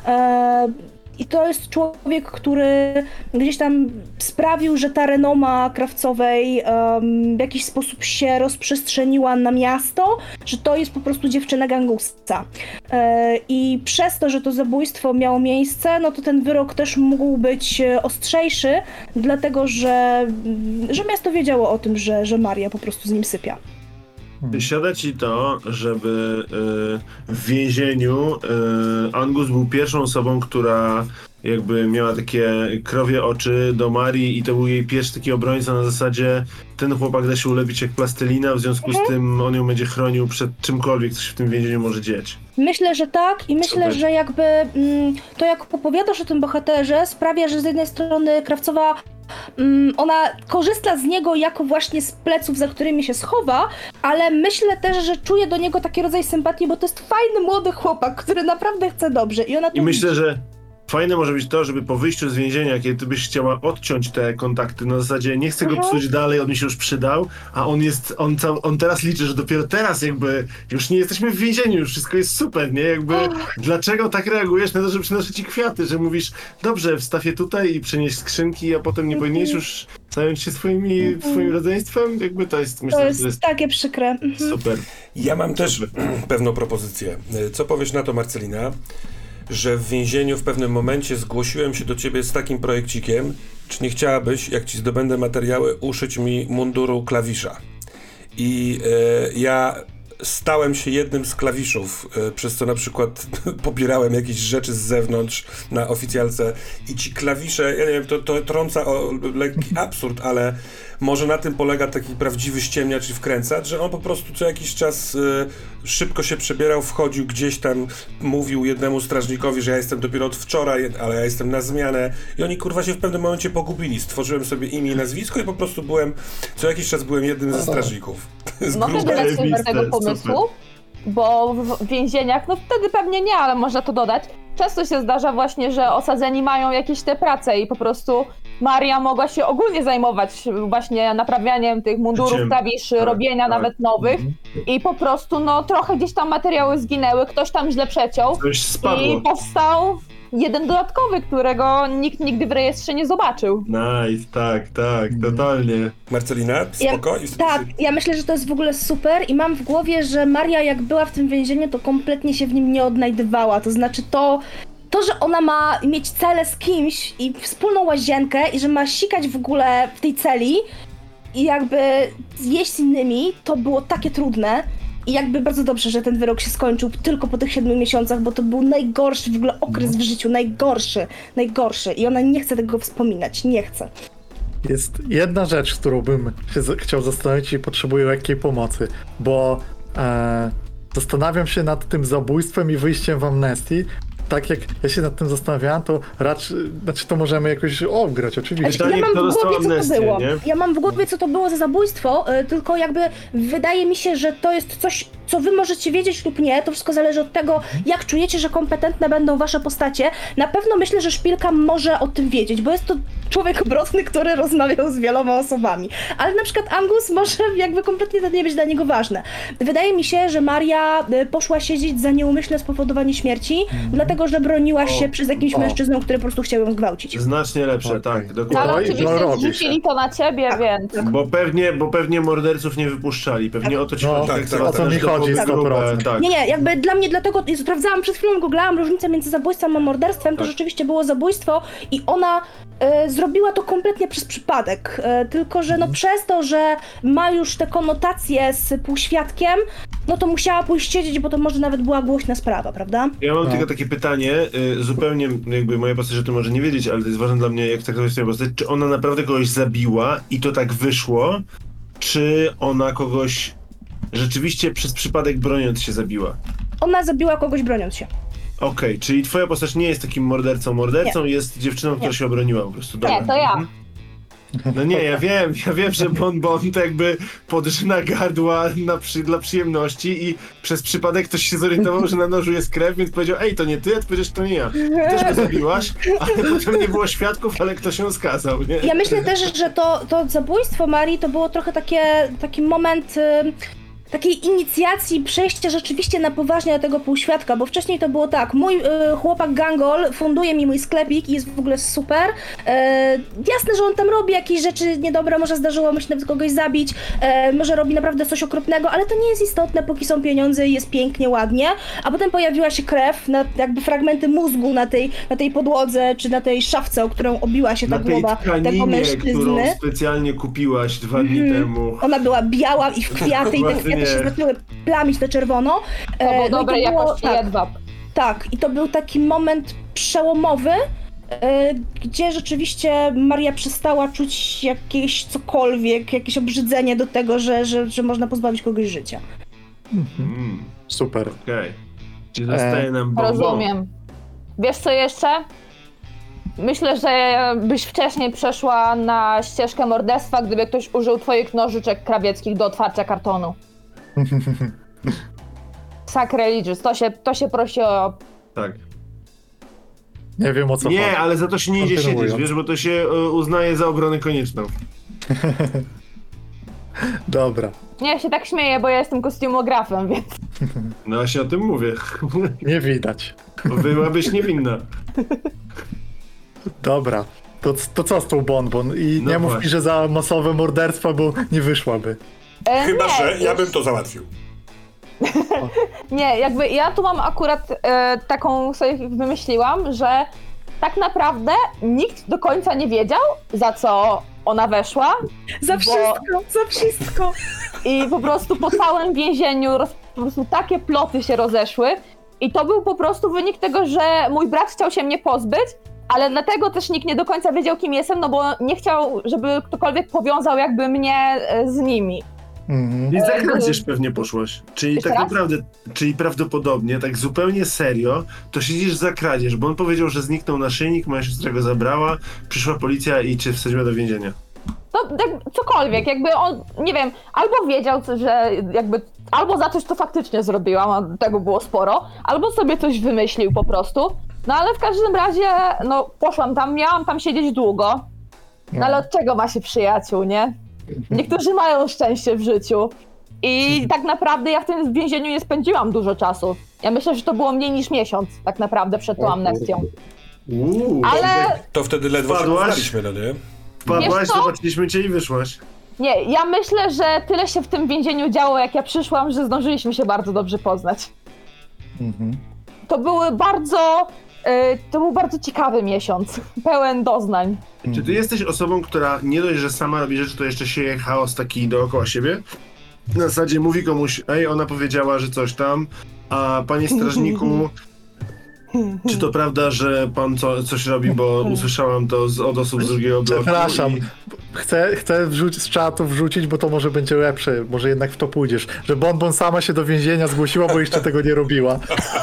I to jest człowiek, który gdzieś tam sprawił, że ta renoma Krawcowej w jakiś sposób się rozprzestrzeniła na miasto, że to jest po prostu dziewczyna gangusta. I przez to, że to zabójstwo miało miejsce, no to ten wyrok też mógł być ostrzejszy, dlatego że miasto wiedziało o tym, że Maria po prostu z nim sypia. Siada ci to, żeby w więzieniu Angus był pierwszą osobą, która jakby miała takie krowie oczy do Marii i to był jej pierwszy taki obrońca na zasadzie ten chłopak da się ulepić jak plastelina, w związku z tym on ją będzie chronił przed czymkolwiek, co się w tym więzieniu może dziać. Myślę, że tak i myślę, że jakby to jak opowiadasz o tym bohaterze sprawia, że z jednej strony Krawcowa ona korzysta z niego jako właśnie z pleców, za którymi się schowa, ale myślę też, że czuje do niego taki rodzaj sympatii, bo to jest fajny młody chłopak, który naprawdę chce dobrze i ona to I myślę, widzi. że fajne może być to, żeby po wyjściu z więzienia, kiedy ty byś chciała odciąć te kontakty, na zasadzie nie chcę go psuć dalej, on mi się już przydał, a on teraz liczy, że dopiero teraz jakby już nie jesteśmy w więzieniu, już wszystko jest super, nie? Jakby dlaczego tak reagujesz na to, że przynoszę ci kwiaty, że mówisz dobrze, wstaw je tutaj i przynieś skrzynki, a potem nie powinieneś już zająć się swoim rodzeństwem? Jakby to jest, myślę, To że jest to jest takie przykre. super. Ja mam też pewną propozycję. Co powiesz na to, Marcelina, że w więzieniu w pewnym momencie zgłosiłem się do ciebie z takim projekcikiem, czy nie chciałabyś, jak ci zdobędę materiały, uszyć mi munduru klawisza? I ja stałem się jednym z klawiszów, przez co na przykład pobierałem jakieś rzeczy z zewnątrz na oficjalce i ci klawisze, ja nie wiem, to trąca o lekki absurd, ale może na tym polega taki prawdziwy ściemniacz i wkręcacz, że on po prostu co jakiś czas szybko się przebierał, wchodził gdzieś tam, mówił jednemu strażnikowi, że ja jestem dopiero od wczoraj, ale ja jestem na zmianę i oni kurwa się w pewnym momencie pogubili. Stworzyłem sobie imię i nazwisko i po prostu co jakiś czas byłem jednym ze strażników. Mogę dodać super tego pomysłu, bo w więzieniach, no wtedy pewnie nie, ale można to dodać. Często się zdarza właśnie, że osadzeni mają jakieś te prace i po prostu Maria mogła się ogólnie zajmować właśnie naprawianiem tych mundurów, klawiszy, robienia nawet nowych i po prostu no trochę gdzieś tam materiały zginęły, ktoś tam źle przeciął Coś spadło. i powstał jeden dodatkowy, którego nikt nigdy w rejestrze nie zobaczył. Nice, tak, totalnie. Marcelina, spoko? Tak, ja myślę, że to jest w ogóle super i mam w głowie, że Maria jak była w tym więzieniu, to kompletnie się w nim nie odnajdywała, to znaczy to, że ona ma mieć cele z kimś i wspólną łazienkę i że ma sikać w ogóle w tej celi i jakby zjeść z innymi, to było takie trudne. I jakby bardzo dobrze, że ten wyrok się skończył tylko po tych 7 miesiącach, bo to był najgorszy w ogóle okres w życiu, najgorszy. I ona nie chce tego wspominać, nie chce. Jest jedna rzecz, którą bym się chciał zastanowić i potrzebuję lekkiej pomocy, bo zastanawiam się nad tym zabójstwem i wyjściem w amnestii. Tak jak ja się nad tym zastanawiałem, to raczej, to możemy jakoś ograć, oczywiście. Ja mam w głowie, co to było. Ja mam w głowie, co to było za zabójstwo, tylko jakby wydaje mi się, że to jest coś, co wy możecie wiedzieć lub nie. To wszystko zależy od tego, jak czujecie, że kompetentne będą wasze postacie. Na pewno myślę, że Szpilka może o tym wiedzieć, bo jest to człowiek obrotny, który rozmawiał z wieloma osobami. Ale na przykład Angus może jakby kompletnie to nie być dla niego ważne. Wydaje mi się, że Maria poszła siedzieć za nieumyślne spowodowanie śmierci, dlatego, że broniła się przez jakimś mężczyzną, który po prostu chciał ją zgwałcić. Znacznie lepsze, tak, dokładnie. Ale oczywiście robi się. zrzucili to na ciebie, więc... Bo pewnie morderców nie wypuszczali, pewnie o to ci chodzi. o to mi chodzi, 100%. Tak. Nie, jakby dla mnie dlatego, sprawdzałam przed chwilą, googlałam różnicę między zabójstwem a morderstwem, to rzeczywiście było zabójstwo i ona zrobiła to kompletnie przez przypadek, tylko że no przez to, że ma już te konotacje z półświadkiem, no to musiała pójść siedzieć, bo to może nawet była głośna sprawa, prawda? Ja mam tylko takie pytanie, zupełnie jakby moja postać o tym może nie wiedzieć, ale to jest ważne dla mnie, jak traktować swoją postać, czy ona naprawdę kogoś zabiła i to tak wyszło, czy ona kogoś rzeczywiście przez przypadek broniąc się zabiła? Ona zabiła kogoś broniąc się. Okej, czyli twoja postać nie jest takim mordercą, jest dziewczyną, która się obroniła po prostu. Dobra. Nie, to ja. No nie, ja wiem, że Bon to jakby podrzyna gardła dla przyjemności i przez przypadek ktoś się zorientował, że na nożu jest krew, więc powiedział, ej, to nie ty, a ty powiedziałeś, to nie ja. Też go zabiłaś, ale potem nie było świadków, ale ktoś ją skazał, nie? Ja myślę też, że to zabójstwo Marii to było trochę taki moment takiej inicjacji przejścia rzeczywiście na poważnie na tego półświadka, bo wcześniej to było tak, mój chłopak Gangol funduje mi mój sklepik i jest w ogóle super. Jasne, że on tam robi jakieś rzeczy niedobre, może zdarzyło mu się nawet kogoś zabić, może robi naprawdę coś okropnego, ale to nie jest istotne, póki są pieniądze i jest pięknie, ładnie. A potem pojawiła się krew, jakby fragmenty mózgu na tej podłodze, czy na tej szafce, o którą obiła się ta głowa tego mężczyzny. Którą specjalnie kupiłaś 2 dni temu. Ona była biała i w kwiaty i te kwiaty się zaczęły plamić na czerwono. To był dobrej jakości jedwab. Tak, i to był taki moment przełomowy, gdzie rzeczywiście Maria przestała czuć cokolwiek, jakieś obrzydzenie do tego, że można pozbawić kogoś życia. Super. Okej. Czy zostaje nam Bon? Rozumiem. Wiesz co jeszcze? Myślę, że byś wcześniej przeszła na ścieżkę morderstwa, gdyby ktoś użył twoich nożyczek krawieckich do otwarcia kartonu. Sacrilegious, to się prosi o... Tak. Nie wiem o co chodzi. Nie, ale za to się nie idzie Kontynuując. siedzieć, wiesz, bo to się uznaje za obronę konieczną. Dobra. Nie, ja się tak śmieję, bo ja jestem kostiumografem, więc... No właśnie o tym mówię. Nie widać. Byłabyś niewinna. Dobra. To co z tą Bonbon? I No nie mów mi, właśnie. że za masowe morderstwa, bo nie wyszłaby. Chyba, nie, że ja bym to załatwił. Nie, jakby ja tu mam akurat taką sobie wymyśliłam, że tak naprawdę nikt do końca nie wiedział, za co ona weszła. Za wszystko! I po prostu po całym więzieniu po prostu takie ploty się rozeszły. I to był po prostu wynik tego, że mój brat chciał się mnie pozbyć, ale dlatego też nikt nie do końca wiedział, kim jestem, no bo nie chciał, żeby ktokolwiek powiązał jakby mnie z nimi. Mhm. I za kradzież pewnie poszłaś. Czyli Jeszcze tak raz? naprawdę, prawdopodobnie, tak zupełnie serio, to siedzisz za kradzież, bo on powiedział, że zniknął naszyjnik, moja siostra go zabrała, przyszła policja i cię wsadziła do więzienia. No tak, cokolwiek, jakby on, nie wiem, albo wiedział, że jakby, albo za coś, co faktycznie zrobiłam, a tego było sporo, albo sobie coś wymyślił po prostu. No ale w każdym razie, no poszłam tam, miałam tam siedzieć długo, no ale od czego ma się przyjaciół, nie? Niektórzy mają szczęście w życiu i tak naprawdę ja w tym więzieniu nie spędziłam dużo czasu. Ja myślę, że to było mniej niż miesiąc tak naprawdę przed tą amnestią. Ale To wtedy ledwo się Wpadłaś? poznaliśmy, no nie? Wpadłaś, Wiesz co? zobaczyliśmy cię i wyszłaś. nie, ja myślę, że tyle się w tym więzieniu działo, jak ja przyszłam, że zdążyliśmy się bardzo dobrze poznać. Mhm. To był bardzo ciekawy miesiąc, pełen doznań. Czy ty jesteś osobą, która nie dość, że sama robi rzeczy, to jeszcze sieje chaos taki dookoła siebie? Na zasadzie mówi komuś, ej, ona powiedziała, że coś tam, a panie strażniku, czy to prawda, że pan coś robi, bo usłyszałam to od osób z drugiego bloku? Przepraszam. i- Chcę z czatu wrzucić, bo to może będzie lepsze, może jednak w to pójdziesz, że Bonbon sama się do więzienia zgłosiła, bo jeszcze tego nie robiła.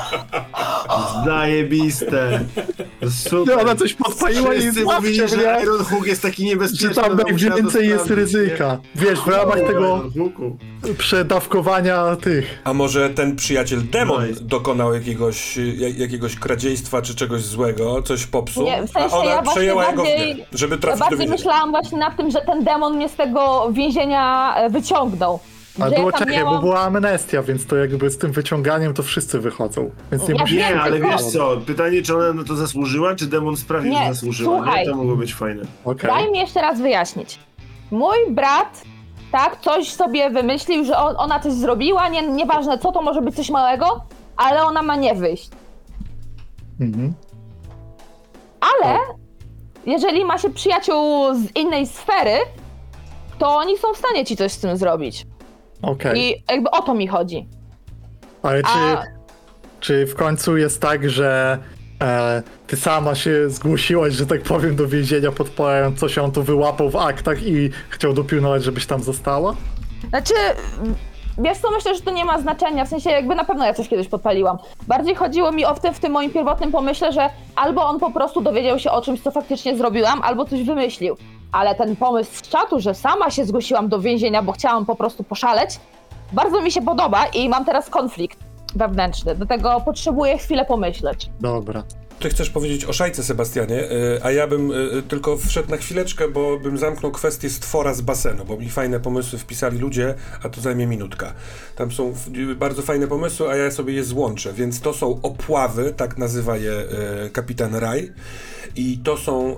Zajebiste. Super. Ona coś podpaliła i Wszyscy złapcie mówili, że mnie, Iron Hook jest taki niebezpieczny. że tam no musiałem to najwięcej jest sprawdzić, ryzyka. Wiesz, w nie? ramach tego Iron Hooku. przedawkowania tych. A może ten przyjaciel demon Nice. dokonał jakiegoś kradziejstwa czy czegoś złego, coś popsuł, Nie, w sensie a ona ja właśnie przejęła jego bardziej- wnię, żeby Ja trafić do bardziej więzienia. myślałam właśnie nad tym, że ten demon mnie z tego więzienia wyciągnął. Ale Że ja było tam czekaj, miałam- bo była amnestia, więc to jakby z tym wyciąganiem to wszyscy wychodzą. Więc nie Ja musisz... wiem, Nie, ale tylko- wiesz co, pytanie, czy ona na to zasłużyła, czy demon sprawił, Nie, że zasłużyła, słuchaj. nie? To mogło być fajne. Okej. Daj mi jeszcze raz wyjaśnić. Mój brat, tak, coś sobie wymyślił, że ona coś zrobiła, nieważne co, to może być coś małego, ale ona ma nie wyjść. Mhm. Ale jeżeli ma się przyjaciół z innej sfery, to oni są w stanie ci coś z tym zrobić. Okej. I jakby o to mi chodzi. Ale A- czy w końcu jest tak, że ty sama się zgłosiłaś, że tak powiem, do więzienia podpalając coś, on tu wyłapał w aktach i chciał dopilnować, żebyś tam została? Znaczy, wiesz co, myślę, że to nie ma znaczenia, w sensie jakby na pewno ja coś kiedyś podpaliłam. Bardziej chodziło mi o w tym moim pierwotnym pomyśle, że albo on po prostu dowiedział się o czymś, co faktycznie zrobiłam, albo coś wymyślił. ale ten pomysł z czatu, że sama się zgłosiłam do więzienia, bo chciałam po prostu poszaleć, bardzo mi się podoba i mam teraz konflikt wewnętrzny. Do tego potrzebuję chwilę pomyśleć. Dobra. Ty chcesz powiedzieć o szajce, Sebastianie, a ja bym tylko wszedł na chwileczkę, bo bym zamknął kwestię stwora z basenu, bo mi fajne pomysły wpisali ludzie, a to zajmie minutka. Tam są bardzo fajne pomysły, a ja sobie je złączę, więc to są opławy, tak nazywa je kapitan Raj, i to są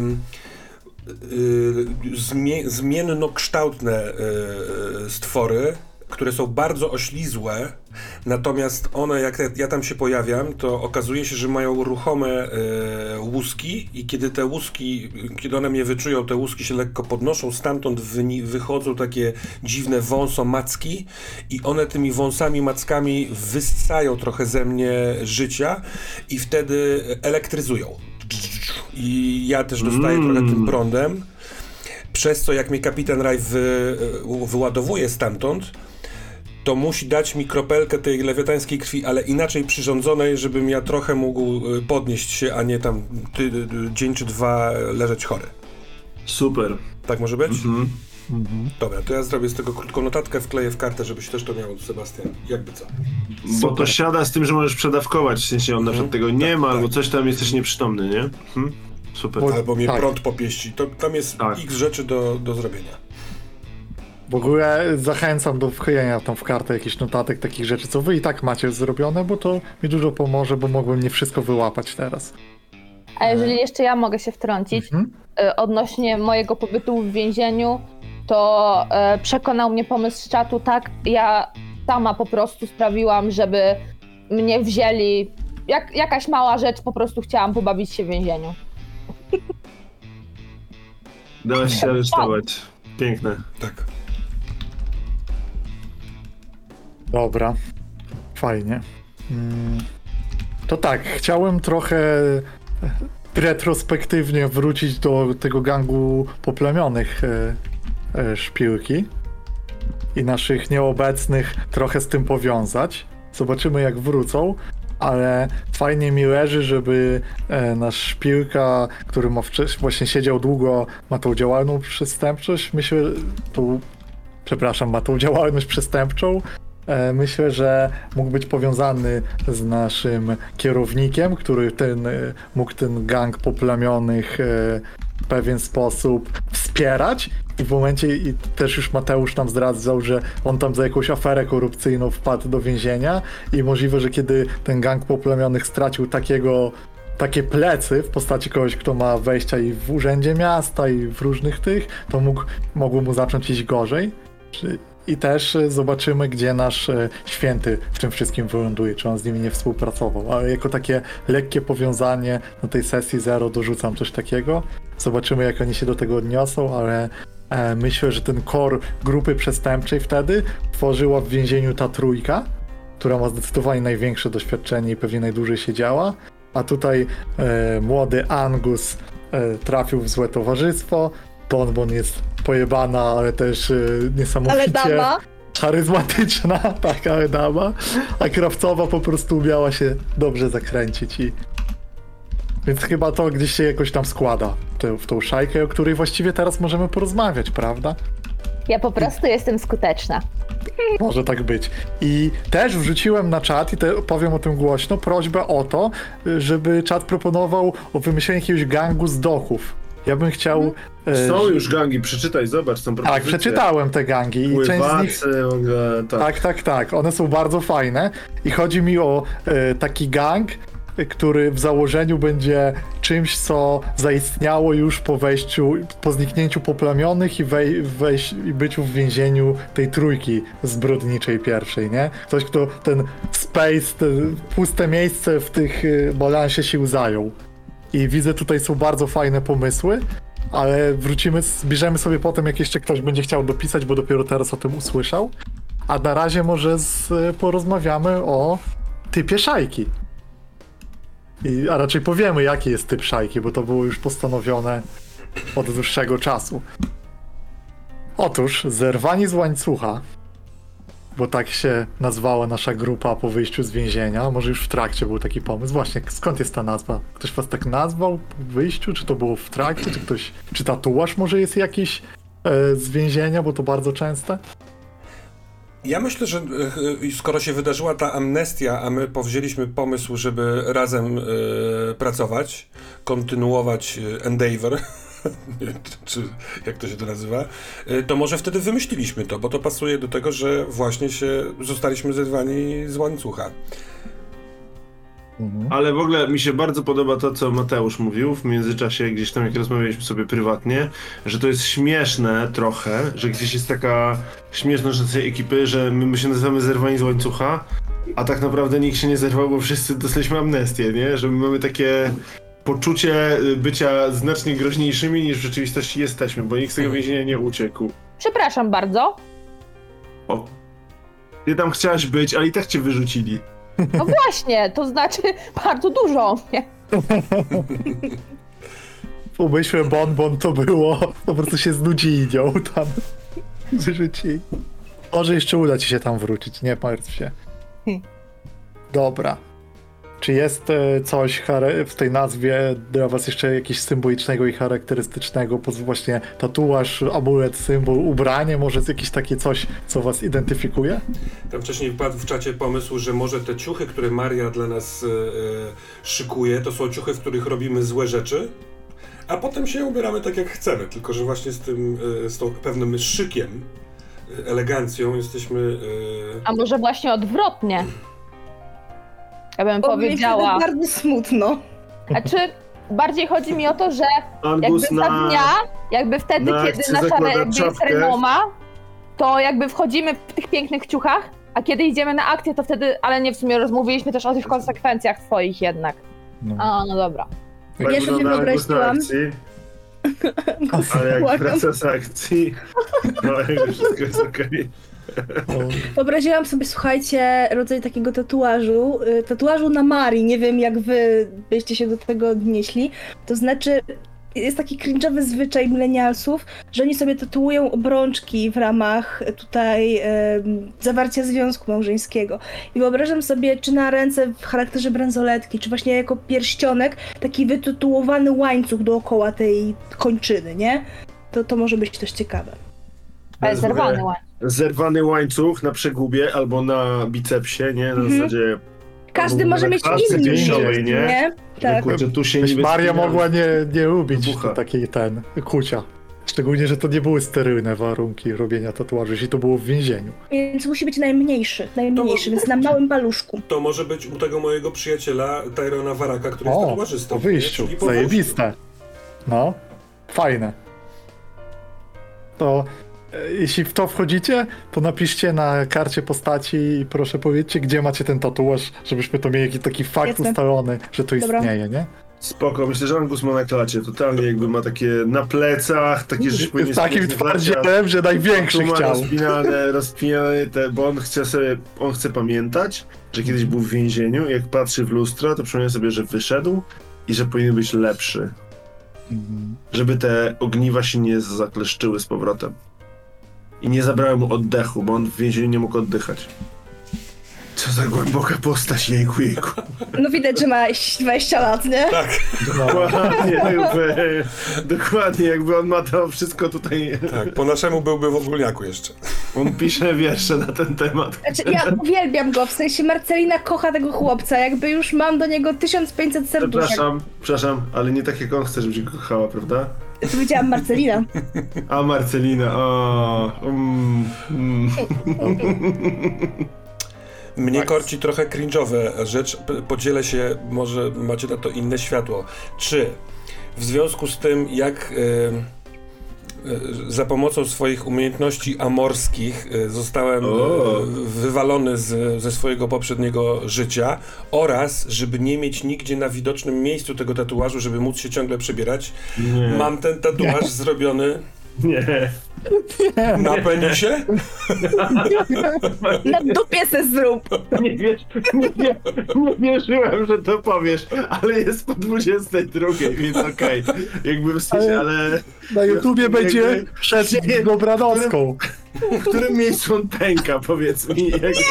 zmiennokształtne stwory, które są bardzo oślizłe, natomiast one, jak ja tam się pojawiam, to okazuje się, że mają ruchome łuski i kiedy te łuski, kiedy one mnie wyczują, te łuski się lekko podnoszą, stamtąd wychodzą takie dziwne wąsomacki i one tymi wąsami, mackami wyssają trochę ze mnie życia i wtedy elektryzują. I ja też dostaję trochę tym prądem, przez co jak mnie kapitan Raj wyładowuje stamtąd, to musi dać mi kropelkę tej lewiatańskiej krwi, ale inaczej przyrządzonej, żebym ja trochę mógł podnieść się, a nie tam dzień czy dwa leżeć chory. Super. Tak może być? Dobra, to ja zrobię z tego krótką notatkę, wkleję w kartę, żebyś też to miał, Sebastian. Jakby co. Bo to siada z tym, że możesz przedawkować, w sensie on na przykład tego nie ma, tak. albo coś tam jesteś nieprzytomny, nie? Super. Albo mnie Tak. prąd popieści. Tam jest x rzeczy do zrobienia. W ogóle zachęcam do wklejenia tam w kartę jakichś notatek, takich rzeczy, co wy i tak macie zrobione, bo to mi dużo pomoże, bo mogłem nie wszystko wyłapać teraz. A jeżeli jeszcze ja mogę się wtrącić, odnośnie mojego pobytu w więzieniu, to przekonał mnie pomysł z czatu, tak, ja sama po prostu sprawiłam, żeby mnie wzięli, jakaś mała rzecz, po prostu chciałam pobawić się w więzieniu. Dałaś się aresztować. Piękne. Tak. Dobra, fajnie. To tak, chciałem trochę retrospektywnie wrócić do tego gangu poplemionych szpilki i naszych nieobecnych trochę z tym powiązać. Zobaczymy jak wrócą, ale fajnie mi leży, żeby nasz szpilka, który właśnie siedział długo, ma tą działalną przestępczość, ma tą działalność przestępczą. Myślę, że mógł być powiązany z naszym kierownikiem, który mógł ten gang poplamionych w pewien sposób wspierać. I w momencie, i też już Mateusz nam zdradzał, że on tam za jakąś aferę korupcyjną wpadł do więzienia i możliwe, że kiedy ten gang poplamionych stracił takie plecy w postaci kogoś, kto ma wejścia i w urzędzie miasta, i w różnych to mogło mu zacząć iść gorzej. I też zobaczymy, gdzie nasz święty w tym wszystkim wyląduje, czy on z nimi nie współpracował. Ale jako takie lekkie powiązanie na tej sesji 0 dorzucam coś takiego. Zobaczymy, jak oni się do tego odniosą, ale myślę, że ten core grupy przestępczej wtedy tworzyła w więzieniu ta trójka, która ma zdecydowanie największe doświadczenie i pewnie najdłużej siedziała. A tutaj młody Angus trafił w złe towarzystwo. Bonbon jest pojebana, ale też niesamowicie charyzmatyczna, tak, ale dama, a Krawcowa po prostu umiała się dobrze zakręcić więc chyba to gdzieś się jakoś tam składa w tą szajkę, o której właściwie teraz możemy porozmawiać, prawda? Ja po prostu jestem skuteczna. Może tak być. I też wrzuciłem na czat, i powiem o tym głośno, prośbę o to, żeby czat proponował o wymyśleniu jakiegoś gangu z dochów. Ja bym chciał... Są już gangi, przeczytaj, zobacz, są propozycje. Tak, przeczytałem te gangi i część z nich... Tak. One są bardzo fajne i chodzi mi o taki gang, który w założeniu będzie czymś, co zaistniało już po zniknięciu poplamionych i byciu w więzieniu tej trójki zbrodniczej pierwszej, nie? Ktoś, kto ten space, te puste miejsce w tych balansie sił zajął. I widzę, tutaj są bardzo fajne pomysły, ale zbierzemy sobie potem, jak jeszcze ktoś będzie chciał dopisać, bo dopiero teraz o tym usłyszał. A na razie może porozmawiamy o typie szajki. A raczej powiemy, jaki jest typ szajki, bo to było już postanowione od dłuższego czasu. Otóż, zerwani z łańcucha bo tak się nazwała nasza grupa po wyjściu z więzienia. Może już w trakcie był taki pomysł. Właśnie, skąd jest ta nazwa? Ktoś was tak nazwał po wyjściu? Czy to było w trakcie? Czy tatuaż może jest jakiś z więzienia, bo to bardzo częste? Ja myślę, że skoro się wydarzyła ta amnestia, a my powzięliśmy pomysł, żeby razem pracować, kontynuować Endeavor, czy jak to się to nazywa, to może wtedy wymyśliliśmy to, bo to pasuje do tego, że właśnie zostaliśmy zerwani z łańcucha. Ale w ogóle mi się bardzo podoba to, co Mateusz mówił w międzyczasie, gdzieś tam jak rozmawialiśmy sobie prywatnie, że to jest śmieszne trochę, że gdzieś jest taka śmieszność na tej ekipy, że my się nazywamy zerwani z łańcucha, a tak naprawdę nikt się nie zerwał, bo wszyscy dostaliśmy amnestię, nie? Że my mamy takie poczucie bycia znacznie groźniejszymi niż w rzeczywistości jesteśmy, bo nikt z tego więzienia nie uciekł. Przepraszam bardzo. O. Ty tam chciałaś być, ale i tak cię wyrzucili. No właśnie, to znaczy bardzo dużo o mnie. Umyślmy Bonbon to było, po prostu się znudzili nią tam. Wyrzucili. Może jeszcze uda ci się tam wrócić, nie martw się. Dobra. Czy jest coś w tej nazwie dla was jeszcze jakieś symbolicznego i charakterystycznego? Właśnie tatuaż, amulet, symbol, ubranie, może jest jakieś takie coś, co was identyfikuje? Tam wcześniej wpadł w czacie pomysł, że może te ciuchy, które Maria dla nas szykuje, to są ciuchy, w których robimy złe rzeczy, a potem się ubieramy tak jak chcemy, tylko że właśnie z tą pewnym szykiem, elegancją jesteśmy... A może właśnie odwrotnie? Ja bym powiedziała. To bardzo smutno. Znaczy, bardziej chodzi mi o to, że Angus jakby za dnia, jakby wtedy, kiedy nasza jakby jest renoma, to jakby wchodzimy w tych pięknych ciuchach, a kiedy idziemy na akcję, to wtedy, ale nie, w sumie rozmówiliśmy też o tych konsekwencjach twoich jednak. No. A, no dobra. Ja sobie wyobraziłam. Ale jak wraca z akcji, no jakby wszystko jest okej. Wyobraziłam sobie, słuchajcie, rodzaj takiego tatuażu na Marii, nie wiem jak wy byście się do tego odnieśli, to znaczy jest taki cringe'owy zwyczaj milenialsów, że oni sobie tatuują obrączki w ramach tutaj zawarcia związku małżeńskiego. I wyobrażam sobie, czy na ręce w charakterze bransoletki, czy właśnie jako pierścionek, taki wytatuowany łańcuch dookoła tej kończyny, nie? To może być też ciekawe. Ale zerwany łańcuch. Zerwany łańcuch na przegubie albo na bicepsie, nie? Na zasadzie... Każdy może mieć inny, nie? Tak. Kurczę, tu się Maria mogła nie lubić takiej kucia. Szczególnie, że to nie były sterylne warunki robienia tatuaży, jeśli to było w więzieniu. Więc musi być najmniejszy, więc na małym paluszku. To może być u tego mojego przyjaciela Tyrona Waraka, który jest tatuażystą. Po wyjściu, zajebiste. No, fajne. To jeśli w to wchodzicie, to napiszcie na karcie postaci i proszę powiedzcie, gdzie macie ten tatuaż, żebyśmy to mieli taki fakt ustalony, że to istnieje, nie? Spoko, myślę, że Angus ma na klacie, totalnie jakby ma takie na plecach, takie rzeczy powinien... Z takim twardzielem, że największy chciał. Rozpinane bo on chce pamiętać, że kiedyś był w więzieniu i jak patrzy w lustro, to przypomina sobie, że wyszedł i że powinien być lepszy. Żeby te ogniwa się nie zakleszczyły z powrotem. I nie zabrały mu oddechu, bo on w więzieniu nie mógł oddychać. Co za głęboka postać, jejku. No widać, że ma 20 lat, nie? Tak. Dokładnie, jakby on ma to wszystko tutaj... Tak, po naszemu byłby w ogólniaku jeszcze. On pisze wiersze na ten temat. Znaczy, ja uwielbiam go, w sensie Marcelina kocha tego chłopca, jakby już mam do niego 1500 serduszek. Przepraszam, ale nie tak jak on chce, żebyś go kochała, prawda? Ja powiedziałam Marcelina. A Marcelina, Mnie korci trochę cringe'owe rzecz, podzielę się, może macie na to inne światło. Czy w związku z tym, jak za pomocą swoich umiejętności amorskich zostałem wywalony ze swojego poprzedniego życia oraz, żeby nie mieć nigdzie na widocznym miejscu tego tatuażu, żeby móc się ciągle przebierać, mam ten tatuaż zrobiony Nie. Na penisie? Na dupie se zrób. Nie wierzyłem, że to powiesz, ale jest po 22, więc okej. Jakby w sensie, ale... Na YouTubie będzie jakby- przed Dobranowską. W którym miejscu on pęka, powiedz mi.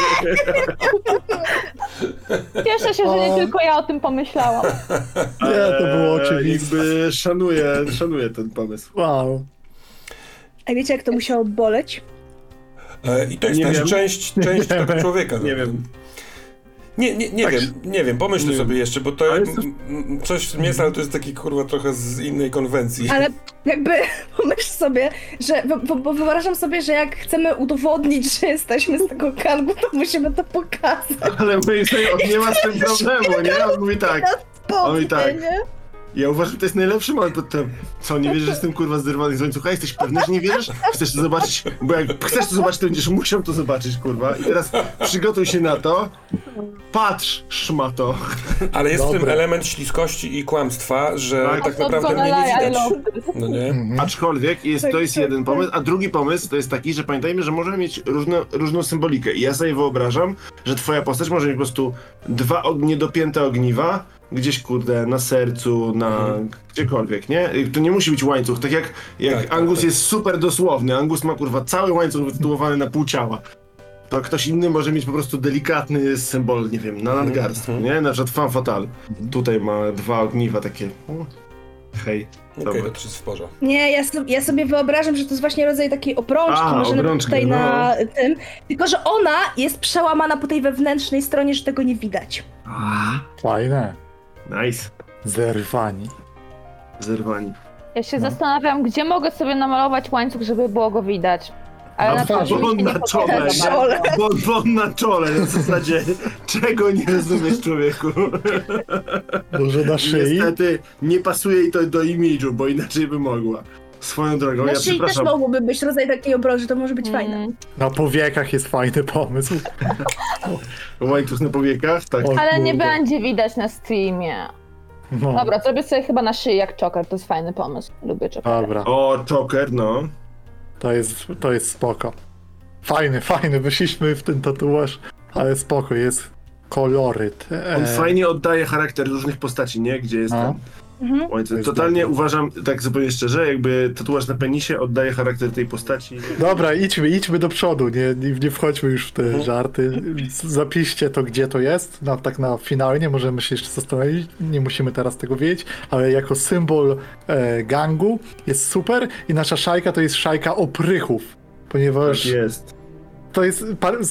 Cieszę się, że nie tylko ja o tym pomyślałam. Nie, to było oczywiste. Jakby szanuję ten pomysł. Wow. A wiecie, jak to musiało boleć? I to jest Nie też wiem. część tego człowieka. Nie wiem. Nie wiem, pomyślę Nie sobie wiem. jeszcze, bo to Ale jest to- coś jest, ale to jest taki kurwa trochę z innej konwencji. Ale jakby pomyśl sobie, że bo wyobrażam sobie, że jak chcemy udowodnić, że jesteśmy z tego gangu, to musimy to pokazać. Ale moim zdaniem on nie ma z tym problemu, nie? On mówi tak. Oj, tak. Nie? Ja uważam, że to jest najlepszy moment pod tym. Co, nie wierzysz, że jestem kurwa zerwany z łańcucha? Jesteś pewny, że nie wierzysz? Chcesz to zobaczyć? Bo jak chcesz to zobaczyć, to będziesz musiał to zobaczyć, kurwa. I teraz przygotuj się na to. Patrz, szmato. Ale jest w tym Dobre. element śliskości i kłamstwa, że Tak. tak naprawdę mnie nie widać. No nie? Aczkolwiek to jest jeden pomysł, a drugi pomysł to jest taki, że pamiętajmy, że możemy mieć różną symbolikę. I ja sobie wyobrażam, że twoja postać może mieć po prostu 2 niedopięte ogniwa, gdzieś kurde, na sercu, gdziekolwiek, nie? To nie musi być łańcuch, tak jak Tak, Angus tak. jest super dosłowny, Angus ma kurwa cały łańcuch wytytułowany na pół ciała. To ktoś inny może mieć po prostu delikatny symbol, nie wiem, na nadgarstku, nie? Na przykład Femme Fatale. Tutaj ma 2 ogniwa takie. Hej. Okej, Dobra. to też jest w porządku. Nie, ja sobie wyobrażam, że to jest właśnie rodzaj takiej obrączki, może nawet obrączki, tutaj no. na tym. Tylko, że ona jest przełamana po tej wewnętrznej stronie, że tego nie widać. Fajne. Nice. Zerwani. Zerwani. Ja się No. zastanawiam, gdzie mogę sobie namalować łańcuch, żeby było go widać. Ale Na na twarzy. pewno mi się Na nie czole. podoba za bardzo. Bon na czole, w zasadzie czego nie rozumiesz, człowieku. Może na szyi? Niestety nie pasuje jej to do imidżu, bo inaczej by mogła. Swoją drogą, ja Znaczy, też przepraszam. mogłoby być rodzaj takiej obrączy, to może być fajne. Na powiekach jest fajny pomysł. Łańcuch na powiekach? Tak. O Ale nie kurde. będzie widać na streamie. No, Dobra, zrobię sobie chyba na szyi jak Joker, to jest fajny pomysł. Lubię Jokera. dobra. O, Joker, no. To jest spoko. Fajny, wyszliśmy w ten tatuaż, ale spoko, jest koloryt. On fajnie oddaje charakter różnych postaci, nie? Gdzie jest No. ten Mhm. łańcuch. jest Totalnie dobre. uważam, tak zupełnie szczerze, jakby tatuaż na penisie oddaje charakter tej postaci. Dobra, idźmy do przodu, nie wchodźmy już w te żarty. Zapiszcie to, gdzie to jest, tak na finalnie, możemy się jeszcze zastanowić, nie musimy teraz tego wiedzieć, ale jako symbol gangu jest super i nasza szajka to jest szajka oprychów, ponieważ Tak jest. to jest,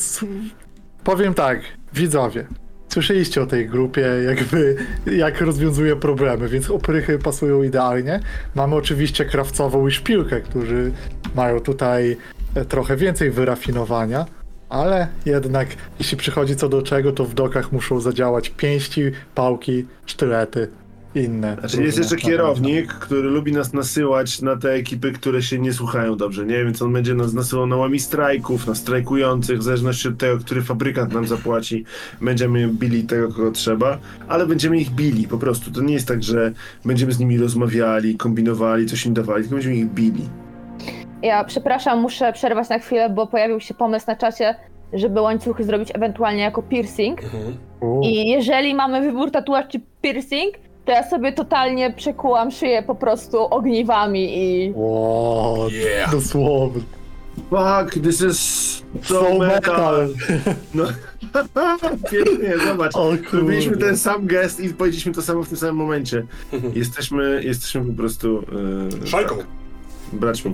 powiem tak, widzowie, słyszeliście o tej grupie, jak rozwiązuje problemy, więc oprychy pasują idealnie. Mamy oczywiście krawcową i szpilkę, którzy mają tutaj trochę więcej wyrafinowania, ale jednak jeśli przychodzi co do czego, to w dokach muszą zadziałać pięści, pałki, sztylety, inne. Znaczy jest różne jeszcze kierownik, który lubi nas nasyłać na te ekipy, które się nie słuchają dobrze, nie? Więc on będzie nas nasyłał na łami strajków, na strajkujących, w zależności od tego, który fabrykant nam zapłaci. Będziemy bili tego, kogo trzeba, ale będziemy ich bili po prostu. To nie jest tak, że będziemy z nimi rozmawiali, kombinowali, coś im dawali, tylko będziemy ich bili. Ja przepraszam, muszę przerwać na chwilę, bo pojawił się pomysł na czacie, żeby łańcuchy zrobić ewentualnie jako piercing. U, I jeżeli mamy wybór tatuaż czy piercing, to ja sobie totalnie przekułam szyję po prostu ogniwami i... Wow, Yeah. dosłownie. Fuck, this is so metal. No. Pięknie, zobacz. O Zrobiliśmy kurde. ten sam gest i powiedzieliśmy to samo w tym samym momencie. Jesteśmy po prostu Szajką. braćmi.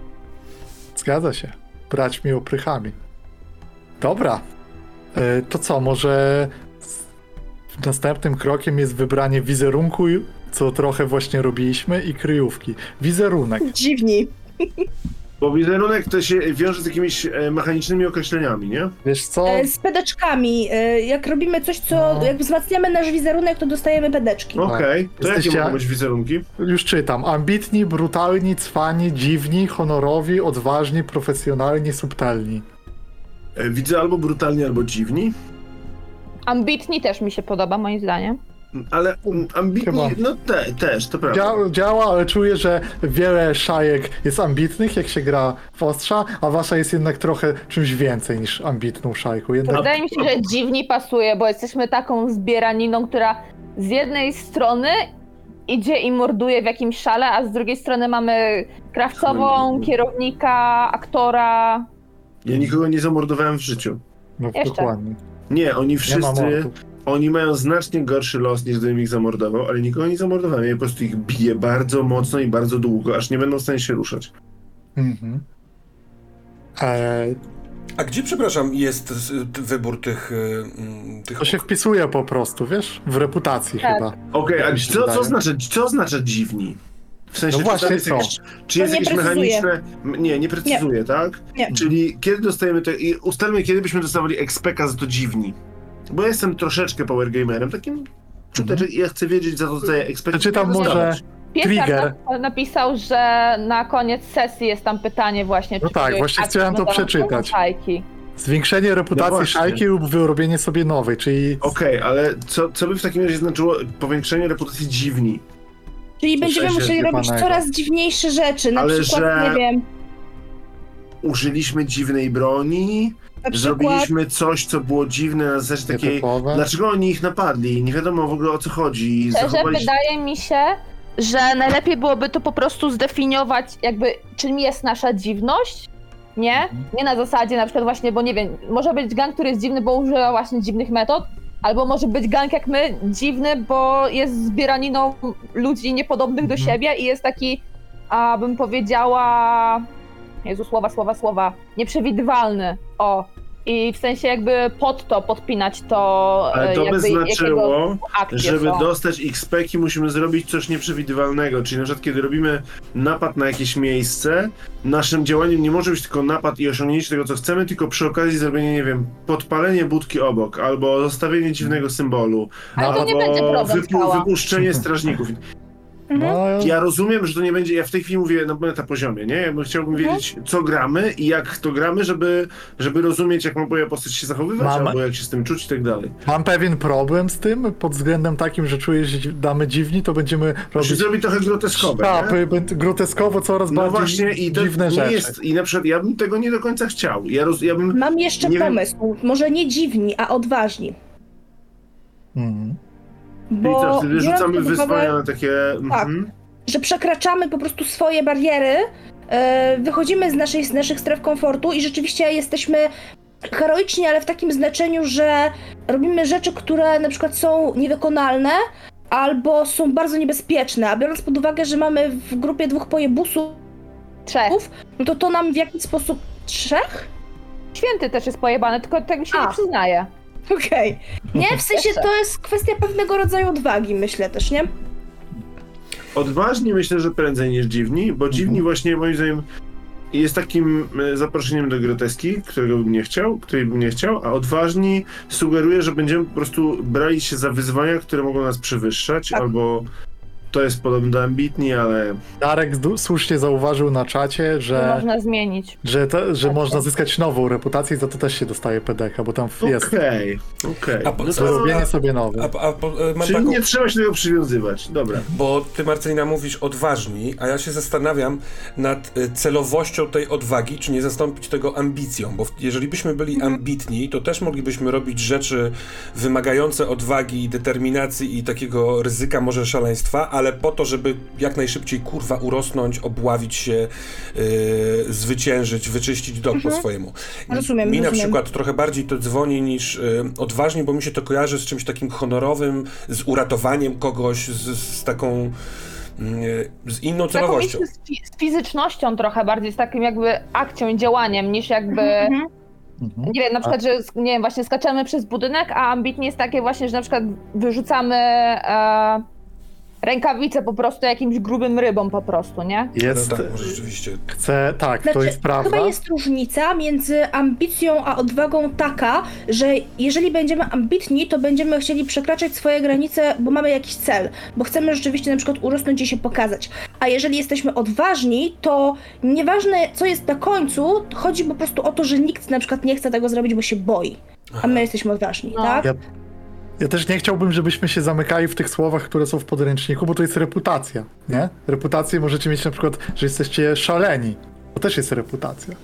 Zgadza się. Brać mi oprychami. Dobra. To co, może następnym krokiem jest wybranie wizerunku, co trochę właśnie robiliśmy, i kryjówki. Wizerunek. Dziwni. Bo wizerunek to się wiąże z jakimiś mechanicznymi określeniami, nie? Wiesz co? Z pedeczkami. Jak robimy coś, co. No. Jak wzmacniamy nasz wizerunek, to dostajemy pedeczki. Okej, to jakie Jesteście- mogą być wizerunki? Już czytam. Ambitni, brutalni, cwani, dziwni, honorowi, odważni, profesjonalni, subtelni. Widzę albo brutalni, albo dziwni. Ambitni też mi się podoba, moim zdaniem. Ale ambitni, Chyba. no też, to prawda. Działa, ale czuję, że wiele szajek jest ambitnych, jak się gra w ostrza, a wasza jest jednak trochę czymś więcej niż ambitną szajką. Jednak Wydaje mi się, że dziwni pasuje, bo jesteśmy taką zbieraniną, która z jednej strony idzie i morduje w jakimś szale, a z drugiej strony mamy krawcową, kierownika, aktora. Ja nikogo nie zamordowałem w życiu. no, Jeszcze. dokładnie. Nie, oni Nie ma wszyscy, mordów. oni mają znacznie gorszy los, niż gdybym ich zamordował, ale nikogo nie zamordowałem. Ja po prostu ich biję bardzo mocno i bardzo długo, aż nie będą w stanie się ruszać. Mhm. A gdzie, przepraszam, jest wybór tych... To się wpisuje po prostu, wiesz? W reputacji Tak. chyba. Okej, a mi się co oznacza dziwni? W sensie, No właśnie, czy, tam jest co? jakieś, czy To jest nie jakieś precyzuje. mechaniczne... Nie precyzuje, tak? Nie. Czyli kiedy dostajemy to... I ustalmy, kiedy byśmy dostawali expeka za to dziwni. Bo ja jestem troszeczkę power gamerem, takim... Ja chcę wiedzieć, za to dostaję expek. Przeczytam może Piesar trigger. napisał, że na koniec sesji jest tam pytanie właśnie, No czy tak, ktoś właśnie chciałem to akceptował przeczytać. fajki. Zwiększenie reputacji No właśnie. szajki lub wyrobienie sobie nowej, czyli Okej, ale co by w takim razie znaczyło powiększenie reputacji dziwni? Czyli będziemy sensie musieli robić zjebanego. coraz dziwniejsze rzeczy, na Ale przykład, że- nie wiem, Użyliśmy dziwnej broni, na przykład... zrobiliśmy coś, co było dziwne na zasadzie takiej... nietypowe. Dlaczego oni ich napadli? Nie wiadomo w ogóle o co chodzi. Szczerze, Zachowali się... wydaje mi się, że najlepiej byłoby to po prostu zdefiniować, jakby czym jest nasza dziwność, nie? Nie na zasadzie na przykład właśnie, bo nie wiem, może być gang, który jest dziwny, bo używa właśnie dziwnych metod, albo może być gang jak my, dziwny, bo jest zbieraniną ludzi niepodobnych do siebie i jest taki, bym powiedziała, Jezu, słowa, nieprzewidywalny, o. I w sensie jakby pod to podpinać to, Ale to by jakby znaczyło, akcje żeby są. dostać XP-ki musimy zrobić coś nieprzewidywalnego, czyli na przykład kiedy robimy napad na jakieś miejsce, naszym działaniem nie może być tylko napad i osiągnięcie tego co chcemy, tylko przy okazji zrobienie, nie wiem, podpalenie budki obok, albo zostawienie dziwnego symbolu, Ale to nie będzie problem, skała. wypuszczenie strażników. No, Ja rozumiem, że to nie będzie, ja w tej chwili mówię na metapoziomie, nie? Chciałbym wiedzieć, co gramy i jak to gramy, żeby rozumieć, jak ma moja postać się zachowywać, Mamy- albo jak się z tym czuć i tak dalej. mam pewien problem z tym, pod względem takim, że czuję, że damy dziwni, to będziemy Musi robić zrobić trochę groteskowe, nie? sztapy, groteskowo coraz No bardziej właśnie, i to dziwne nie rzeczy. jest, i na przykład ja bym tego nie do końca chciał. Ja bym, Mam jeszcze Nie wiem- pomysł, może nie dziwni, a odważni. Mhm. i co, Bo wtedy biorąc rzucamy pod uwagę, wyzwania na takie... Tak. że przekraczamy po prostu swoje bariery, wychodzimy z naszych stref komfortu i rzeczywiście jesteśmy heroiczni, ale w takim znaczeniu, że robimy rzeczy, które na przykład są niewykonalne albo są bardzo niebezpieczne, a biorąc pod uwagę, że mamy w grupie 2 pojebusów, 3. no to nam w jakiś sposób... 3? Święty też jest pojebany, tylko tego się nie przyznaje. Okej. Nie, w sensie to jest kwestia pewnego rodzaju odwagi, myślę też, nie? Odważni myślę, że prędzej niż dziwni, bo dziwni właśnie moim zdaniem jest takim zaproszeniem do groteski, której bym nie chciał, a odważni sugeruje, że będziemy po prostu brali się za wyzwania, które mogą nas przewyższać, Tak. albo to jest podobne do ambitni, ale Darek słusznie zauważył na czacie, To że, można zmienić. że można zyskać nową reputację i za to też się dostaje PDK, bo tam jest okej. A po- No to, wyrobienie sobie nowej. Mam czyli taką... nie trzeba się tego przywiązywać. Dobra. Bo ty, Marcelina, mówisz odważni, a ja się zastanawiam nad celowością tej odwagi, czy nie zastąpić tego ambicją, bo jeżeli byśmy byli ambitni, to też moglibyśmy robić rzeczy wymagające odwagi, determinacji i takiego ryzyka, może szaleństwa, ale po to, żeby jak najszybciej kurwa urosnąć, obławić się, zwyciężyć, wyczyścić dom po swojemu. Rozumiem, Mi na rozumiem. przykład trochę bardziej to dzwoni niż odważni, bo mi się to kojarzy z czymś takim honorowym, z uratowaniem kogoś, z taką z inną Taką celowością. myślę z fizycznością trochę bardziej, z takim jakby akcją i działaniem, niż jakby, Mhm. nie wiem, na przykład, że nie wiem, właśnie skaczemy przez budynek, a ambitnie jest takie właśnie, że na przykład wyrzucamy rękawice po prostu jakimś grubym rybom po prostu, nie? Jest, No tak, może rzeczywiście. to jest prawda. Chyba jest różnica między ambicją a odwagą taka, że jeżeli będziemy ambitni, to będziemy chcieli przekraczać swoje granice, bo mamy jakiś cel, bo chcemy rzeczywiście na przykład urosnąć i się pokazać. A jeżeli jesteśmy odważni, to nieważne co jest na końcu, chodzi po prostu o to, że nikt na przykład nie chce tego zrobić, bo się boi. A my jesteśmy odważni, No. tak? Ja Ja też nie chciałbym, żebyśmy się zamykali w tych słowach, które są w podręczniku, bo to jest reputacja, nie? Reputację możecie mieć na przykład, że jesteście szaleni. To też jest reputacja.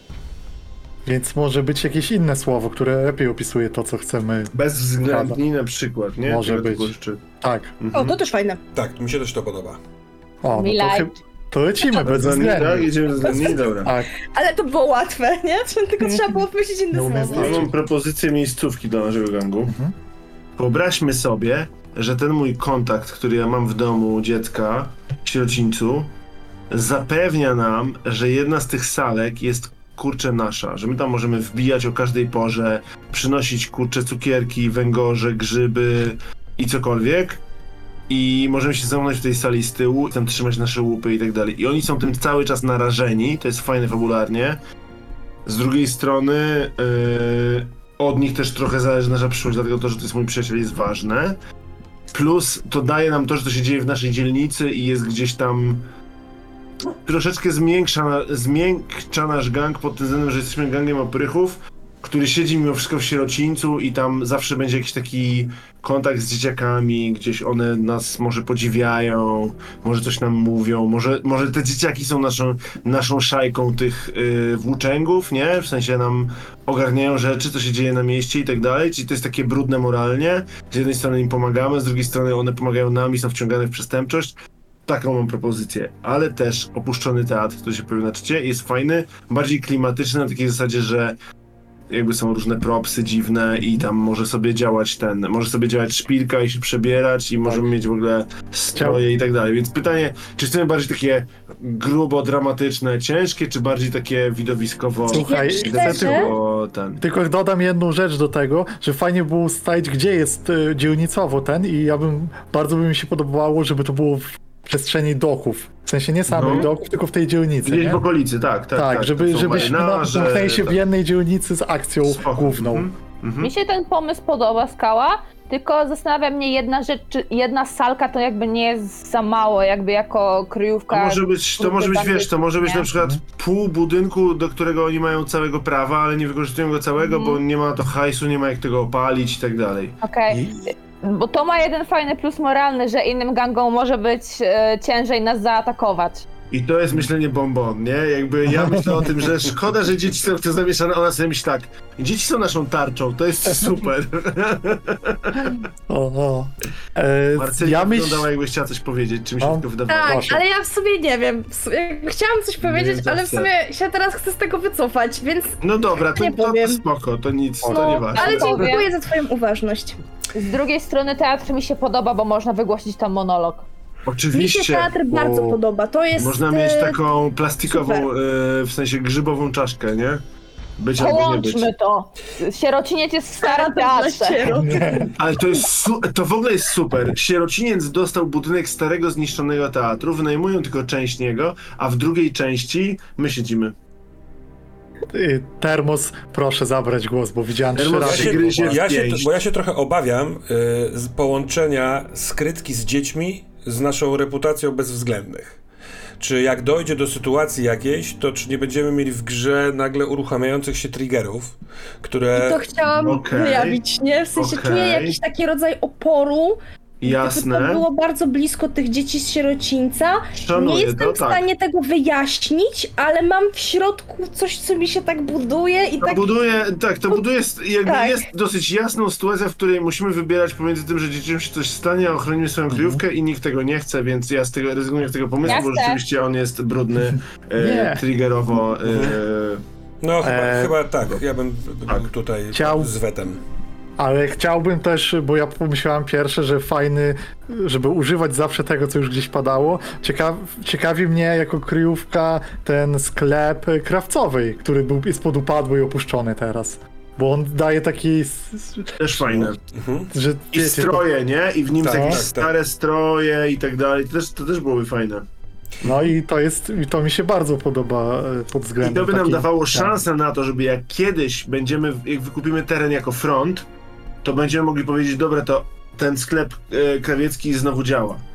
Więc może być jakieś inne słowo, które lepiej opisuje to, co chcemy. Bezwzględni na przykład, nie? Może Tego być. typu rzeczy. Tak. O, to też fajne. Tak, mi się też to podoba. O, no Milaj. to lecimy bez Tak, względu. jedziemy bezwzględni, dobra. Tak. Ale to było łatwe, nie? Tylko trzeba było wymyślić inne Nie umiem słowo. Ja mam propozycję miejscówki dla naszego gangu. Wyobraźmy sobie, że ten mój kontakt, który ja mam w domu dziecka, w sierocińcu, zapewnia nam, że jedna z tych salek jest kurczę nasza, że my tam możemy wbijać o każdej porze, przynosić kurcze cukierki, węgorze, grzyby i cokolwiek. I możemy się zamknąć w tej sali z tyłu, tam trzymać nasze łupy i tak dalej. I oni są tym cały czas narażeni, to jest fajne fabularnie. Z drugiej strony od nich też trochę zależy nasza przyszłość, dlatego to, że to jest mój przyjaciel, jest ważne. Plus to daje nam to, że to się dzieje w naszej dzielnicy i jest gdzieś tam... Troszeczkę zmiękcza nasz gang pod tym względem, że jesteśmy gangiem oprychów, który siedzi mimo wszystko w sierocińcu i tam zawsze będzie jakiś taki kontakt z dzieciakami, gdzieś one nas może podziwiają, może coś nam mówią, może te dzieciaki są naszą szajką tych włóczęgów, nie? W sensie nam ogarniają rzeczy, co się dzieje na mieście i tak dalej, czyli to jest takie brudne moralnie. Z jednej strony im pomagamy, z drugiej strony one pomagają nam i są wciągane w przestępczość. Taką mam propozycję, ale też opuszczony teatr, który się pojawił na czycie, jest fajny, bardziej klimatyczny na takiej zasadzie, że jakby są różne propsy dziwne i tam może sobie działać szpilka i się przebierać i możemy mieć w ogóle stroje i tak dalej. Więc pytanie, czy chcemy bardziej takie grubo dramatyczne, ciężkie, czy bardziej takie widowiskowo... Słuchaj, tylko dodam jedną rzecz do tego, że fajnie było ustalić, gdzie jest dzielnicowo i bardzo by mi się podobało, żeby to było w przestrzeni doków. W sensie nie samych doków, tylko w tej dzielnicy. Gdzieś nie? w okolicy, tak. Żebyśmy zamknęli się w jednej dzielnicy z akcją główną. Mi się ten pomysł podoba, Skała, tylko zastanawia mnie jedna rzecz, czy jedna salka to jakby nie jest za mało, jakby jako kryjówka. To może być na przykład pół budynku, do którego oni mają całego prawa, ale nie wykorzystują go całego, bo nie ma na to hajsu, nie ma jak tego opalić i tak dalej. Okej. Bo to ma jeden fajny plus moralny, że innym gangom może być ciężej nas zaatakować. I to jest myślenie bonbon, nie? Jakby ja myślę o tym, że szkoda, że dzieci są w to zamieszane, ona sobie myśli tak, dzieci są naszą tarczą, to jest super. Marcelina wyglądała, jakby chciała coś powiedzieć, czym się tylko wydawało. Tak, Proszę. ale ja w sumie nie wiem. Chciałam coś powiedzieć, ale w sumie się teraz chcę z tego wycofać, więc No dobra, nie to powiem. spoko, to nic, to nie ważne. ale dziękuję za twoją uważność. Z drugiej strony teatr mi się podoba, bo można wygłosić tam monolog. Oczywiście. Mi się teatr bardzo podoba. To jest... Można mieć taką plastikową, w sensie grzybową czaszkę, nie? Być albo nie być. Połączmy to. Sierociniec jest w starym teatrze. Ale to w ogóle jest super. Sierociniec dostał budynek starego, zniszczonego teatru, wynajmują tylko część niego, a w drugiej części my siedzimy. Termos, proszę zabrać głos, bo widziałem Termos 3 razy. Ja się trochę obawiam z połączenia skrytki z dziećmi z naszą reputacją bezwzględnych. Czy jak dojdzie do sytuacji jakiejś, to czy nie będziemy mieli w grze nagle uruchamiających się triggerów, które... I to chciałam wyjawić, nie? W sensie czuję jakiś taki rodzaj oporu. Jasne. To było bardzo blisko tych dzieci z sierocińca. Szanuję nie jestem to, w stanie tego wyjaśnić, ale mam w środku coś, co mi się tak buduje i tak... To buduje, jest dosyć jasną sytuacja, w której musimy wybierać pomiędzy tym, że dzieciom się coś stanie, a ochronimy swoją kryjówkę i nikt tego nie chce, więc ja rezygnuję z tego pomysłu, bo rzeczywiście on jest brudny, triggerowo. No chyba tak, ja bym tutaj z wetem. Ale chciałbym też, bo ja pomyślałem pierwsze, że fajny, żeby używać zawsze tego, co już gdzieś padało. Ciekawi mnie jako kryjówka ten sklep krawcowy, który jest podupadły i opuszczony teraz. Bo on daje taki... Też fajne. Że, I stroje, nie? I w nim są jakieś tak. stare stroje i tak dalej. To też byłoby fajne. No i to mi się bardzo podoba pod względem... I to by nam dawało szansę na to, żeby jak kiedyś jak wykupimy teren jako front, to będziemy mogli powiedzieć, dobra, to ten sklep krawiecki znowu działa.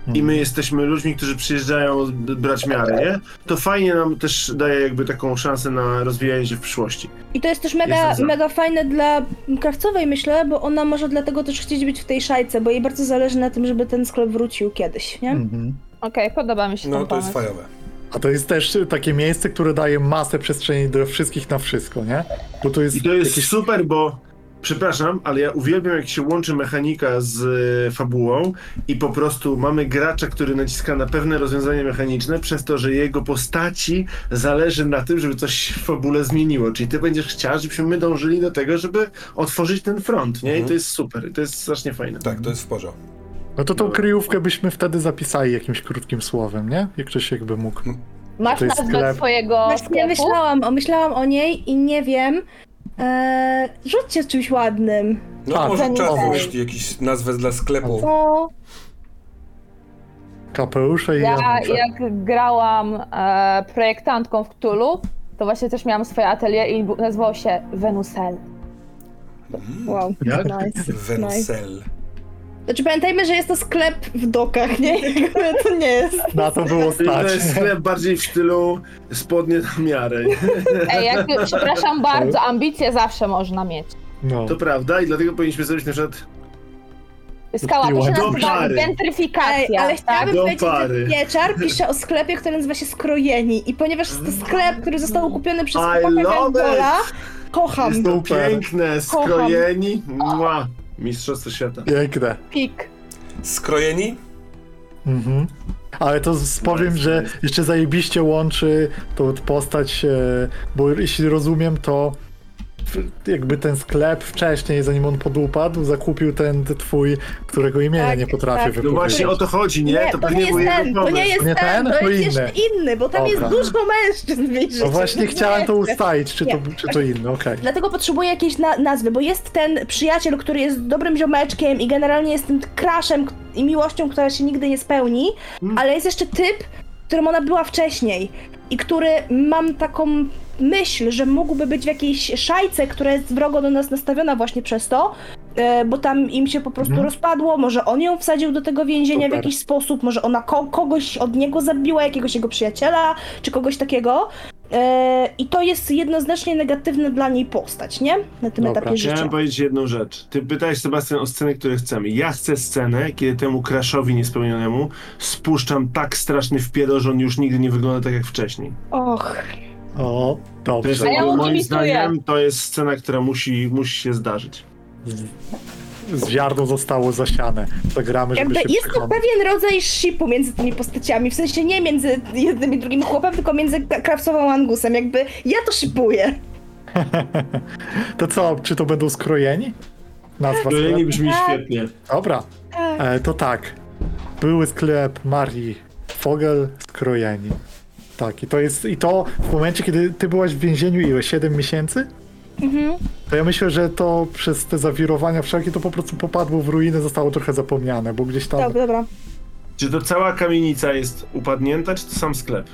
i my jesteśmy ludźmi, którzy przyjeżdżają brać miarę, nie? To fajnie nam też daje jakby taką szansę na rozwijanie się w przyszłości. I to jest też Jestem za. mega fajne dla Krawcowej, myślę, bo ona może dlatego też chcieć być w tej szajce, bo jej bardzo zależy na tym, żeby ten sklep wrócił kiedyś, nie? Okej, podoba mi się No ten to jest pomysł. fajowe. A to jest też takie miejsce, które daje masę przestrzeni do wszystkich na wszystko, nie? Bo to jest I to jest jakieś... super, bo przepraszam, ale ja uwielbiam, jak się łączy mechanika z fabułą i po prostu mamy gracza, który naciska na pewne rozwiązanie mechaniczne przez to, że jego postaci zależy na tym, żeby coś w fabule zmieniło. Czyli ty będziesz chciał, żebyśmy my dążyli do tego, żeby otworzyć ten front, nie? I to jest super. I to jest strasznie fajne. Tak, to jest w porządku. No to tą kryjówkę byśmy wtedy zapisali jakimś krótkim słowem, nie? Jak ktoś jakby mógł. Masz To jest nazwę sklep. swojego Właśnie sklepu? myślałam o niej i nie wiem. Rzućcie czymś ładnym. No A, może to czas nie. wymyśli jakąś nazwę dla sklepu. Co? Kapelusze i Ja Janusze. jak grałam projektantką w Cthulhu, to właśnie też miałam swoje atelier i nazywał się Venusel. Wow, Jak? nice. Wencel. Znaczy pamiętajmy, że jest to sklep w dokach, nie? Jakby to nie jest. Na to było To stać. jest sklep bardziej w stylu spodnie na miarę. Ej, przepraszam bardzo, ambicje zawsze można mieć. No. To prawda i dlatego powinniśmy zrobić na przykład Skała, to się Do nazywa pary. gentryfikacja, Ale tak? chciałabym Do powiedzieć, pary. że Pieczar pisze o sklepie, który nazywa się Skrojeni. I ponieważ jest to sklep, który został kupiony przez I chłopaka love Gangola, kocham. jest to Super. piękne, skrojeni. Mua. Mistrzostwo świata. Piękne. Pik. Skrojeni? Mhm. Ale to powiem, że jeszcze zajebiście łączy tą postać, bo jeśli rozumiem, to jakby ten sklep wcześniej, zanim on podupadł, zakupił ten twój, którego imienia Tak, nie potrafię tak. No wypowiedzieć. właśnie o to chodzi, nie? To to pewnie nie był jest jego ten, to pomysł. nie jest Nie ten, ten, to to jest inny. jeszcze inny, bo tam Dobra. jest dużo mężczyzn w jej życiu. No właśnie chciałem to ustalić, czy Nie. to inny, okej. Dlatego potrzebuję jakiejś nazwy, bo jest ten przyjaciel, który jest dobrym ziomeczkiem i generalnie jest tym crushem i miłością, która się nigdy nie spełni, ale jest jeszcze typ, którym ona była wcześniej i który mam taką myśl, że mógłby być w jakiejś szajce, która jest wrogo do nas nastawiona właśnie przez to, bo tam im się po prostu rozpadło, może on ją wsadził do tego więzienia w Super. jakiś sposób, może ona kogoś od niego zabiła, jakiegoś jego przyjaciela, czy kogoś takiego. I to jest jednoznacznie negatywna dla niej postać, nie? Na tym Dobra. etapie życia. Chciałem powiedzieć jedną rzecz. Ty pytałeś, Sebastian, o scenę, które chcemy. Ja chcę scenę, kiedy temu crashowi niespełnionemu spuszczam tak straszny wpierdol, że on już nigdy nie wygląda tak jak wcześniej. Och, O, To jest dobrze. A ja jakby, moim imituję. zdaniem, to jest scena, która musi się zdarzyć. Z ziarno zostało zasiane. Zagramy, żeby jakby się jest to przekonać. pewien rodzaj shipu między tymi postaciami, w sensie nie między jednym i drugim chłopem, tylko między Krawcową a Angusem, jakby ja to shipuję. To co, czy to będą skrojeni? Nazwa To nie sklepu? brzmi świetnie. Dobra, to tak. Były sklep Marii Fogel skrojeni. Tak, i to w momencie, kiedy ty byłaś w więzieniu ile? 7 miesięcy? To ja myślę, że to przez te zawirowania wszelkie to po prostu popadło w ruinę, zostało trochę zapomniane, bo gdzieś tam... Dobra. Czy to cała kamienica jest upadnięta, czy to sam sklep?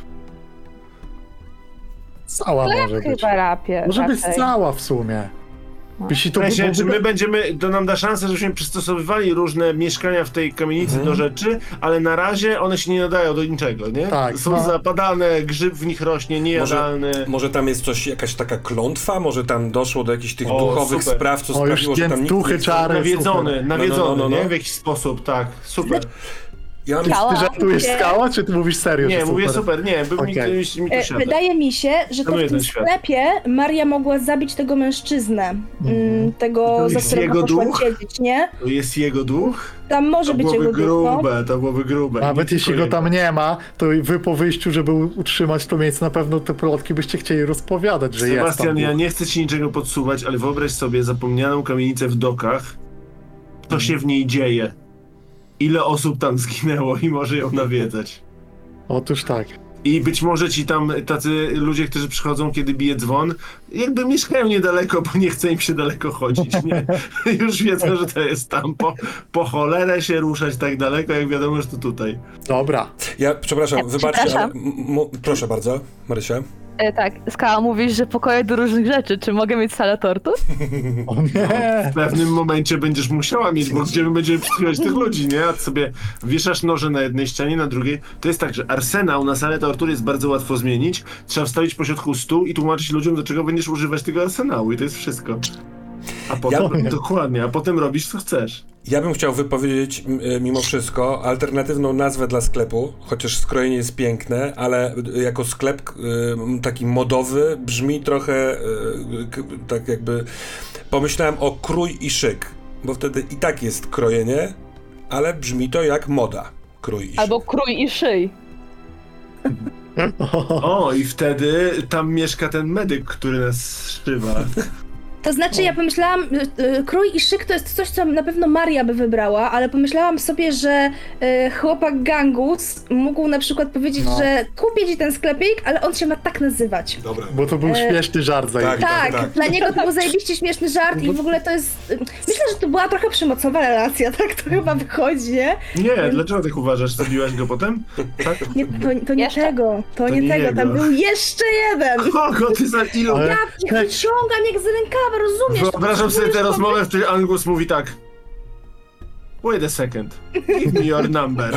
Cała może być. Chyba rapie. Może być raczej. cała w sumie. Jeśli to W sensie, czy byłoby- my będziemy, to nam da szansę, żebyśmy przystosowywali różne mieszkania w tej kamienicy do rzeczy, ale na razie one się nie nadają do niczego, nie? Tak, Są no. zapadane, grzyb w nich rośnie, niejadalny. Może tam jest coś, jakaś taka klątwa? Może tam doszło do jakichś tych O, duchowych super. spraw, co O, już sprawiło, że tam więc nikt duchy, nie chce... czary. Nawiedzony, No. nie? W jakiś sposób, tak. Super. Ja mam... Skała. Ty żartujesz skała, czy ty mówisz serio? Nie, że mówię super, nie, by Okej. mi to siada. Wydaje mi się, że to Szanuję w tym ten świat. sklepie Maria mogła zabić tego mężczyznę, tego, To za jest którego jego poszła duch? siedzieć, nie? To jest jego duch? Tam może To być jego byłoby duch, no. grube, to byłoby grube. Nawet Nie jeśli tylko go tam nie ma, to wy po wyjściu, żeby utrzymać to miejsce, na pewno te plotki byście chcieli rozpowiadać, że jest Sebastian, tam. ja nie chcę ci niczego podsuwać, ale wyobraź sobie zapomnianą kamienicę w dokach. Co się w niej dzieje? Ile osób tam zginęło i może ją nawiedzać? Otóż tak. I być może ci tam tacy ludzie, którzy przychodzą, kiedy bije dzwon, jakby mieszkają niedaleko, bo nie chce im się daleko chodzić, nie? Już wiedzą, że to jest tam po cholerę się ruszać tak daleko, jak wiadomo, że to tutaj. Dobra. Ja, przepraszam, wybaczcie, ale... przepraszam. Proszę bardzo, Marysia. Tak, Skała, mówisz, że pokoje do różnych rzeczy. Czy mogę mieć salę tortur? O nie! W pewnym momencie będziesz musiała mieć, bo gdzie my będziemy przyjąć tych ludzi, nie? A ty sobie wieszasz noże na jednej ścianie, na drugiej. To jest tak, że arsenał na salę tortur jest bardzo łatwo zmienić. Trzeba wstawić pośrodku stół i tłumaczyć ludziom, do czego będziesz używać tego arsenału i to jest wszystko. A potem, dokładnie, a potem robisz co chcesz. Ja bym chciał wypowiedzieć mimo wszystko alternatywną nazwę dla sklepu, chociaż skrojenie jest piękne, ale jako sklep taki modowy brzmi trochę tak jakby... Pomyślałem o krój i szyk, bo wtedy i tak jest krojenie, ale brzmi to jak moda. Krój i szyk. Albo krój i szyj. O, i wtedy tam mieszka ten medyk, który nas szywa. To znaczy, ja pomyślałam, krój i szyk to jest coś, co na pewno Maria by wybrała, ale pomyślałam sobie, że chłopak Gangus mógł na przykład powiedzieć, że kupię ci ten sklepik, ale on się ma tak nazywać. Dobra. Bo to był śmieszny żart zajebisty. Tak, dla niego to był zajebiście śmieszny żart i w ogóle to jest... Myślę, że to była trochę przemocowa relacja, tak to chyba wychodzi, nie? Nie, dlaczego tak uważasz? Zabiłaś go potem? Tak? Nie, to nie Jeszcze? tego, to nie nie tego, jego. tam był jeszcze jeden! Kogo ty za ilu? Ale- Ja ich wyciągam jak z rękawa, rozumiesz? Wyobrażam sobie tę rozmowę, w której Angus mówi tak. Wait a second. Give me your number.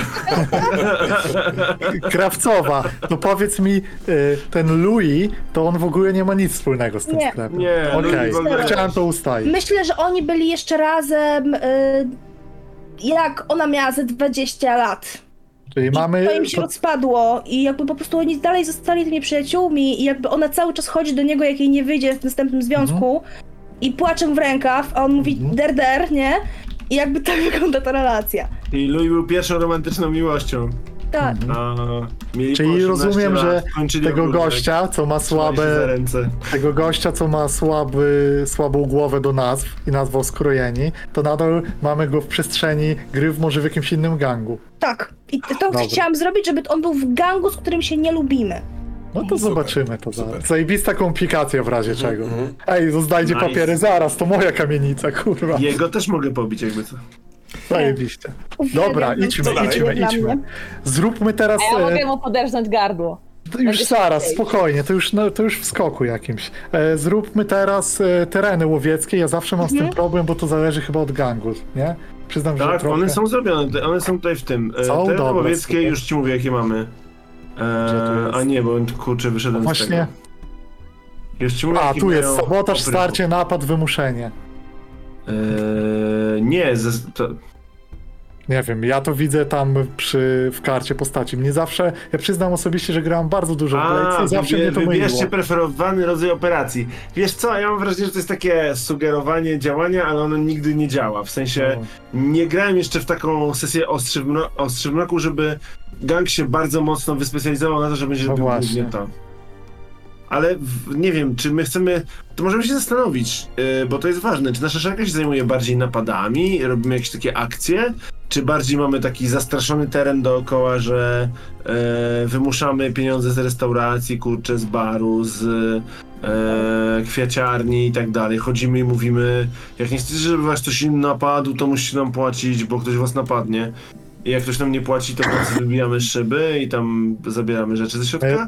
Krawcowa, no powiedz mi, ten Louis, to on w ogóle nie ma nic wspólnego z tym Nie. sklepem. Nie, Okej, Louis w ogóle- chciałem to ustalić. Myślę, że oni byli jeszcze razem, jak ona miała ze 20 lat. Czyli mamy... To im się rozpadło i jakby po prostu oni dalej zostali tymi przyjaciółmi i jakby ona cały czas chodzi do niego, jak jej nie wyjdzie w następnym związku i płacze w rękaw, a on mówi der, nie? I jakby tak wygląda ta relacja. I Louis był pierwszą romantyczną miłością. Tak. A mieli Czyli po 18 rozumiem, lat, że kończyli tego ogródek, gościa, co ma trzymali się za słabe... ręce. Tego gościa, co ma słabą głowę do nazw i nazwał Skrojeni, to nadal mamy go w przestrzeni gry może w jakimś innym gangu. Tak. I to Dobra. chciałam zrobić, żeby on był w gangu, z którym się nie lubimy. No to Super, zobaczymy to super. zaraz. Zajebista komplikacja w razie czego. Ej, to znajdzie Nice. papiery zaraz, to moja kamienica, kurwa. Jego też mogę pobić, jakby co. Zajebiście. Uwielbiam Dobra, ten idźmy, sklep idźmy. dla mnie. Zróbmy teraz... A ja mogę mu poderżnąć gardło. Już zaraz, spokojnie, to już w skoku jakimś. Zróbmy teraz tereny łowieckie. Ja zawsze mam z tym problem, bo to zależy chyba od gangu, nie? Przyznam, że Tak, trochę... one są zrobione, one są tutaj w tym. Są? Te Dobra, łowieckie, super. już ci mówię, jakie mamy. Gdzie tu jest? A nie, bo kurczę, wyszedłem z Właśnie... tego. Już ci mówię, A, jakie tu jest mają sabotaż, oprywu. starcie, napad, wymuszenie. Nie, Nie wiem, ja to widzę tam w karcie postaci. Mnie zawsze, ja przyznam osobiście, że grałem bardzo dużo w Blades i zawsze mnie to myliło. wybierzcie preferowany rodzaj operacji. Wiesz co, ja mam wrażenie, że to jest takie sugerowanie działania, ale ono nigdy nie działa. W sensie, nie grałem jeszcze w taką sesję ostrzy w mroku, żeby gang się bardzo mocno wyspecjalizował na to, że będzie No robił właśnie. głównie to. Ale nie wiem, czy my chcemy... To możemy się zastanowić, bo to jest ważne. Czy nasza szarka się zajmuje bardziej napadami, robimy jakieś takie akcje, czy bardziej mamy taki zastraszony teren dookoła, że wymuszamy pieniądze z restauracji, kurczę, z baru, z kwiaciarni i tak dalej. Chodzimy i mówimy, jak nie chcecie, żeby was ktoś inny napadł, to musicie nam płacić, bo ktoś was napadnie. I jak ktoś nam nie płaci, to po prostu wybijamy szyby i tam zabieramy rzeczy ze środka.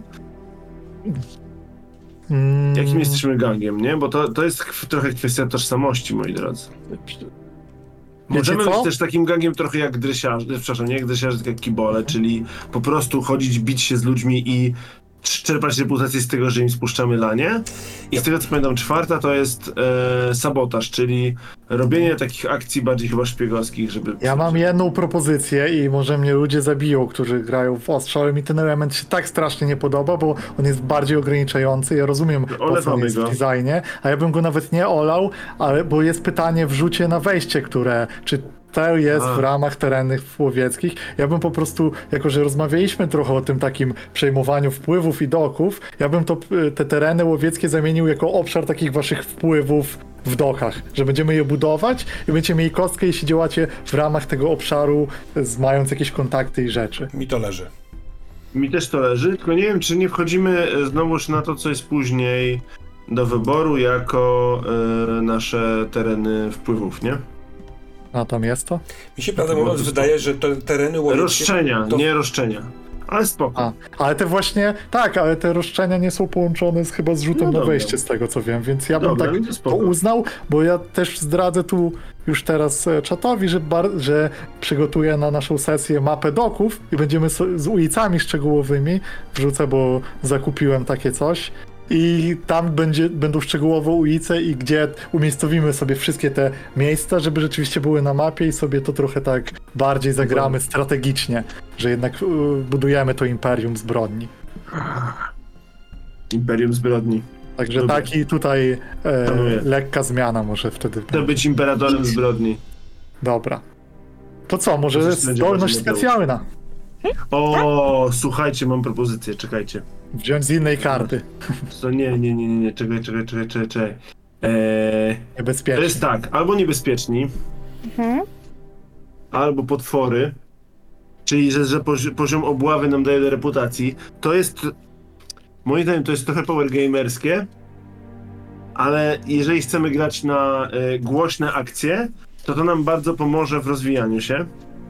Jakim jesteśmy gangiem, nie? Bo to jest trochę kwestia tożsamości, moi drodzy. Możemy co? być też takim gangiem trochę jak dresiarze, przepraszam, nie jak dresiarze, tylko jak kibole, czyli po prostu chodzić, bić się z ludźmi i czerpać reputację z tego, że im spuszczamy lanie. I z tego co pamiętam, czwarta to jest sabotaż, czyli robienie takich akcji bardziej chyba szpiegowskich, żeby... Ja mam jedną propozycję i może mnie ludzie zabiją, którzy grają w ostrze, ale mi ten element się tak strasznie nie podoba, bo on jest bardziej ograniczający. Ja rozumiem, po co on Olewamy jest go. w designie, a ja bym go nawet nie olał, ale bo jest pytanie w rzucie na wejście, czy to jest w ramach terenów łowieckich. Ja bym po prostu, jako że rozmawialiśmy trochę o tym takim przejmowaniu wpływów i doków, ja bym te tereny łowieckie zamienił jako obszar takich waszych wpływów w dokach, że będziemy je budować i będziecie mieli kostkę, jeśli działacie w ramach tego obszaru, mając jakieś kontakty i rzeczy. Mi to leży. Mi też to leży, tylko nie wiem, czy nie wchodzimy znowuż na to, co jest później do wyboru, jako nasze tereny wpływów, nie? A tam jest to? Mi się prawdę mówiąc wydaje, że te tereny łowieckie... Roszczenia, to- nie roszczenia. Ale spoko. Ale te właśnie, tak, ale te roszczenia nie są połączone chyba z rzutem na wejście, z tego co wiem, więc ja bym Dobra, tak no to to spoko. uznał, bo ja też zdradzę tu już teraz czatowi, że przygotuję na naszą sesję mapę doków i będziemy z ulicami szczegółowymi, wrzucę, bo zakupiłem takie coś. I tam będą szczegółowo ulice i gdzie umiejscowimy sobie wszystkie te miejsca, żeby rzeczywiście były na mapie i sobie to trochę tak bardziej zagramy strategicznie, że jednak budujemy to imperium Imperium zbrodni. Także Dobra. taki tutaj Szanuję. lekka zmiana może wtedy. Chcę być imperatorem zbrodni. Dobra. To co, może To też będzie zdolność bardziej specjalna? O, słuchajcie, mam propozycję, czekajcie. Wziąć z innej karty. To nie, czekaj. To Niebezpiecznie. jest tak, albo niebezpieczni, albo potwory, czyli że poziom obławy nam daje do reputacji. To jest, moim zdaniem, to jest trochę power gamerskie, ale jeżeli chcemy grać na głośne akcje, to nam bardzo pomoże w rozwijaniu się.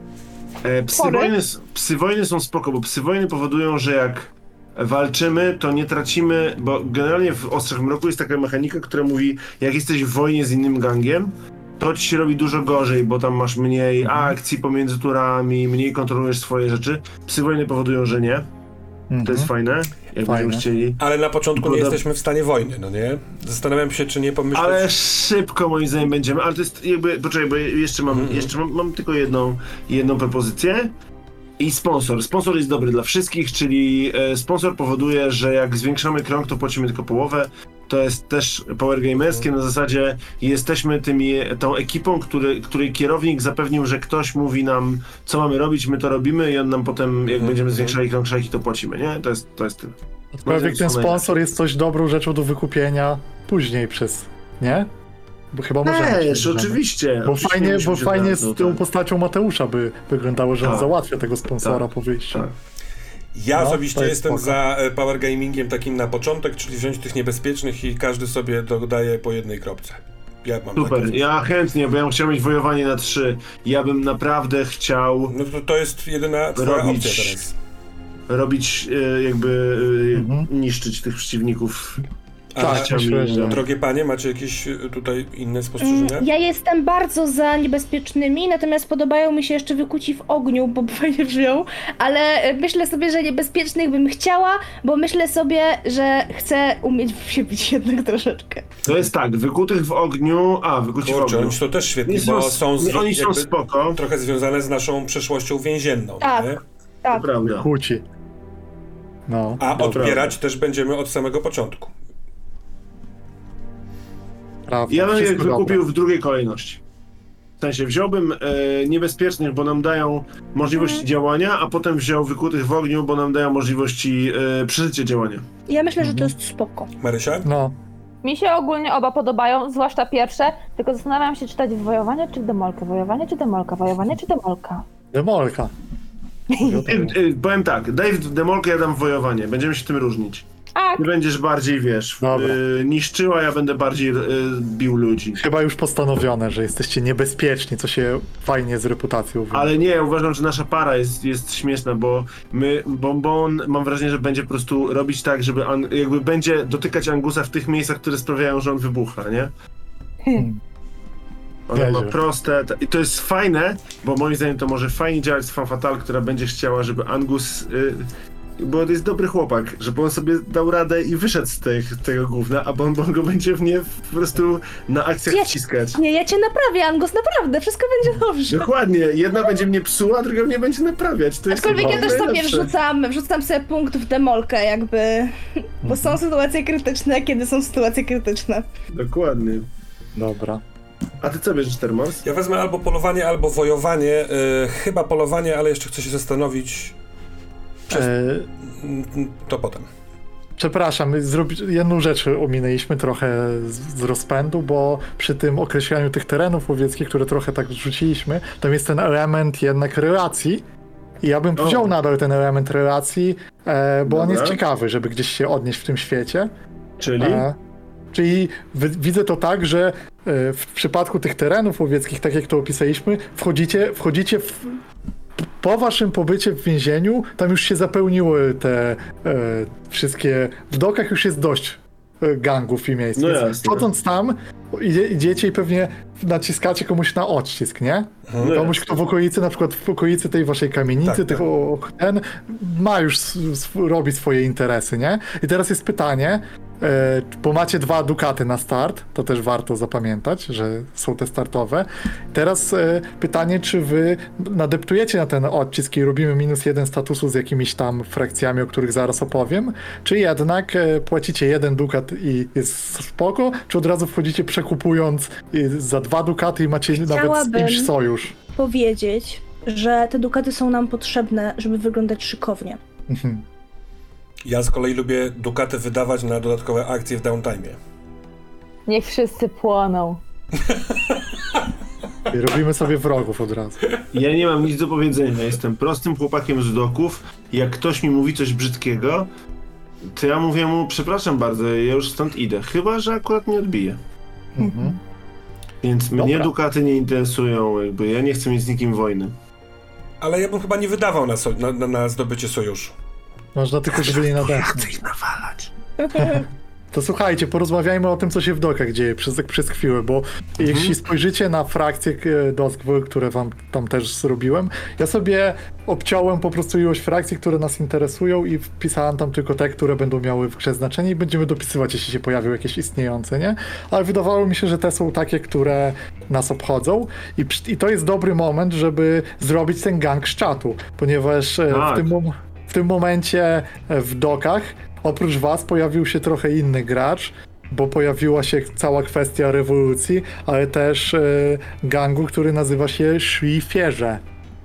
Psy wojny są spoko, bo psy wojny powodują, że jak walczymy, to nie tracimy, bo generalnie w Ostrzach Mroku jest taka mechanika, która mówi, jak jesteś w wojnie z innym gangiem, to ci się robi dużo gorzej, bo tam masz mniej akcji pomiędzy turami, mniej kontrolujesz swoje rzeczy. Psy wojny powodują, że nie. To jest fajne, jak będziemy chcieli. Ale na początku nie jesteśmy w stanie wojny, no nie? Zastanawiam się, czy nie pomyśleć... Ale szybko moim zdaniem będziemy, ale to jest jakby, poczekaj, bo jeszcze mam tylko jedną propozycję. I sponsor. Sponsor jest dobry dla wszystkich, czyli sponsor powoduje, że jak zwiększamy krąg, to płacimy tylko połowę. To jest też power gamerskie, na zasadzie jesteśmy tą ekipą, której kierownik zapewnił, że ktoś mówi nam, co mamy robić, my to robimy i on nam potem, jak będziemy zwiększali krąg szajki, to płacimy, nie? To jest tyle. Aczkolwiek ten sponsor jest coś dobrą rzeczą do wykupienia później nie? Bo chyba możemy. Oczywiście. Bo Oczywiście fajnie się z tą tak. postacią Mateusza by wyglądało, że on Tak. załatwia tego sponsora po wyjściu. Tak. Ja No, osobiście to jest jestem spoko. za power gamingiem takim na początek, czyli wziąć tych niebezpiecznych i każdy sobie dodaje po jednej kropce. Ja mam Super, takie... ja chętnie, bo ja bym chciał mieć wojowanie na 3. Ja bym naprawdę chciał No to jest jedyna twoja Robić- opcja teraz. robić, niszczyć tych przeciwników. Tak, myślę, że... Drogie panie, macie jakieś tutaj inne spostrzeżenia? Ja jestem bardzo za niebezpiecznymi, natomiast podobają mi się jeszcze wykuci w ogniu, bo fajnie brzmią, ale myślę sobie, że niebezpiecznych bym chciała, bo myślę sobie, że chcę umieć w się bić jednak troszeczkę. To jest tak, wykutych w ogniu, wykuci w Kurczę, ogniu. oni są też świetni, Nie bo są- są oni są jakby spoko. trochę związane z naszą przeszłością więzienną, Tak. nie? To Tak. prawda. Kłóci. No. A Dobra. odbierać też będziemy od samego początku. Prawda. Ja bym je Wszystko wykupił dobre. w drugiej kolejności. W sensie wziąłbym niebezpiecznych, bo nam dają możliwości działania, a potem wziął wykutych w ogniu, bo nam dają możliwości przeżycia działania. Ja myślę, że to jest spoko. Marysia? No. Mi się ogólnie oba podobają, zwłaszcza pierwsze, tylko zastanawiam się, czytać wojowanie czy demolkę, wojowanie czy demolka, wojowanie czy demolka. Demolka. Powiem tak, daj w demolkę, ja dam wojowanie. Będziemy się tym różnić. A, Ty będziesz bardziej, wiesz, Dobra. niszczyła, ja będę bardziej bił ludzi. Chyba już postanowione, że jesteście niebezpieczni, co się fajnie z reputacją wiąże. Ale nie, uważam, że nasza para jest śmieszna, bo on, mam wrażenie, że będzie po prostu robić tak, żeby jakby będzie dotykać Angusa w tych miejscach, które sprawiają, że on wybucha, nie? Ona ma Nieźle. proste, i to jest fajne, bo moim zdaniem to może fajnie działać z Femme Fatale, która będzie chciała, żeby Angus, bo to jest dobry chłopak, żeby on sobie dał radę i wyszedł z tego gówna, a bo on go będzie w nie po prostu na akcjach wciskać. Nie, ja cię naprawię, Angus, naprawdę, wszystko będzie dobrze. Dokładnie, jedna będzie mnie psuła, druga mnie będzie naprawiać. To jest Aczkolwiek ja też sobie najlepsze. wrzucam sobie punkt w demolkę jakby, bo są sytuacje krytyczne, kiedy są sytuacje krytyczne. Dokładnie. Dobra. A ty co bierzesz, Termos? Ja wezmę albo polowanie, albo wojowanie. Chyba polowanie, ale jeszcze chcę się zastanowić. To potem. Przepraszam, jedną rzecz ominęliśmy trochę z rozpędu, bo przy tym określaniu tych terenów łowieckich, które trochę tak rzuciliśmy, tam jest ten element jednak relacji i ja bym wziął nadal ten element relacji, bo on jest ciekawy, żeby gdzieś się odnieść w tym świecie. Czyli? Czyli widzę to tak, że w przypadku tych terenów łowieckich, tak jak to opisaliśmy, wchodzicie po waszym pobycie w więzieniu, tam już się zapełniły te wszystkie... W dokach już jest dość gangów i miejsc. No Więc jasne. wchodząc tam, idziecie i pewnie naciskacie komuś na odcisk, nie? No Komuś, jasne. kto w okolicy, na przykład w okolicy tej waszej kamienicy, Tak, ten ma już, robi swoje interesy, nie? I teraz jest pytanie, bo macie 2 dukaty na start, to też warto zapamiętać, że są te startowe. Teraz pytanie, czy wy nadeptujecie na ten odcisk i robimy -1 statusu z jakimiś tam frakcjami, o których zaraz opowiem, czy jednak płacicie 1 dukat i jest spoko, czy od razu wchodzicie przekupując za 2 dukaty i macie nawet z Chciałabym- kimś sojusz? Powiedzieć, że te dukaty są nam potrzebne, żeby wyglądać szykownie. Ja z kolei lubię dukaty wydawać na dodatkowe akcje w downtime. Niech wszyscy płoną. I robimy sobie wrogów od razu. Ja nie mam nic do powiedzenia, jestem prostym chłopakiem z doków. Jak ktoś mi mówi coś brzydkiego, to ja mówię mu, przepraszam bardzo, ja już stąd idę. Chyba że akurat mnie odbije. Mhm. Więc mnie Dobra. dukaty nie interesują, jakby ja nie chcę mieć z nikim wojny. Ale ja bym chyba nie wydawał na zdobycie sojuszu. Można tylko, żeby nie nadeszło. ich nawalać. To słuchajcie, porozmawiajmy o tym, co się w dokach dzieje przez chwilę, bo jeśli spojrzycie na frakcje Doskville, które wam tam też zrobiłem, ja sobie obciąłem po prostu ilość frakcji, które nas interesują i wpisałem tam tylko te, które będą miały w grze znaczenie i będziemy dopisywać, jeśli się pojawią jakieś istniejące, nie? Ale wydawało mi się, że te są takie, które nas obchodzą i to jest dobry moment, żeby zrobić ten gang z czatu, ponieważ Tak. w tym momencie w dokach oprócz was pojawił się trochę inny gracz, bo pojawiła się cała kwestia rewolucji, ale też gangu, który nazywa się Szlifierze.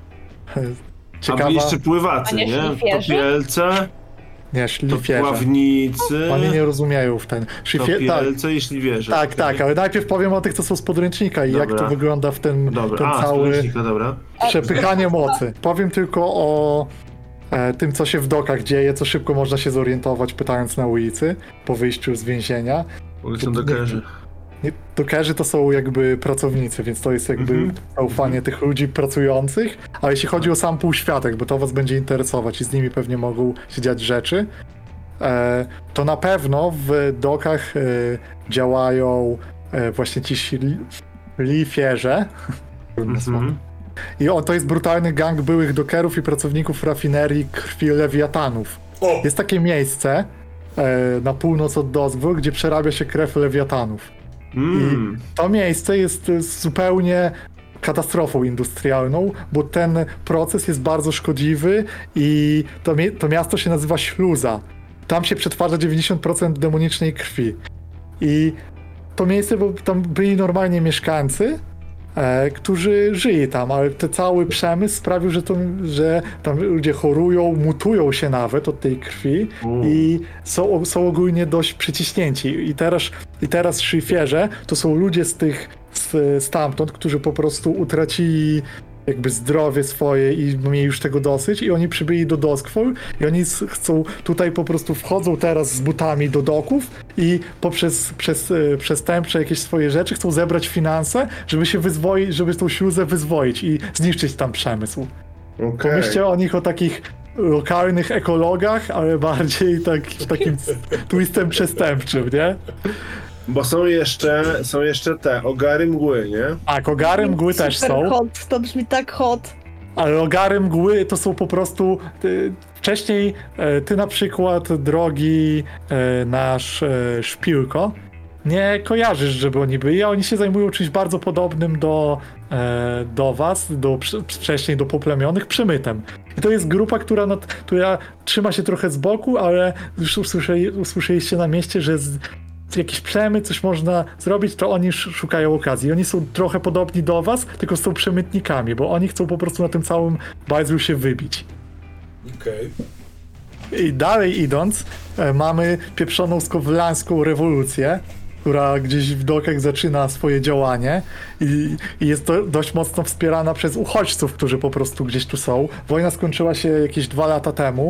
A wy jeszcze pływacy, A nie nie? szlifierzy? Topielce, Nie, to Szlifierze. pławnicy, Oni nie rozumieją w ten. topielce i śliwierze. Tak, tak, ale najpierw powiem o tych, co są z podręcznika i jak Dobra. to wygląda w ten Dobra, cały podręcznika, dobra. przepychanie mocy. Powiem tylko o tym, co się w dokach dzieje, co szybko można się zorientować, pytając na ulicy po wyjściu z więzienia. Są dokerzy. Dokerzy to są jakby pracownicy, więc to jest jakby zaufanie tych ludzi pracujących, a jeśli chodzi o sam półświatek, bo to was będzie interesować i z nimi pewnie mogą się dziać rzeczy, to na pewno w dokach działają właśnie ci szlifierze. Trudne słowo. I to jest brutalny gang byłych dokerów i pracowników rafinerii krwi lewiatanów. O! Jest takie miejsce na północ od Doskville, gdzie przerabia się krew lewiatanów. I to miejsce jest zupełnie katastrofą industrialną, bo ten proces jest bardzo szkodliwy i to miasto się nazywa Śluza. Tam się przetwarza 90% demonicznej krwi. I to miejsce, bo tam byli normalnie mieszkańcy, którzy żyli tam, ale ten cały przemysł sprawił, że tam ludzie chorują, mutują się nawet od tej krwi i są ogólnie dość przyciśnięci. I teraz szlifierze to są ludzie stamtąd, którzy po prostu utracili jakby zdrowie swoje i mieli już tego dosyć i oni przybyli do Doskville i oni chcą tutaj po prostu wchodzą teraz z butami do doków i poprzez przestępcze jakieś swoje rzeczy chcą zebrać finanse, żeby się wyzwolić, żeby tą śluzę wyzwolić i zniszczyć tam przemysł. Okej. Pomyślcie o nich, o takich lokalnych ekologach, ale bardziej takim twistem przestępczym, nie? Bo są jeszcze te ogary mgły, nie? Tak, ogary mgły też Super są. hot, to brzmi tak hot. Ale ogary mgły to są po prostu... Wcześniej ty na przykład, drogi nasz Szpilko, nie kojarzysz, żeby oni byli, a oni się zajmują czymś bardzo podobnym do was, wcześniej do poplemionych, przemytem. I to jest grupa, która trzyma się trochę z boku, ale już usłyszeliście na mieście, że jakiś przemyt, coś można zrobić, to oni szukają okazji. Oni są trochę podobni do was, tylko są przemytnikami, bo oni chcą po prostu na tym całym bajzlu się wybić. Okej. I dalej idąc, mamy pieprzoną skowlańską rewolucję, która gdzieś w dokach zaczyna swoje działanie i jest dość mocno wspierana przez uchodźców, którzy po prostu gdzieś tu są. Wojna skończyła się jakieś 2 lata temu,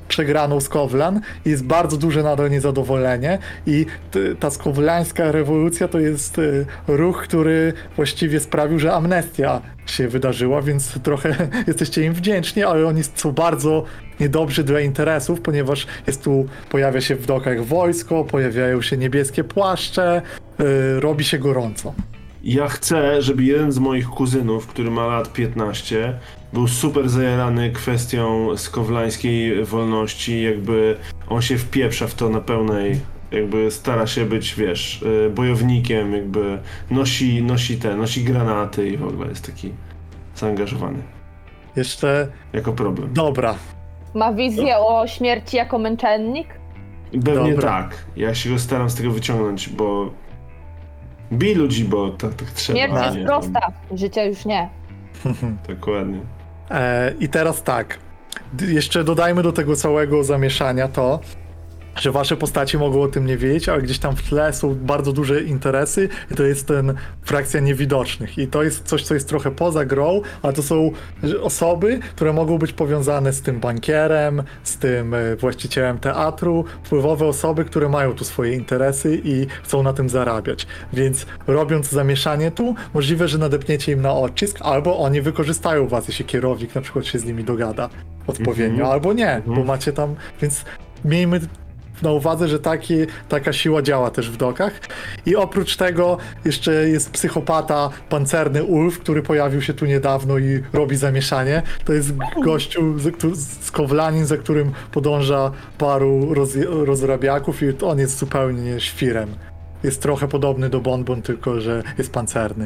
przegraną Skowlan i jest bardzo duże nadal niezadowolenie i ta skowlańska rewolucja to jest ruch, który właściwie sprawił, że amnestia się wydarzyła, więc trochę jesteście im wdzięczni, ale oni są bardzo niedobrzy dla interesów, ponieważ pojawia się w dokach wojsko, pojawiają się niebieskie płaszcze, robi się gorąco. Ja chcę, żeby jeden z moich kuzynów, który ma lat 15, był super zajarany kwestią skowlańskiej wolności, jakby on się wpieprza w to na pełnej, jakby stara się być, wiesz, bojownikiem, jakby nosi granaty i w ogóle jest taki zaangażowany. Jeszcze... Jako problem. Dobra. Ma wizję o śmierci jako męczennik? Pewnie Dobra. tak. Ja się go staram z tego wyciągnąć, bo bij ludzi, bo tak trzeba. Śmierć jest nie? prosta, życie już nie. Dokładnie. I teraz tak, jeszcze dodajmy do tego całego zamieszania to, że wasze postacie mogą o tym nie wiedzieć, ale gdzieś tam w tle są bardzo duże interesy i to jest frakcja niewidocznych. I to jest coś, co jest trochę poza grą, ale to są osoby, które mogą być powiązane z tym bankierem, z tym właścicielem teatru, wpływowe osoby, które mają tu swoje interesy i chcą na tym zarabiać. Więc robiąc zamieszanie tu, możliwe, że nadepniecie im na odcisk, albo oni wykorzystają was, jeśli kierownik na przykład się z nimi dogada odpowiednio, albo nie, bo macie tam, więc miejmy na uwadze, że taka siła działa też w dokach. I oprócz tego jeszcze jest psychopata, pancerny Ulf, który pojawił się tu niedawno i robi zamieszanie. To jest gościu, skowlanin, za którym podąża paru rozrabiaków i on jest zupełnie świrem. Jest trochę podobny do Bonbon, tylko że jest pancerny.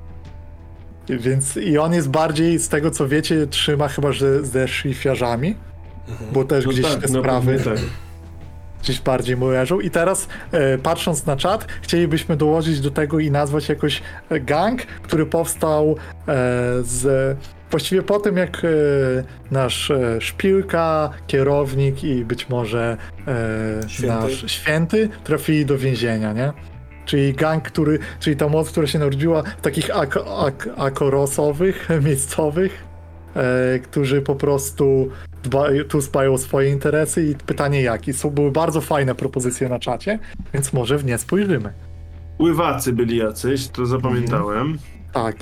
Więc i on jest bardziej, z tego co wiecie, trzyma chyba, że ze szlifiarzami, bo też No gdzieś tak, te sprawy... tak. Gdzieś bardziej mu leżą. I teraz patrząc na czat, chcielibyśmy dołożyć do tego i nazwać jakoś gang, który powstał właściwie po tym, jak nasz szpilka, kierownik i być może nasz święty trafili do więzienia, nie? Czyli gang, czyli ta moc, która się narodziła w takich akorosowych, miejscowych, którzy po prostu dbają o swoje interesy i pytanie jaki. Były bardzo fajne propozycje na czacie, więc może w nie spojrzymy. Pływacy byli jacyś, to zapamiętałem. Tak.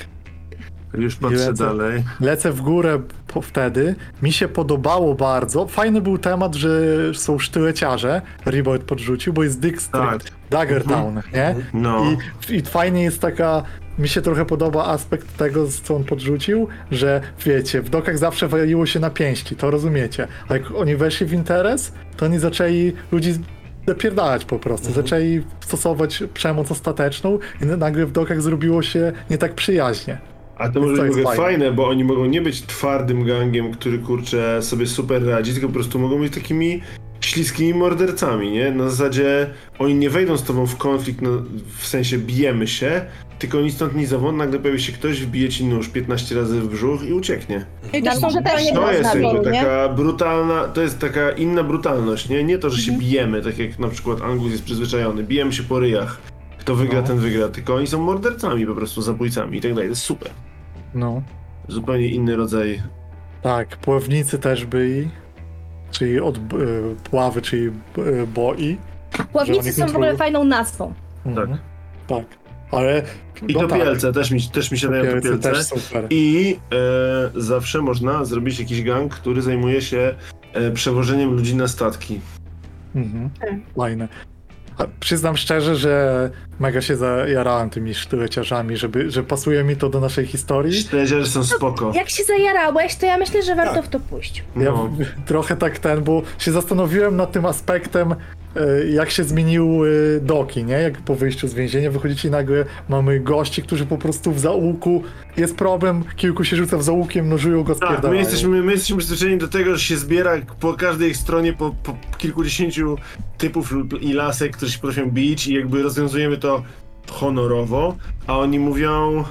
Już patrzę dalej. Lecę w górę wtedy. Mi się podobało bardzo. Fajny był temat, że są sztyleciarze. Ribold podrzucił, bo jest District, Daggertown, nie? No. I fajnie jest mi się trochę podoba aspekt tego, co on podrzucił, że wiecie, w dokach zawsze waliło się na pięści, to rozumiecie. A jak oni weszli w interes, to oni zaczęli ludzi zapierdalać po prostu. Zaczęli stosować przemoc ostateczną i nagle w dokach zrobiło się nie tak przyjaźnie. A to może być fajne, bo oni mogą nie być twardym gangiem, który kurczę sobie super radzi, tylko po prostu mogą być takimi śliskimi mordercami, nie? Na zasadzie oni nie wejdą z tobą w konflikt, w sensie bijemy się, tylko ni stąd ni zowąd nagle pojawi się ktoś, wbije ci nóż 15 razy w brzuch i ucieknie. I też są że też nie zupełnie To jest naboru, jakby nie? taka brutalna, to jest taka inna brutalność, nie? Nie to, że się bijemy, tak jak na przykład Angus jest przyzwyczajony, bijemy się po ryjach, kto wygra, ten wygra, tylko oni są mordercami po prostu, zabójcami i tak dalej, to jest super. No. Zupełnie inny rodzaj. Tak, pławnicy też byli, czyli od pławy, czyli boi. Pławnicy są w ogóle fajną nazwą. Mhm. Tak, ale... I no topielce, też mi się dają topielce. też super. I zawsze można zrobić jakiś gang, który zajmuje się przewożeniem ludzi na statki. Mhm. Fajne. A przyznam szczerze, że mega się zajarałem tymi sztyleciarzami, że pasuje mi to do naszej historii. Sztyleciarze są spoko. Jak się zajarałeś, to ja myślę, że warto Tak. w to pójść. Ja No. trochę tak bo się zastanowiłem nad tym aspektem, jak się zmieniły doki, nie? Jak po wyjściu z więzienia wychodzicie i nagle mamy gości, którzy po prostu w zaułku, jest problem, kilku się rzuca w zaułkiem, nożują go, Tak, spierdalają. my jesteśmy przyzwyczajeni do tego, że się zbiera po każdej stronie po kilkudziesięciu typów i lasek, którzy się potrafią bić i jakby rozwiązujemy to honorowo, a oni mówią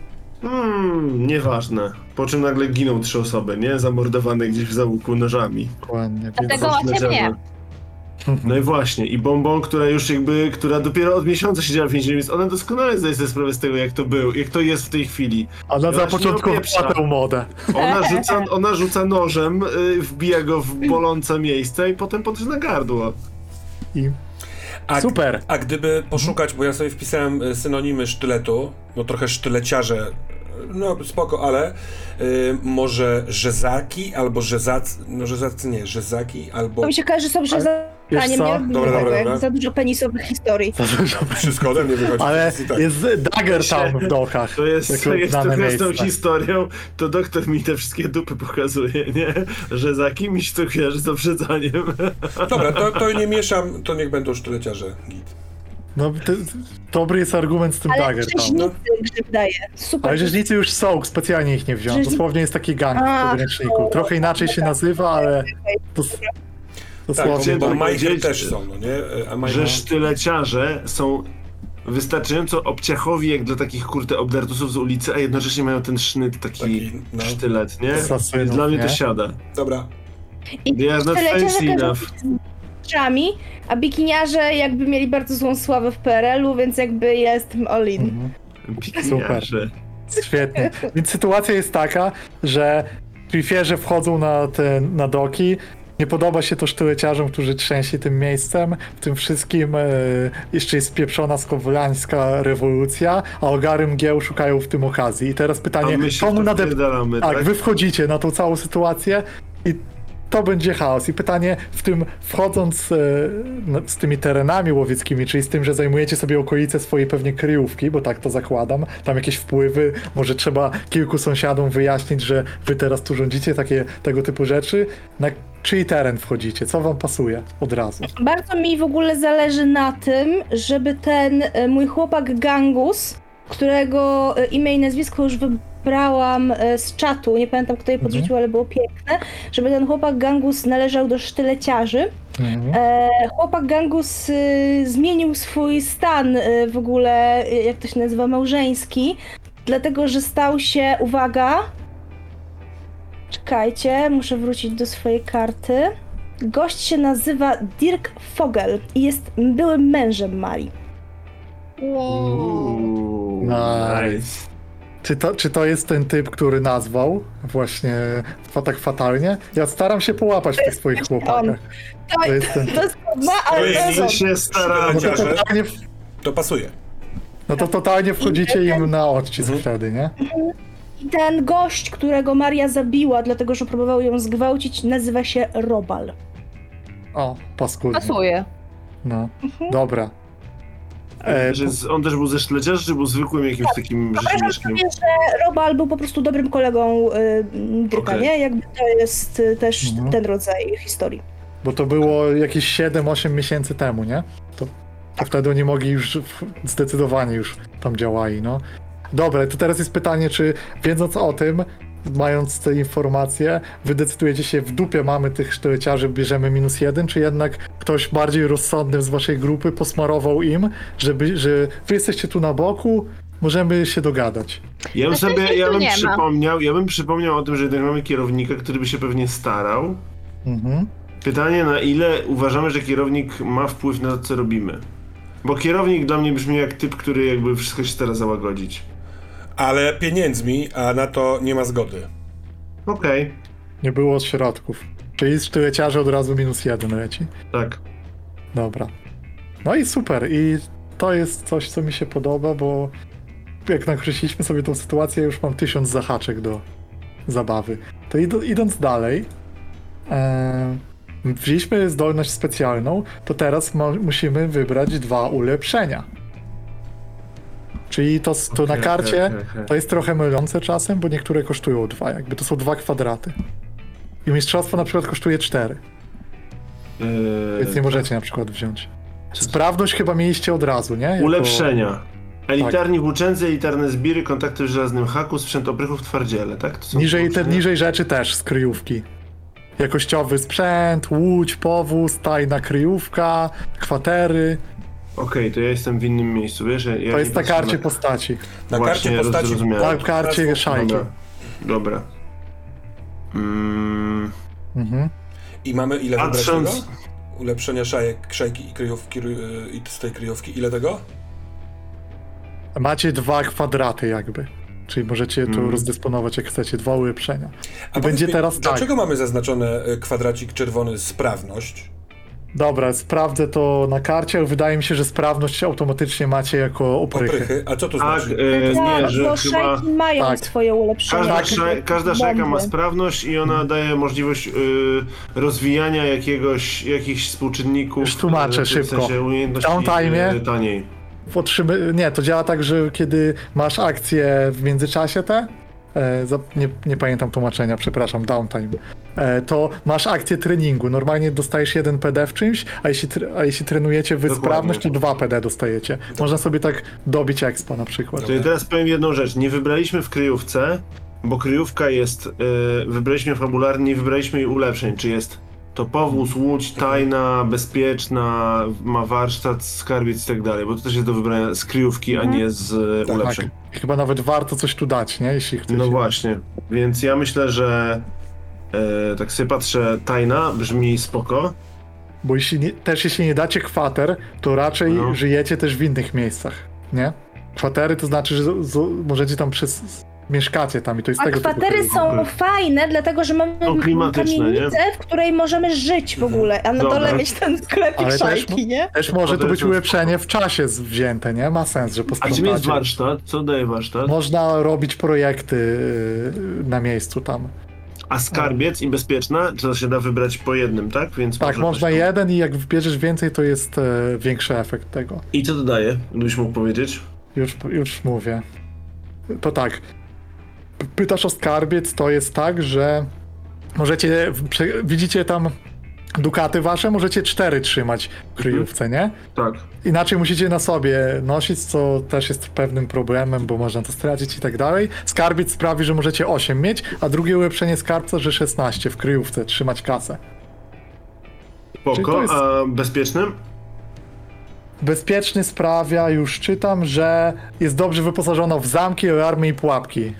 nieważne. Po czym nagle giną 3 osoby, nie? Zamordowane gdzieś w zaułku nożami. Dokładnie. Dlatego macie mnie. No i właśnie, i Bonbon, która dopiero od miesiąca siedziała w więzieniu, więc ona doskonale zdaje sobie sprawę z tego, jak to jest w tej chwili. Ona Ja za się początkowała nie tę modę. Ona rzuca nożem, wbija go w bolące miejsce i potem podrzyna gardło. I super. A gdyby poszukać, bo ja sobie wpisałem synonimy sztyletu, no trochę sztyleciarze, no spoko, ale może rzezaki albo rzezacy nie, rzezaki albo... To mi się każe, że są Wiesz rzezaniem, co? nie robimy Dobra, tego, dobra, jak dobra. za dużo penisowych historii. Wszystko ode mnie wychodzi. Ale Tak. jest Dagger Town w dołkach. To jest jako znane trochę z tą miejsce. historią, to doktor mi te wszystkie dupy pokazuje, nie? Że za kimś to kojarzy z uprzedzaniem. Dobra, to nie mieszam, to niech będą sztyleciarze. Git. No, dobry jest argument z tym Ale Dagger Town. rzeźnicy grzyb daje. Super. Ale rzeźnicy już są, specjalnie ich nie wziąłem. Rzeźni- Dosłownie jest taki gang w podręczniku. Trochę inaczej się nazywa, ale Tak, dosłownie. bo tak Majcher powiedzieć, też są, no nie? A Że sztyleciarze są wystarczająco obciachowi jak dla takich obdartusów z ulicy, a jednocześnie mają ten sznyt taki no. sztylet, nie? Asasynów, Więc dla mnie to nie? siada. Dobra. I They are not sztyleciarze fancy każą enough. z rzeczami, a bikiniarze jakby mieli bardzo złą sławę w PRL-u, więc jakby jestem all in. Mhm. Pikniarze. Świetnie. Więc sytuacja jest taka, że trifierze wchodzą na doki. Nie podoba się to sztyleciarzom, którzy trzęsi tym miejscem. W tym wszystkim jeszcze jest spieprzona skowlańska rewolucja, a ogary mgieł szukają w tym okazji. I teraz pytanie, A my się komu w to nadepnąć? wpierdalamy, Tak, tak? wy wchodzicie na tą całą sytuację i to będzie chaos. I pytanie, w tym wchodząc z tymi terenami łowieckimi, czyli z tym, że zajmujecie sobie okolice swojej pewnie kryjówki, bo tak to zakładam, tam jakieś wpływy, może trzeba kilku sąsiadom wyjaśnić, że wy teraz tu rządzicie, tego typu rzeczy. Na czyj teren wchodzicie? Co wam pasuje od razu? Bardzo mi w ogóle zależy na tym, żeby ten mój chłopak Gangus, którego imię i nazwisko już wybrałam z czatu, nie pamiętam kto je podrzucił, ale było piękne, żeby ten chłopak Gangus należał do sztyleciarzy. Chłopak Gangus zmienił swój stan w ogóle, jak to się nazywa, małżeński, dlatego że stał się, uwaga, czekajcie, muszę wrócić do swojej karty. Gość się nazywa Dirk Fogel i jest byłym mężem Marii. Nice. Czy to jest ten typ, który nazwał właśnie tak fatalnie? Ja staram się połapać w tych swoich chłopakach. To jest ten... To jest trudne, ale to jest- jest się staramy. No to Sztyleciarze. totalnie, To pasuje. totalnie wchodzicie im na odcisk wtedy, nie? I ten gość, którego Maria zabiła, dlatego że próbował ją zgwałcić, nazywa się Robal. O, paskudnie. Pasuje. No, dobra. On też był ze sztyleciarzy, czy był zwykłym jakimś takim rzeczywiczkiem? Powiem, że Robal był po prostu dobrym kolegą Dirka, Okej. nie? Jakby to jest też ten rodzaj historii. Bo to było jakieś 7-8 miesięcy temu, nie? To wtedy oni mogli już zdecydowanie już tam działali, no. Dobra, to teraz jest pytanie, czy wiedząc o tym, mając te informacje, wy decydujecie się, w dupie mamy tych sztyleciarzy, bierzemy -1, czy jednak ktoś bardziej rozsądny z waszej grupy posmarował im, że wy jesteście tu na boku, możemy się dogadać. Ja bym Na szczęście tu nie ma. przypomniał o tym, że jednak mamy kierownika, który by się pewnie starał. Mhm. Pytanie, na ile uważamy, że kierownik ma wpływ na to, co robimy? Bo kierownik dla mnie brzmi jak typ, który jakby wszystko się stara załagodzić. Ale pieniędzmi, a na to nie ma zgody. Okej, Nie było od środków. Czyli sztyleciarze od razu -1 leci. tak. Dobra. No i super. I to jest coś, co mi się podoba, bo jak nakreśliliśmy sobie tą sytuację, już mam 1000 zahaczek do zabawy. To idąc dalej, wzięliśmy zdolność specjalną, to teraz musimy wybrać 2 ulepszenia. Czyli to na karcie okej. to jest trochę mylące czasem, bo niektóre kosztują 2, jakby to są 2 kwadraty. I mistrzostwo na przykład kosztuje 4, więc nie możecie na przykład wziąć. Sprawność chyba mieliście od razu, nie? Jako... Ulepszenia. Elitarni włóczęcy, elitarne zbiry, kontakty w żelaznym haku, sprzęt oprychów, twardziele, tak? To są Niżej rzeczy też z kryjówki. Jakościowy sprzęt, łódź, powóz, tajna kryjówka, kwatery. Okej, to ja jestem w innym miejscu, wiesz? Ja To jest nie na patrzę karcie postaci. Na Właśnie, karcie postaci... zrozumiałem. Na karcie szajki. Dobra. Mhm. I mamy ile wybrać Patrząc... tego? ulepszenia szajki i kryjówki, i z tej kryjówki. Ile tego? Macie 2 kwadraty jakby. Czyli możecie to rozdysponować jak chcecie, 2 ulepszenia. I będzie teraz tak. Dlaczego mamy zaznaczone kwadracik czerwony sprawność? Dobra, sprawdzę to na karcie, ale wydaje mi się, że sprawność automatycznie macie jako oprychy. A co to Tak, znaczy? nie, że bo chyba szajki mają tak. swoje ulepszenia. każda szajka ma Bomby. sprawność i ona daje możliwość rozwijania jakichś współczynników. Już tłumaczę w szybko. sensie umiejętności Downtime taniej. Nie, to działa tak, że kiedy masz akcje w międzyczasie nie pamiętam tłumaczenia, przepraszam, downtime, to masz akcję treningu. Normalnie dostajesz 1 PD w czymś, a jeśli trenujecie sprawność, to 2 PD dostajecie. Można sobie tak dobić expa na przykład. To ja teraz powiem jedną rzecz. Nie wybraliśmy w kryjówce, bo kryjówka jest, wybraliśmy fabularnie, nie wybraliśmy jej ulepszeń, czy jest to powóz, łódź, tajna, bezpieczna, ma warsztat, skarbiec i tak dalej, bo to też jest do wybrania z kryjówki, a nie z ulepszeń. Tak. Chyba nawet warto coś tu dać, nie? Jeśli chcecie. No właśnie, więc ja myślę, że tak sobie patrzę, tajna brzmi spoko. Bo jeśli nie dacie kwater, to raczej żyjecie też w innych miejscach, nie? Kwatery to znaczy, że możecie tam mieszkacie tam i to jest A tego kwatery typu są fajne, dlatego że mamy kamienicę, w której możemy żyć w ogóle, a na dole mieć ten sklepik ale szajki, nie? Też może to być ulepszenie w czasie wzięte, nie? Ma sens, że A posprzątacie. czym jest warsztat? Co daje warsztat? Można robić projekty na miejscu tam. A skarbiec i bezpieczna, to się da wybrać po jednym, tak? Więc Tak, może można coś tam- jeden i jak wybierzesz więcej, to jest większy efekt tego. I co to daje, gdybyś mógł powiedzieć? Już mówię. To tak. Pytasz o skarbiec, to jest tak, że widzicie tam dukaty wasze, możecie 4 trzymać w kryjówce, nie? Tak. Inaczej musicie na sobie nosić, co też jest pewnym problemem, bo można to stracić i tak dalej. Skarbiec sprawi, że możecie 8 mieć, a drugie ulepszenie skarbca, że 16 w kryjówce, trzymać kasę. Czyli Spoko, to jest- a bezpiecznym? Bezpieczny sprawia, już czytam, że jest dobrze wyposażona w zamki, alarmy i pułapki.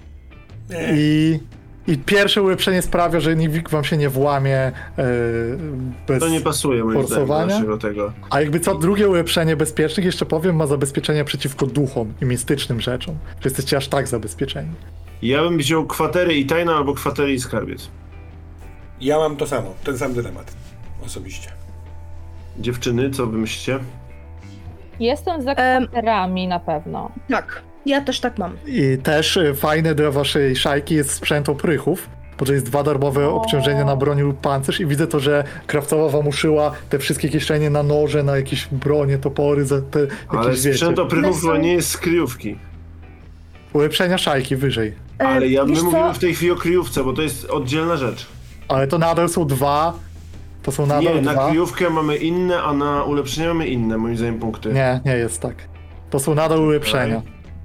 I pierwsze ulepszenie sprawia, że nikt wam się nie włamie bez To nie pasuje moim zdaniem do forsowania. naszego tego. A jakby co, drugie ulepszenie bezpiecznych, jeszcze powiem, ma zabezpieczenia przeciwko duchom i mistycznym rzeczom. Że jesteście aż tak zabezpieczeni. Ja bym wziął kwatery i tajna, albo kwatery i skarbiec. Ja mam to samo, ten sam dylemat. Osobiście. Dziewczyny, co wy myślicie? Jestem za kwaterami na pewno. Tak, ja też tak mam. I też fajne dla waszej szajki jest sprzęt oprychów, bo to jest 2 darmowe obciążenia na broni lub pancerz i widzę to, że krawcowa wam uszyła te wszystkie kieszenie na noże, na jakieś bronie, topory, za te Ale jakieś, wiecie, sprzęt oprychów One są- chyba nie jest z kryjówki. ulepszenia szajki wyżej. Ale my wiesz co? mówimy w tej chwili o kryjówce, bo to jest oddzielna rzecz. Ale to nadal są 2. To są nadal Nie, na 2. kryjówkę mamy inne, a na ulepszenia mamy inne, moim zdaniem, punkty. Nie jest tak. To są nadal ulepszenia.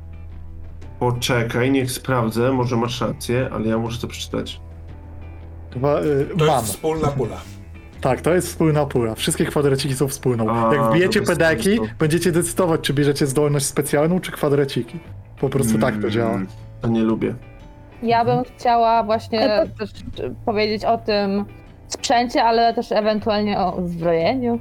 Poczekaj, niech sprawdzę, może masz rację, ale ja muszę to przeczytać. Chyba, To mam. jest wspólna pula. Tak, to jest wspólna pula. Wszystkie kwadraciki są wspólną. A, Jak wbijecie to bez pedeki, sensu. będziecie decydować, czy bierzecie zdolność specjalną, czy kwadraciki. Po prostu tak to działa. To nie lubię. Ja bym chciała właśnie też powiedzieć o tym sprzęcie, ale też ewentualnie o uzbrojeniu.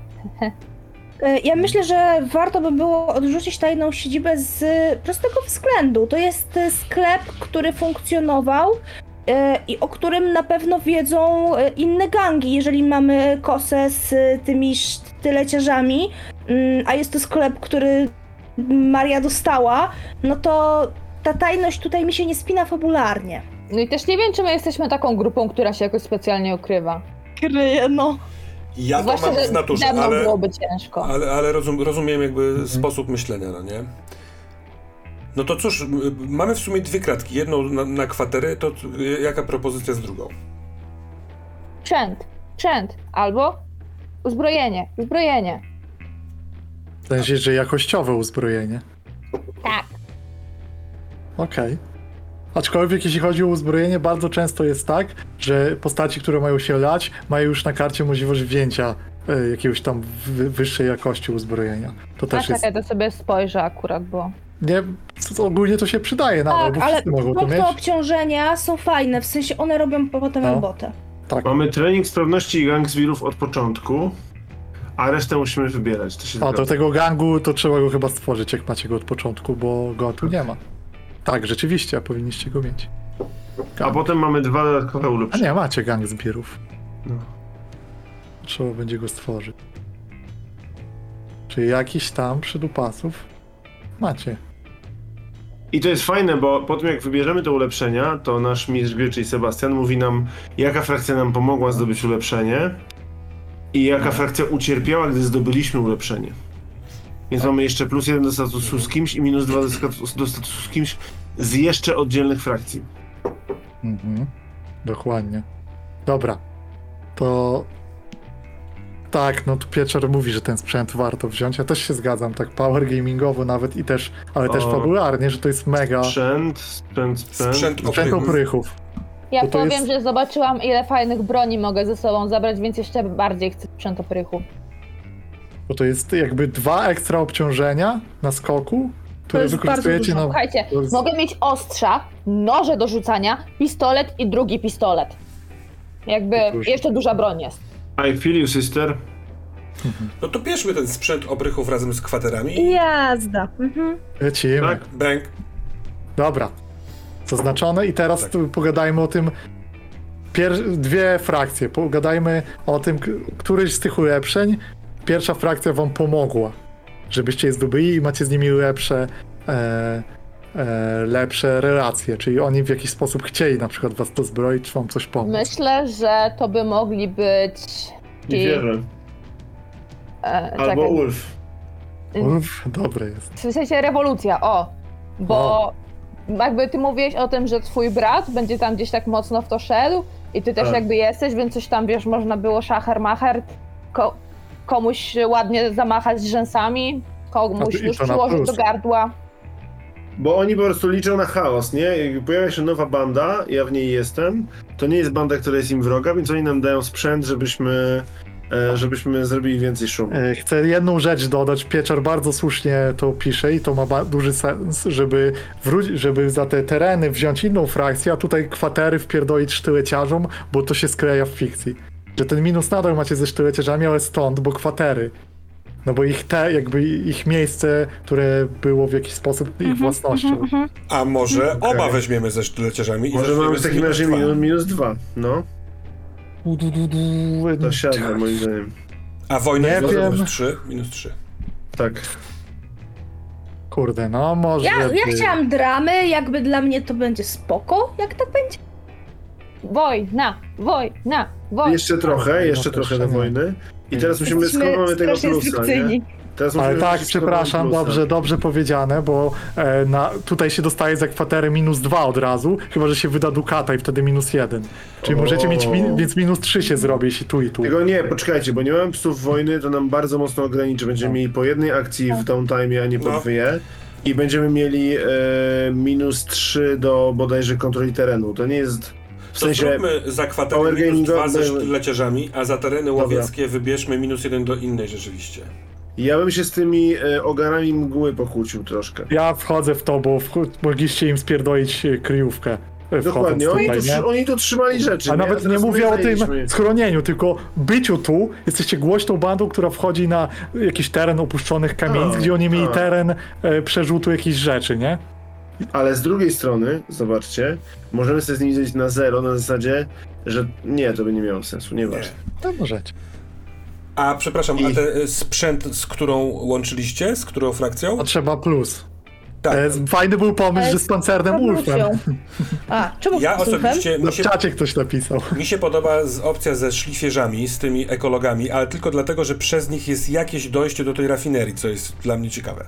Ja myślę, że warto by było odrzucić tajną siedzibę z prostego względu. To jest sklep, który funkcjonował i o którym na pewno wiedzą inne gangi. Jeżeli mamy kosę z tymi sztyleciarzami, a jest to sklep, który Maria dostała, no to ta tajność tutaj mi się nie spina fabularnie. No i też nie wiem, czy my jesteśmy taką grupą, która się jakoś specjalnie ukrywa. Kryje, no. Ja to Zwłaszcza, mam że w naturze, ze mną ale, byłoby ciężko. ale rozumiem jakby sposób myślenia, no nie? No to cóż, mamy w sumie 2 kratki, jedną na kwatery, to jaka propozycja z drugą? Sprzęt. Albo uzbrojenie. W sensie, że jakościowe uzbrojenie. Tak. Okej. Aczkolwiek jeśli chodzi o uzbrojenie, bardzo często jest tak, że postaci, które mają się lać, mają już na karcie możliwość wzięcia jakiegoś tam wyższej jakości uzbrojenia. To też jest... Ja to sobie spojrzę akurat, bo... Nie, ogólnie to się przydaje nadal, Tak, bo ale wszyscy mogą to mieć. punkty obciążenia są fajne, w sensie one robią potem No. robotę. Tak. Mamy trening sprawności i gang zwirów od początku. a resztę musimy wybierać. To się O, do zgadza. tego gangu to trzeba go chyba stworzyć, jak macie go od początku, bo go tu nie ma. Tak, rzeczywiście, powinniście go mieć. A potem mamy 2 dodatkowe A ulepszenia. nie, macie gang zbirów. No. Trzeba będzie go stworzyć. Czyli jakiś tam przydupasów macie. I to jest fajne, bo po tym jak wybierzemy te ulepszenia, to nasz mistrz gry, czyli Sebastian, mówi nam, jaka frakcja nam pomogła zdobyć ulepszenie i jaka frakcja ucierpiała, gdy zdobyliśmy ulepszenie. Więc mamy jeszcze +1 do statusu z kimś i -2 do statusu z kimś z jeszcze oddzielnych frakcji. Mhm. Dokładnie. Dobra. To... Tak, no tu Pieczar mówi, że ten sprzęt warto wziąć. Ja też się zgadzam, tak power gamingowo nawet i też, ale też O. fabularnie, że to jest mega Sprzęt Sprzęt sprzęt oprychów. Ja Bo to powiem, jest- że zobaczyłam, ile fajnych broni mogę ze sobą zabrać, więc jeszcze bardziej chcę sprzęt oprychu. Bo to jest jakby 2 ekstra obciążenia na skoku, które jest wykorzystujecie bardzo na... Słuchajcie, to jest- mogę mieć ostrza, noże do rzucania, pistolet i drugi pistolet. Jakby Dużo. jeszcze duża broń jest. I feel you, sister. No to bierzmy ten sprzęt oprychów razem z kwaterami. Jazda. Mhm. Lecimy. Tak? Bęk. Dobra. Zaznaczone i teraz Tak. tu pogadajmy o tym. Dwie frakcje. Pogadajmy o tym, któryś z tych ulepszeń pierwsza frakcja wam pomogła, żebyście je zdobyli i macie z nimi lepsze relacje, czyli oni w jakiś sposób chcieli na przykład was dozbroić, czy wam coś pomóc. Myślę, że to by mogli być Nie wierzę. Albo czekaj, Ulf. Uff, dobre jest. w sensie rewolucja, bo jakby ty mówiłeś o tym, że twój brat będzie tam gdzieś tak mocno w to szedł i ty też Tak. jakby jesteś, więc coś tam, wiesz, można było szacher-macher, komuś ładnie zamachać rzęsami, komuś I już to na przyłożyć plus. do gardła. Bo oni po prostu liczą na chaos, nie? Jak pojawia się nowa banda, ja w niej jestem, to nie jest banda, która jest im wroga, więc oni nam dają sprzęt, żebyśmy zrobili więcej szumu. Chcę jedną rzecz dodać. Pieczar bardzo słusznie to pisze i to ma duży sens, żeby za te tereny wziąć inną frakcję, a tutaj kwatery wpierdolić sztyleciarzom, bo to się skleja w fikcji. Że ten minus nadal macie ze sztyleciarzami, ale stąd, bo kwatery. No bo ich miejsce, które było w jakiś sposób ich własnością. A może Okej. oba weźmiemy ze sztyleciarzami i Może zaczniemy mamy w z takim razie -2. -2, no. To siadło moim zdaniem. A wojna Nie jest wiem. -3. Tak. Kurde, no może Ja by... chciałam dramy, jakby dla mnie to będzie spoko, jak tak będzie. Wojna. Jeszcze trochę do proszę, wojny. I teraz musimy, skąd Jesteśmy mamy tego strasznie plusa, nie? restrykcyjni. Teraz Ale musimy tak, wiedzieć, skąd przepraszam, mamy plusa. dobrze powiedziane, bo tutaj się dostaje za kwaterę -2 od razu, chyba że się wyda dukata i wtedy -1. Czyli O. możecie mieć, więc -3 się zrobi, jeśli tu i tu. Tego nie, poczekajcie, bo nie mamy psów wojny, to nam bardzo mocno ograniczy. Będziemy mieli po jednej akcji w downtime, a nie po No. dwie. I będziemy mieli -3 do bodajże kontroli terenu. To nie jest... W To sensie... zróbmy za kwaterę power gamingowe -2 ze były- sztyleciarzami, a za tereny Dobra. łowieckie wybierzmy -1 do innej rzeczywiście. Ja bym się z tymi ogarami mgły pokłócił troszkę. Ja wchodzę w to, bo mogliście im spierdolić kryjówkę. Dokładnie, wchodząc tutaj, nie? oni tu trzymali rzeczy. A nawet nie Teraz my mówię o tym zajęliśmy. schronieniu, tylko byciu tu. Jesteście głośną bandą, która wchodzi na jakiś teren opuszczonych kamienic, gdzie oni mieli teren przerzutu jakichś rzeczy, nie? Ale z drugiej strony, zobaczcie, możemy sobie z nimi zejść na 0 na zasadzie, że nie, to by nie miało sensu, nieważne. To możecie. A przepraszam, I- a ten sprzęt, z którą łączyliście, z którą frakcją? To trzeba plus. Tak, Fajny był pomysł, że z pancernym Ulfem. A, czemu ja z Ulfem? osobiście, Na czacie ktoś napisał. mi się podoba opcja ze szlifierzami, z tymi ekologami, ale tylko dlatego, że przez nich jest jakieś dojście do tej rafinerii, co jest dla mnie ciekawe.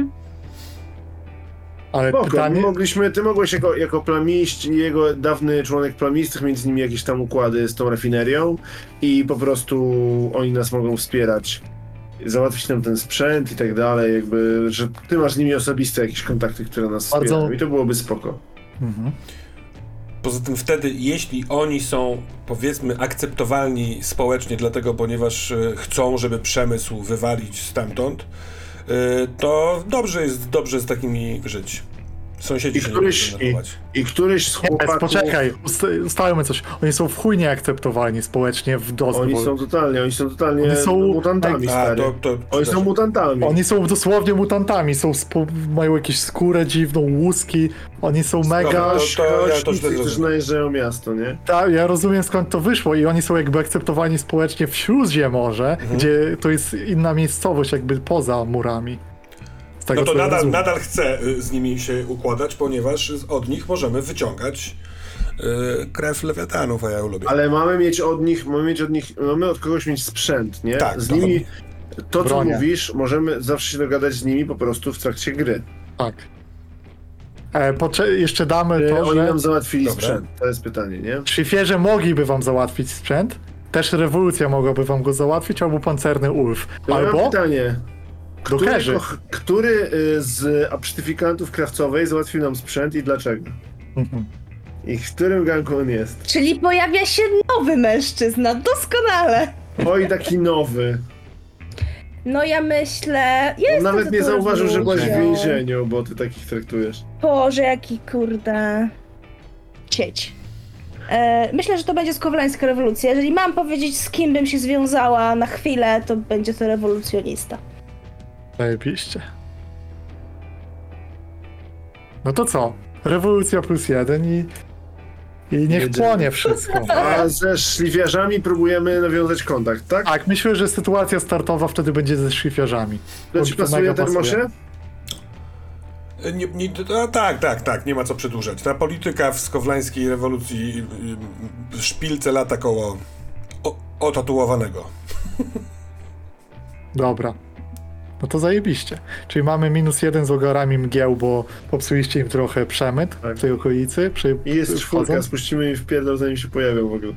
Ale Spoko, pytanie... ty mogłeś jako plamiść i jego dawny członek plamistych, między nimi jakieś tam układy z tą rafinerią i po prostu oni nas mogą wspierać, załatwić nam ten sprzęt i tak dalej, jakby, że ty masz z nimi osobiste jakieś kontakty, które nas Bardzo- wspierają i to byłoby spoko. Mhm. Poza tym wtedy, jeśli oni są, powiedzmy, akceptowalni społecznie, dlatego, ponieważ chcą, żeby przemysł wywalić stamtąd, to dobrze jest z takimi żyć. Sąsiedzi I się któryś, nie będą denerwować. i któryś z Nie, chłopaków... poczekaj, ustalmy coś. Oni są w chuj nieakceptowalni społecznie w Dustfall. Oni są totalnie Oni są- mutantami, A, stary. Oni są mutantami. Oni są dosłownie mutantami, mają jakąś skórę dziwną, łuski, oni są mega... ja to źle którzy zrozumiałem. najeżdżają miasto, nie? Ja rozumiem skąd to wyszło i oni są jakby akceptowani społecznie w Śródzie może, gdzie to jest inna miejscowość jakby poza murami. Z tego, No to co ja rozumiem. nadal chcę z nimi się układać, ponieważ od nich możemy wyciągać krew lewiatanów, a ja ją lubię. Ale mamy od kogoś mieć sprzęt, nie? Tak, z to nimi, to co Bronię. mówisz, możemy zawsze się dogadać z nimi po prostu w trakcie gry. Tak. Jeszcze damy to, Oni że nam załatwili Dobra. sprzęt, to jest pytanie, nie? szlifierze mogliby wam załatwić sprzęt, też rewolucja mogłaby wam go załatwić, albo pancerny Ulf. To ja mam Albo pytanie, dokerzy. który z apsztyfikantów krawcowej załatwił nam sprzęt i dlaczego? I w którym ganku on jest? Czyli pojawia się nowy mężczyzna, doskonale. Oj, taki nowy. No ja myślę... Ja On jestem nawet za nie tą zauważył, że byłaś w rewolucją. więzieniu, bo ty takich traktujesz. Boże, jaki kurde... Sieć. Myślę, że to będzie skowlańska rewolucja. Jeżeli mam powiedzieć, z kim bym się związała na chwilę, to będzie to rewolucjonista. Zajebiście. No to co? Rewolucja +1 i niech Jedziemy. płonie wszystko. A ze szlifiarzami próbujemy nawiązać kontakt, tak? Tak, myślę, że sytuacja startowa wtedy będzie ze szlifiarzami. To ci pasuje, mega Termosie? Tak, nie ma co przedłużać. Ta polityka w skowlańskiej rewolucji szpilce lata koło otatuowanego. Dobra. No to zajebiście. Czyli mamy -1 z ogarami mgieł, bo popsuliście im trochę przemyt Tak. w tej okolicy. I jest czwórka, wchodząc. spuścimy im w pierdol, zanim się pojawią w ogóle.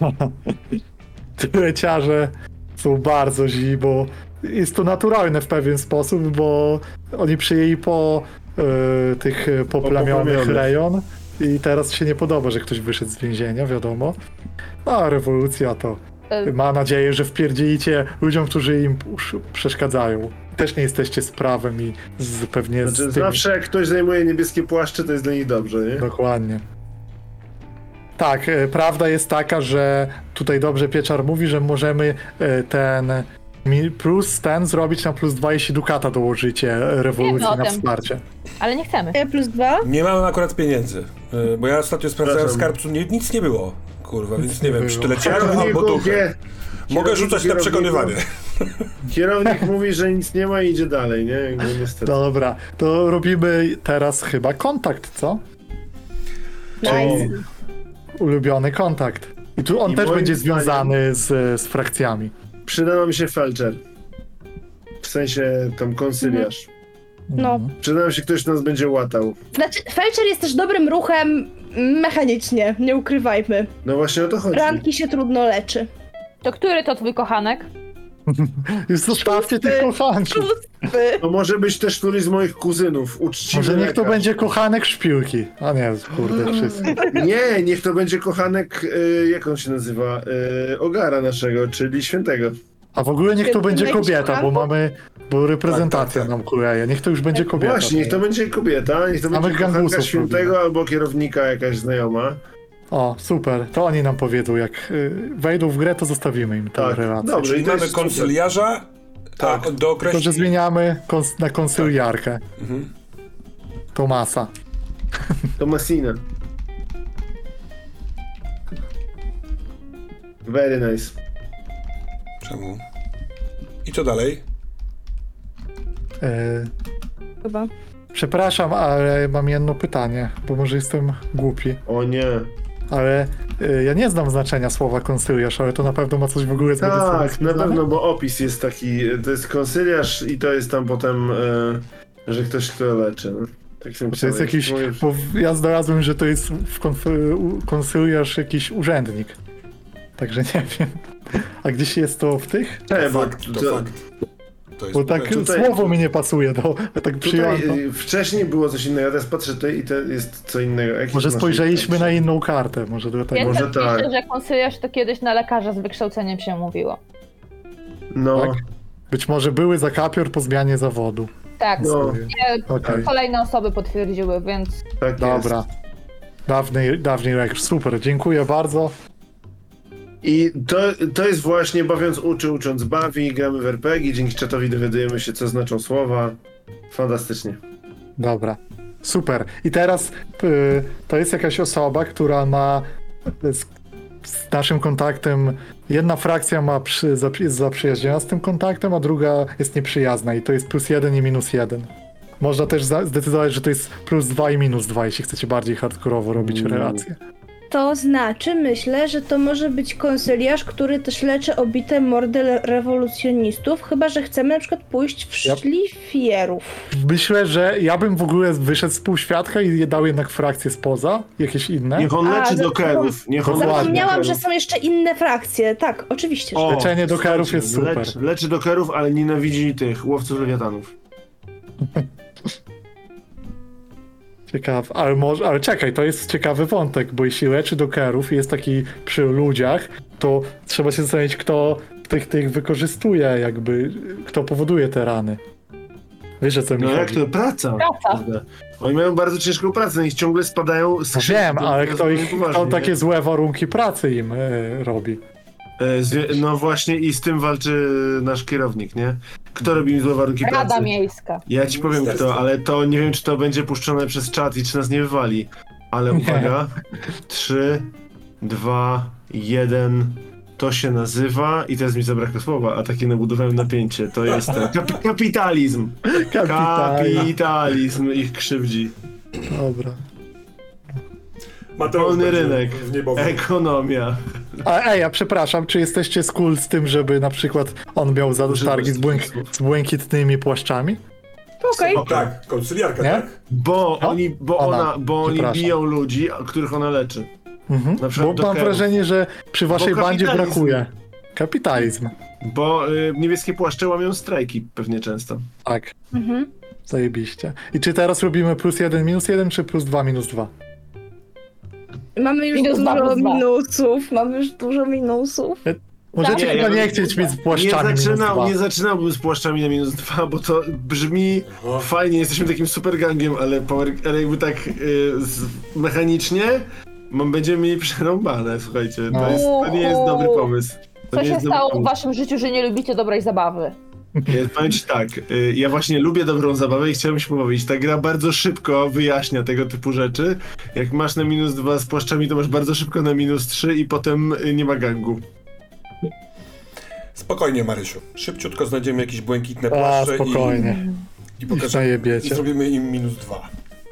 Leciarze są bardzo źli, bo jest to naturalne w pewien sposób, bo oni przyjęli po tych poplamionych poplamionych. rejon i teraz się nie podoba, że ktoś wyszedł z więzienia, wiadomo. A rewolucja to ma nadzieję, że wpierdzielicie ludziom, którzy im przeszkadzają. Też nie jesteście z prawem i pewnie z Znaczy, tym. zawsze jak ktoś zajmuje niebieskie płaszcze, to jest dla nich dobrze, nie? Dokładnie. Tak, prawda jest taka, że tutaj dobrze Pieczar mówi, że możemy ten +10 zrobić na +2, jeśli dukata dołożycie rewolucji Wiemy o na tym. wsparcie. Ale nie chcemy. +2? Nie mamy akurat pieniędzy, bo ja ostatnio sprawdzałem w Przepraszam. skarbcu, nic nie było. Kurwa, więc nie nie wiem, było. czy tyle ciara albo Kierowniku, duchę. Mogę rzucać na przekonywanie. Kierownik mówi, że nic nie ma i idzie dalej, nie? Jakby niestety. Dobra, to robimy teraz chyba kontakt, co? Nice. Ulubiony kontakt. I tu on I też moim będzie zdaniem- związany z frakcjami. Przyda nam się felczer. W sensie tam konsyliarz. No. Mhm. Przyda nam się ktoś, kto nas będzie łatał. Znaczy, felczer jest też dobrym ruchem mechanicznie, nie ukrywajmy. No właśnie o to chodzi. Ranki się trudno leczy. To który to twój kochanek? Już zostawcie tych kochanków. To może być też któryś z moich kuzynów, uczciwy Może niech to lekarz. będzie kochanek szpiłki. A nie, kurde, wszyscy. Nie, niech to będzie kochanek, jak on się nazywa? Ogara naszego, czyli świętego. A w ogóle niech to Świetny będzie jakiś kobieta, bo reprezentacja Tak. nam kuleje. Niech to już będzie kobieta. Właśnie, niech to będzie kobieta, niech to Samych będzie kochanka gangusów świętego robimy. albo kierownika jakaś znajoma. O, super. To oni nam powiedzą, jak wejdą w grę, to zostawimy im tę Tak, relację. dobrze. Czyli i to mamy jest super. konsyliarza, Tak. a Tylko, że dookreślić... zmieniamy na konsyliarkę. Mhm. Tomasa. Tomasina. Very nice. Czemu? I co dalej? E, Chyba. przepraszam, ale mam jedno pytanie, bo może jestem głupi. O nie. Ale ja nie znam znaczenia słowa konsyliarz, ale to na pewno ma coś w ogóle z medycyną Tak, na związane? pewno, bo opis jest taki, to jest konsyliarz i to jest tam potem, że ktoś, kto leczy. No. Tak sobie To jest jakiś, bo ja znalazłem, że to jest w konsyliarz jakiś urzędnik. Także nie wiem. A gdzieś jest to w tych? Nie, bo Fakt, to fakt. To jest Bo tak tutaj- słowo mi nie pasuje, to tak przyjąłem Tutaj to. wcześniej było coś innego, teraz patrzę tutaj i to jest co innego. Jaki Może to masz spojrzeliśmy list? na inną kartę, może dlatego. Może Pięter tak. pisze, że konsyliarz to kiedyś na lekarza z wykształceniem się mówiło. No, Tak? Być może były zakapior po zmianie zawodu. Tak, No, Okej. kolejne osoby potwierdziły, więc tak Dobra. Dawniej rekord. Super, dziękuję bardzo. I to jest właśnie bawiąc uczy, ucząc bawi, gramy w RPG, dzięki czatowi dowiadujemy się, co znaczą słowa. Fantastycznie. Dobra. Super. I teraz to jest jakaś osoba, która ma z naszym kontaktem, jedna frakcja jest zaprzyjaźniona z tym kontaktem, a druga jest nieprzyjazna i to jest +1 i -1. Można też zdecydować, że to jest +2 i -2, jeśli chcecie bardziej hardkorowo robić relacje. To znaczy, myślę, że to może być konsyliarz, który też leczy obite mordy rewolucjonistów, chyba że chcemy na przykład pójść w szlifierów. Myślę, że ja bym w ogóle wyszedł z półświadka i dał jednak frakcje spoza, jakieś inne. Niech on leczy dokerów. Niech on leczy Zapomniałam, że dokerów. są jeszcze inne frakcje. Tak, oczywiście. Że... O, Leczenie dokerów jest słuchajcie, super. Leczy dokerów, ale nienawidzi tych łowców lewiatanów. Ciekawe, ale czekaj, to jest ciekawy wątek, bo jeśli leczy dokerów i jest taki przy ludziach, to trzeba się zastanowić, kto tych wykorzystuje, jakby, kto powoduje te rany. Wiesz, o co mi No jak chodzi? to? Praca. Prawda. Oni mają bardzo ciężką pracę, ich ciągle spadają z No wiem, ale to kto jest poważnie, takie nie? złe warunki pracy im robi. No właśnie i z tym walczy nasz kierownik, nie? Kto robi mi złe warunki Rada pracy? Miejska. Ja ci powiem kto, ale to nie wiem, czy to będzie puszczone przez czat i czy nas nie wywali. Ale uwaga. 3, 2, 1. To się nazywa, i teraz mi zabrakło słowa, a takie nabudowałem napięcie. To jest ten kapitalizm. Kapitalizm ich krzywdzi. Dobra. Mateusz Wolny będzie rynek. w niebowym. Ekonomia. Ja przepraszam, czy jesteście cool z tym, żeby na przykład on miał targi z błękitnymi płaszczami? Okej. O, tak, konsyliarka, Nie? tak? Bo No, oni przepraszam. biją ludzi, których ona leczy. Mhm. Na przykład Bo mam dokerów. wrażenie, że przy waszej bandzie kapitalizm. brakuje. Kapitalizm. Bo niebieskie płaszcze łamią strajki pewnie często. Tak, Mhm. zajebiście. I czy teraz robimy +1, -1, czy +2, -2? Mamy już Minus dwa, dużo plus dwa. minusów. Mamy już dużo minusów. Możecie Nie, chyba ja nie bym- chcieć mieć z płaszczami -2. Nie zaczynałbym z płaszczami na -2, bo to brzmi O. fajnie, jesteśmy takim super gangiem, ale jakby tak mechanicznie będziemy mieli przerąbane, słuchajcie. No. To nie jest dobry pomysł. To Co nie się jest dobry stało w pomysł. waszym życiu, że nie lubicie dobrej zabawy? Powiem ci tak, ja właśnie lubię dobrą zabawę i chciałbym się pobawić. Ta gra bardzo szybko wyjaśnia tego typu rzeczy. Jak masz na -2 z płaszczami, to masz bardzo szybko na -3 i potem nie ma gangu. Spokojnie, Marysiu. Szybciutko znajdziemy jakieś błękitne A, płaszcze spokojnie. i Ich pokażemy. I najebiecie. zrobimy im -2.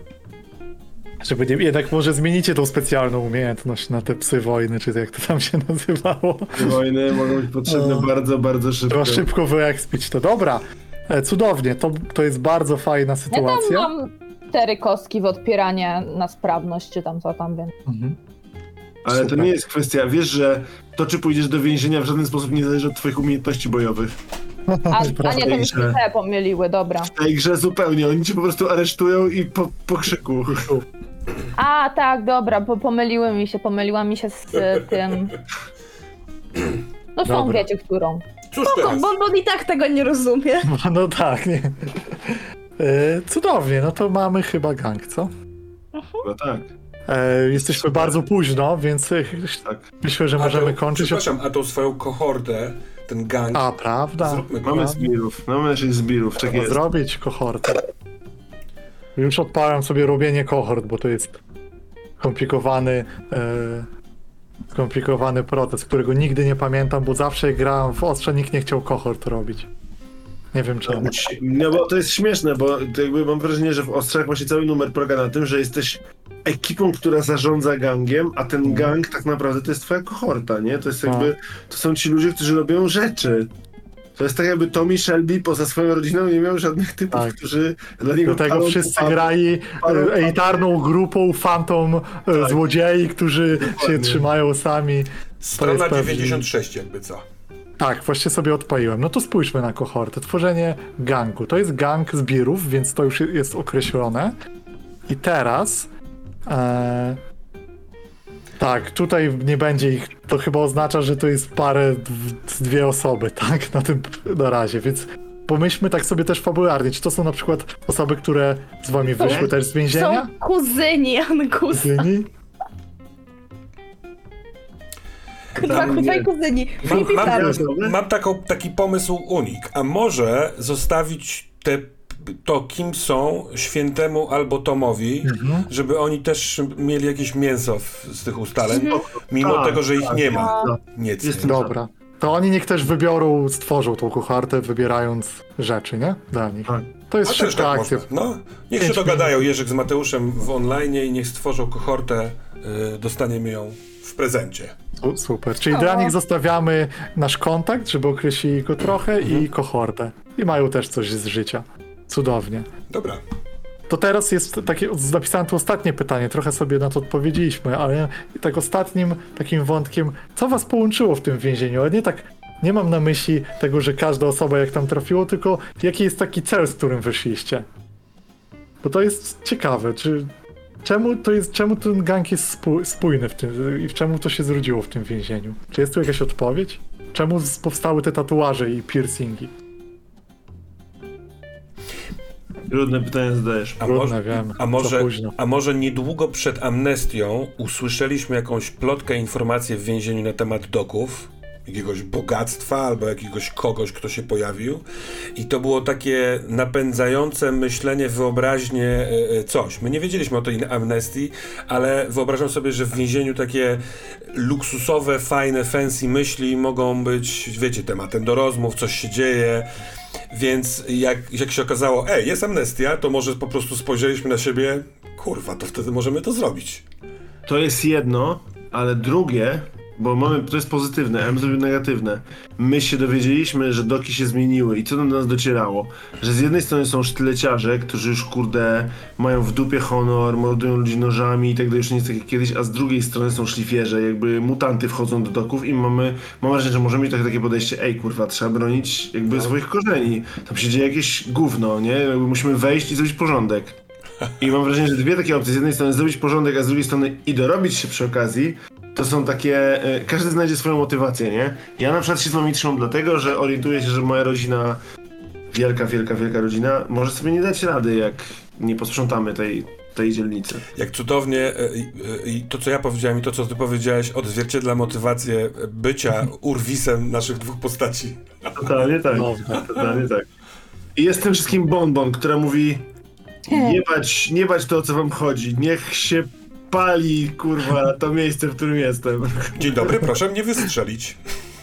Żeby nie, jednak może zmienicie tą specjalną umiejętność na te psy wojny, czy jak to tam się nazywało. Te wojny mogą być potrzebne bardzo, bardzo szybko. Trzeba szybko wyekspić to. Dobra, cudownie, to jest bardzo fajna Ja tam sytuacja. mam 4 kostki w odpieranie na sprawność, czy tam co tam, więc... Mhm. Ale to Super. nie jest kwestia, wiesz, że to, czy pójdziesz do więzienia, w żaden sposób nie zależy od twoich umiejętności bojowych. A nie, to mi się że- te pomyliły, dobra. W tej grze zupełnie, oni cię po prostu aresztują i po krzyku. A, tak, dobra, pomyliła mi się z tym... No są, Dobra. wiecie, którą. Cóż teraz? Bo i tak tego nie rozumie. No tak, nie. Cudownie, no to mamy chyba gang, co? No tak, Jesteśmy bardzo późno, więc tak. myślę, że możemy kończyć. Przepraszam, a tą swoją kohortę, ten gang, A, prawda? zróbmy go. Mamy zbirów, mamy naszych zbirów, tak Trzeba jest. zrobić kohortę. Już odpalam sobie robienie kohort, bo to jest skomplikowany proces, którego nigdy nie pamiętam, bo zawsze jak grałem w Ostrze, nikt nie chciał kohort robić. Nie wiem czemu. No bo to jest śmieszne, bo to jakby mam wrażenie, że w Ostrzach właśnie cały numer polega na tym, że jesteś ekipą, która zarządza gangiem, a ten gang tak naprawdę to jest twoja kohorta, nie? To jest jakby, to są ci ludzie, którzy robią rzeczy. To jest tak jakby Tommy Shelby poza swoją rodziną nie miał żadnych typów, Tak. którzy dla niego Do tego palą wszyscy pupa- grali elitarną grupą fantom złodziei, którzy się Dokładnie. trzymają sami. Strona jest pewnie- 96 jakby co. Tak, właśnie sobie odpaliłem. No to spójrzmy na kohortę. Tworzenie gangu. To jest gang zbirów, więc to już jest określone. I teraz... tak, tutaj nie będzie ich... To chyba oznacza, że to jest parę, z 2 osoby, tak? Na razie, więc pomyślmy tak sobie też fabularnie, czy to są na przykład osoby, które z wami wyszły też z więzienia? Są kuzyni, Angus. Kuzyni? Dwaj kuzyni. Filip i Flary. Mam taki pomysł unik, a może zostawić to, kim są Świętemu albo Tomowi, żeby oni też mieli jakieś mięso z tych ustaleń, mimo tego, że ich nie ma. Dobra. To oni niech też stworzą tą kohartę, wybierając rzeczy, nie? Dla nich. To jest szybka akcja. No, niech się dogadają Jerzyk z Mateuszem w online i niech stworzą kohortę, dostaniemy ją w prezencie. Super. Czyli dla nich zostawiamy nasz kontakt, żeby określili go trochę i kohortę. I mają też coś z życia. Cudownie. Dobra. To teraz jest takie, zapisałem tu ostatnie pytanie, trochę sobie na to odpowiedzieliśmy, ale tak ostatnim takim wątkiem, co was połączyło w tym więzieniu? Ale nie mam na myśli tego, że każda osoba jak tam trafiło, tylko jaki jest taki cel, z którym wyszliście? Bo to jest ciekawe, czemu ten gang jest spójny w tym i czemu to się zrodziło w tym więzieniu? Czy jest tu jakaś odpowiedź? Czemu powstały te tatuaże i piercingi? Trudne pytanie zadajesz. A może niedługo przed amnestią usłyszeliśmy jakąś plotkę, informację w więzieniu na temat doków, jakiegoś bogactwa albo jakiegoś kogoś, kto się pojawił i to było takie napędzające myślenie, wyobraźnię coś. My nie wiedzieliśmy o tej amnestii, ale wyobrażam sobie, że w więzieniu takie luksusowe, fajne, fancy myśli mogą być, wiecie, tematem do rozmów, coś się dzieje. Więc jak się okazało, jest amnestia, to może po prostu spojrzeliśmy na siebie, kurwa, to wtedy możemy to zrobić. To jest jedno, ale drugie, bo to jest pozytywne, ja bym zrobił negatywne. My się dowiedzieliśmy, że doki się zmieniły i co do nas docierało? Że z jednej strony są sztyleciarze, którzy już mają w dupie honor, mordują ludzi nożami i tak dalej, już nie jest tak jak kiedyś, a z drugiej strony są szlifierze, jakby mutanty wchodzą do doków i mam wrażenie, że możemy mieć takie podejście, kurwa, trzeba bronić jakby swoich korzeni. Tam się dzieje jakieś gówno, nie? Jakby musimy wejść i zrobić porządek. I mam wrażenie, że dwie takie opcje, z jednej strony zrobić porządek, a z drugiej strony i dorobić się przy okazji, to są takie, każdy znajdzie swoją motywację, nie? Ja na przykład się z wami trzymam dlatego, że orientuję się, że moja rodzina, wielka rodzina, może sobie nie dać rady, jak nie posprzątamy tej dzielnicy. Jak cudownie i to, co ja powiedziałem i to, co ty powiedziałeś, odzwierciedla motywację bycia urwisem naszych dwóch postaci. Totalnie tak, totalnie tak. I jest tym wszystkim bonbon, która mówi nie bać to, o co wam chodzi, niech się pali, kurwa, to miejsce, w którym jestem. Dzień dobry, proszę mnie wystrzelić.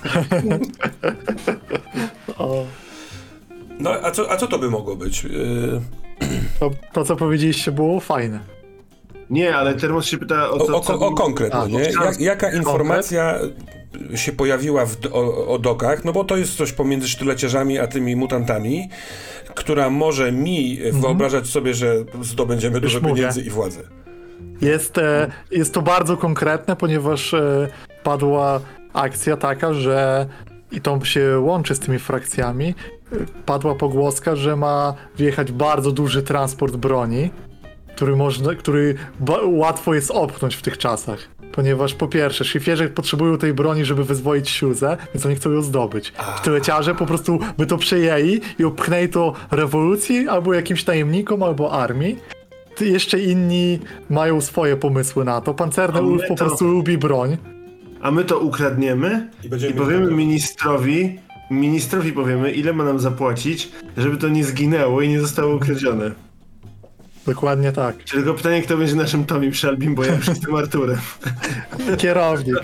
No, a co to by mogło być? To, co powiedzieliście, było fajne. Nie, ale Termos się pyta o konkret, nie? Jaka informacja się pojawiła o dokach, no bo to jest coś pomiędzy sztyleciarzami a tymi mutantami, która może mi wyobrażać sobie, że zdobędziemy dużo pieniędzy i władzę. Jest to bardzo konkretne, ponieważ padła akcja taka, że i to się łączy z tymi frakcjami, padła pogłoska, że ma wjechać bardzo duży transport broni, który łatwo jest opchnąć w tych czasach. Ponieważ po pierwsze, szlifierze potrzebują tej broni, żeby wyzwolić Siuzę, więc oni chcą ją zdobyć. Sztyleciarze po prostu by to przejęli i opchnęli to rewolucji, albo jakimś tajemnikom, albo armii. Jeszcze inni mają swoje pomysły na to. Pancerny Ulf po prostu lubi broń. A my to ukradniemy i powiemy ministrowi powiemy, ile ma nam zapłacić, żeby to nie zginęło i nie zostało ukradzione. Dokładnie tak. Tylko pytanie, kto będzie naszym Tomim Shelbym, bo ja już jestem Arturem. Kierownik.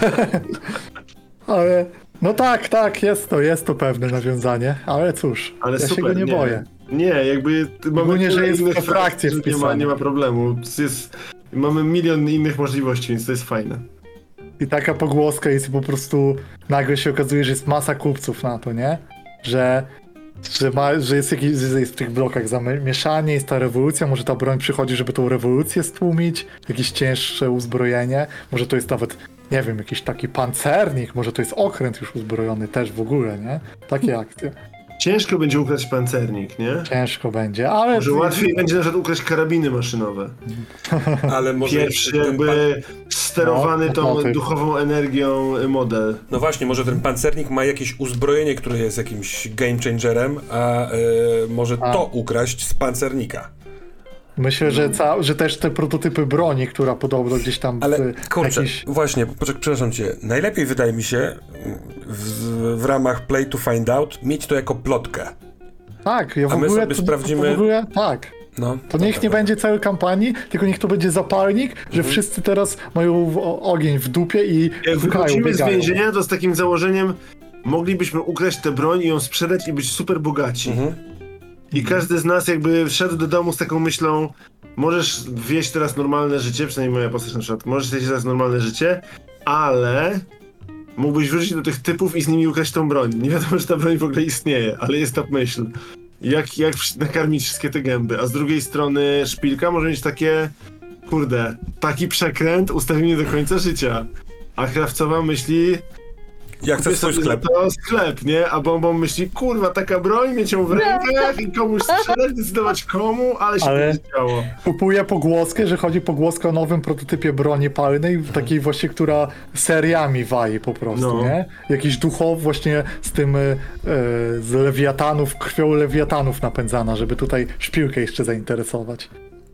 Ale no tak, jest to pewne nawiązanie, ale cóż, ale ja super, się go nie boję. Nie, jakby mamy że jest w frakcje wpisane. Nie ma problemu. Mamy milion innych możliwości, więc to jest fajne. I taka pogłoska jest po prostu, nagle się okazuje, że jest masa kupców na to, nie? Że jest w tych blokach zamieszanie, jest ta rewolucja, może ta broń przychodzi, żeby tą rewolucję stłumić, jakieś cięższe uzbrojenie, może to jest nawet, nie wiem, jakiś taki pancernik, może to jest okręt już uzbrojony też w ogóle, nie? Takie akcje. Ciężko będzie ukraść pancernik, nie? Ciężko będzie, ale... Może łatwiej będzie na przykład ukraść karabiny maszynowe. Ale może... Pierwszy jakby sterowany No, tą no, duchową energią model. No właśnie, może ten pancernik ma jakieś uzbrojenie, które jest jakimś game changerem, a może to ukraść z pancernika. Myślę, że też te prototypy broni, która podobno gdzieś tam Ale w kurczę, jakiś... właśnie, przepraszam cię, najlepiej wydaje mi się w ramach Play to Find Out mieć to jako plotkę. Tak, ja w A my ogóle... sobie sprawdzimy- w ogóle, tak. No, To niech nie będzie całej kampanii, tylko niech to będzie zapalnik, że wszyscy teraz mają ogień w dupie i Jak szukają, wychodzimy z biegają. więzienia, to z takim założeniem moglibyśmy ukraść tę broń i ją sprzedać i być super bogaci. I każdy z nas jakby wszedł do domu z taką myślą, możesz wieść teraz normalne życie, przynajmniej moja postać na przykład, możesz wieść teraz normalne życie, ale mógłbyś wrócić do tych typów i z nimi ukraść tą broń. Nie wiadomo, czy ta broń w ogóle istnieje, ale jest ta myśl. Jak nakarmić wszystkie te gęby, a z drugiej strony szpilka może mieć takie, kurde, taki przekręt ustawi mnie do końca życia. A krawcowa myśli, Ja chcę kupię swój sobie sklep. za to sklep, nie? A Bombom myśli, kurwa, taka broń, mieć ją w rękach i komuś sprzedać, decydować komu, ale się Ale- będzie działo. Kupuję pogłoskę, że chodzi pogłoska o nowym prototypie broni palnej, takiej właśnie, która seriami waje po prostu, No. nie? Jakiś duchow właśnie z tym, z lewiatanów, krwią lewiatanów napędzana, żeby tutaj szpilkę jeszcze zainteresować.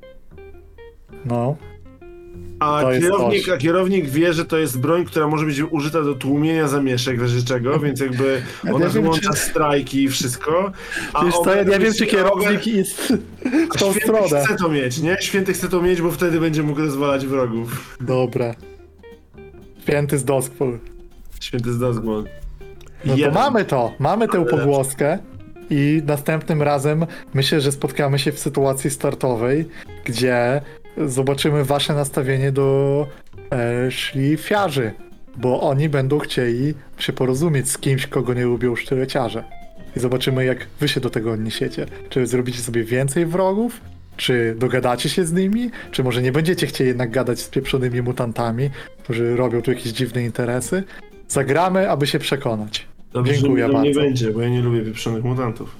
No. A To jest coś. kierownik wie, że to jest broń, która może być użyta do tłumienia zamieszek w razie czego, więc jakby Ja ona nie wiem, wyłącza czy- strajki i wszystko. A Wiesz co, ja nie wiem, czy kierownik jest w tą Święty stronę. chce to mieć, nie? Święty chce to mieć, bo wtedy będzie mógł rozwalać wrogów. Dobra. Święty z Doskful. Święty z Dozgmon. No to mamy tę pogłoskę i następnym razem myślę, że spotkamy się w sytuacji startowej, gdzie zobaczymy wasze nastawienie do szlifiarzy, bo oni będą chcieli się porozumieć z kimś, kogo nie lubią sztyleciarze. I zobaczymy, jak wy się do tego odniesiecie. Czy zrobicie sobie więcej wrogów? Czy dogadacie się z nimi? Czy może nie będziecie chcieli jednak gadać z pieprzonymi mutantami, którzy robią tu jakieś dziwne interesy? Zagramy, aby się przekonać. Dobrze, Dziękuję że mnie nie bardzo. będzie, bo ja nie lubię pieprzonych mutantów.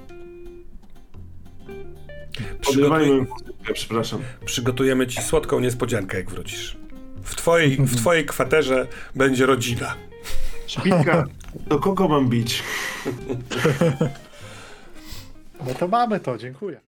Przygotuj, Podrywajmy muzykę, przepraszam. przygotujemy ci słodką niespodziankę, jak wrócisz. W twojej kwaterze będzie rodzina. Szpilka, do kogo mam bić? No to mamy to, dziękuję.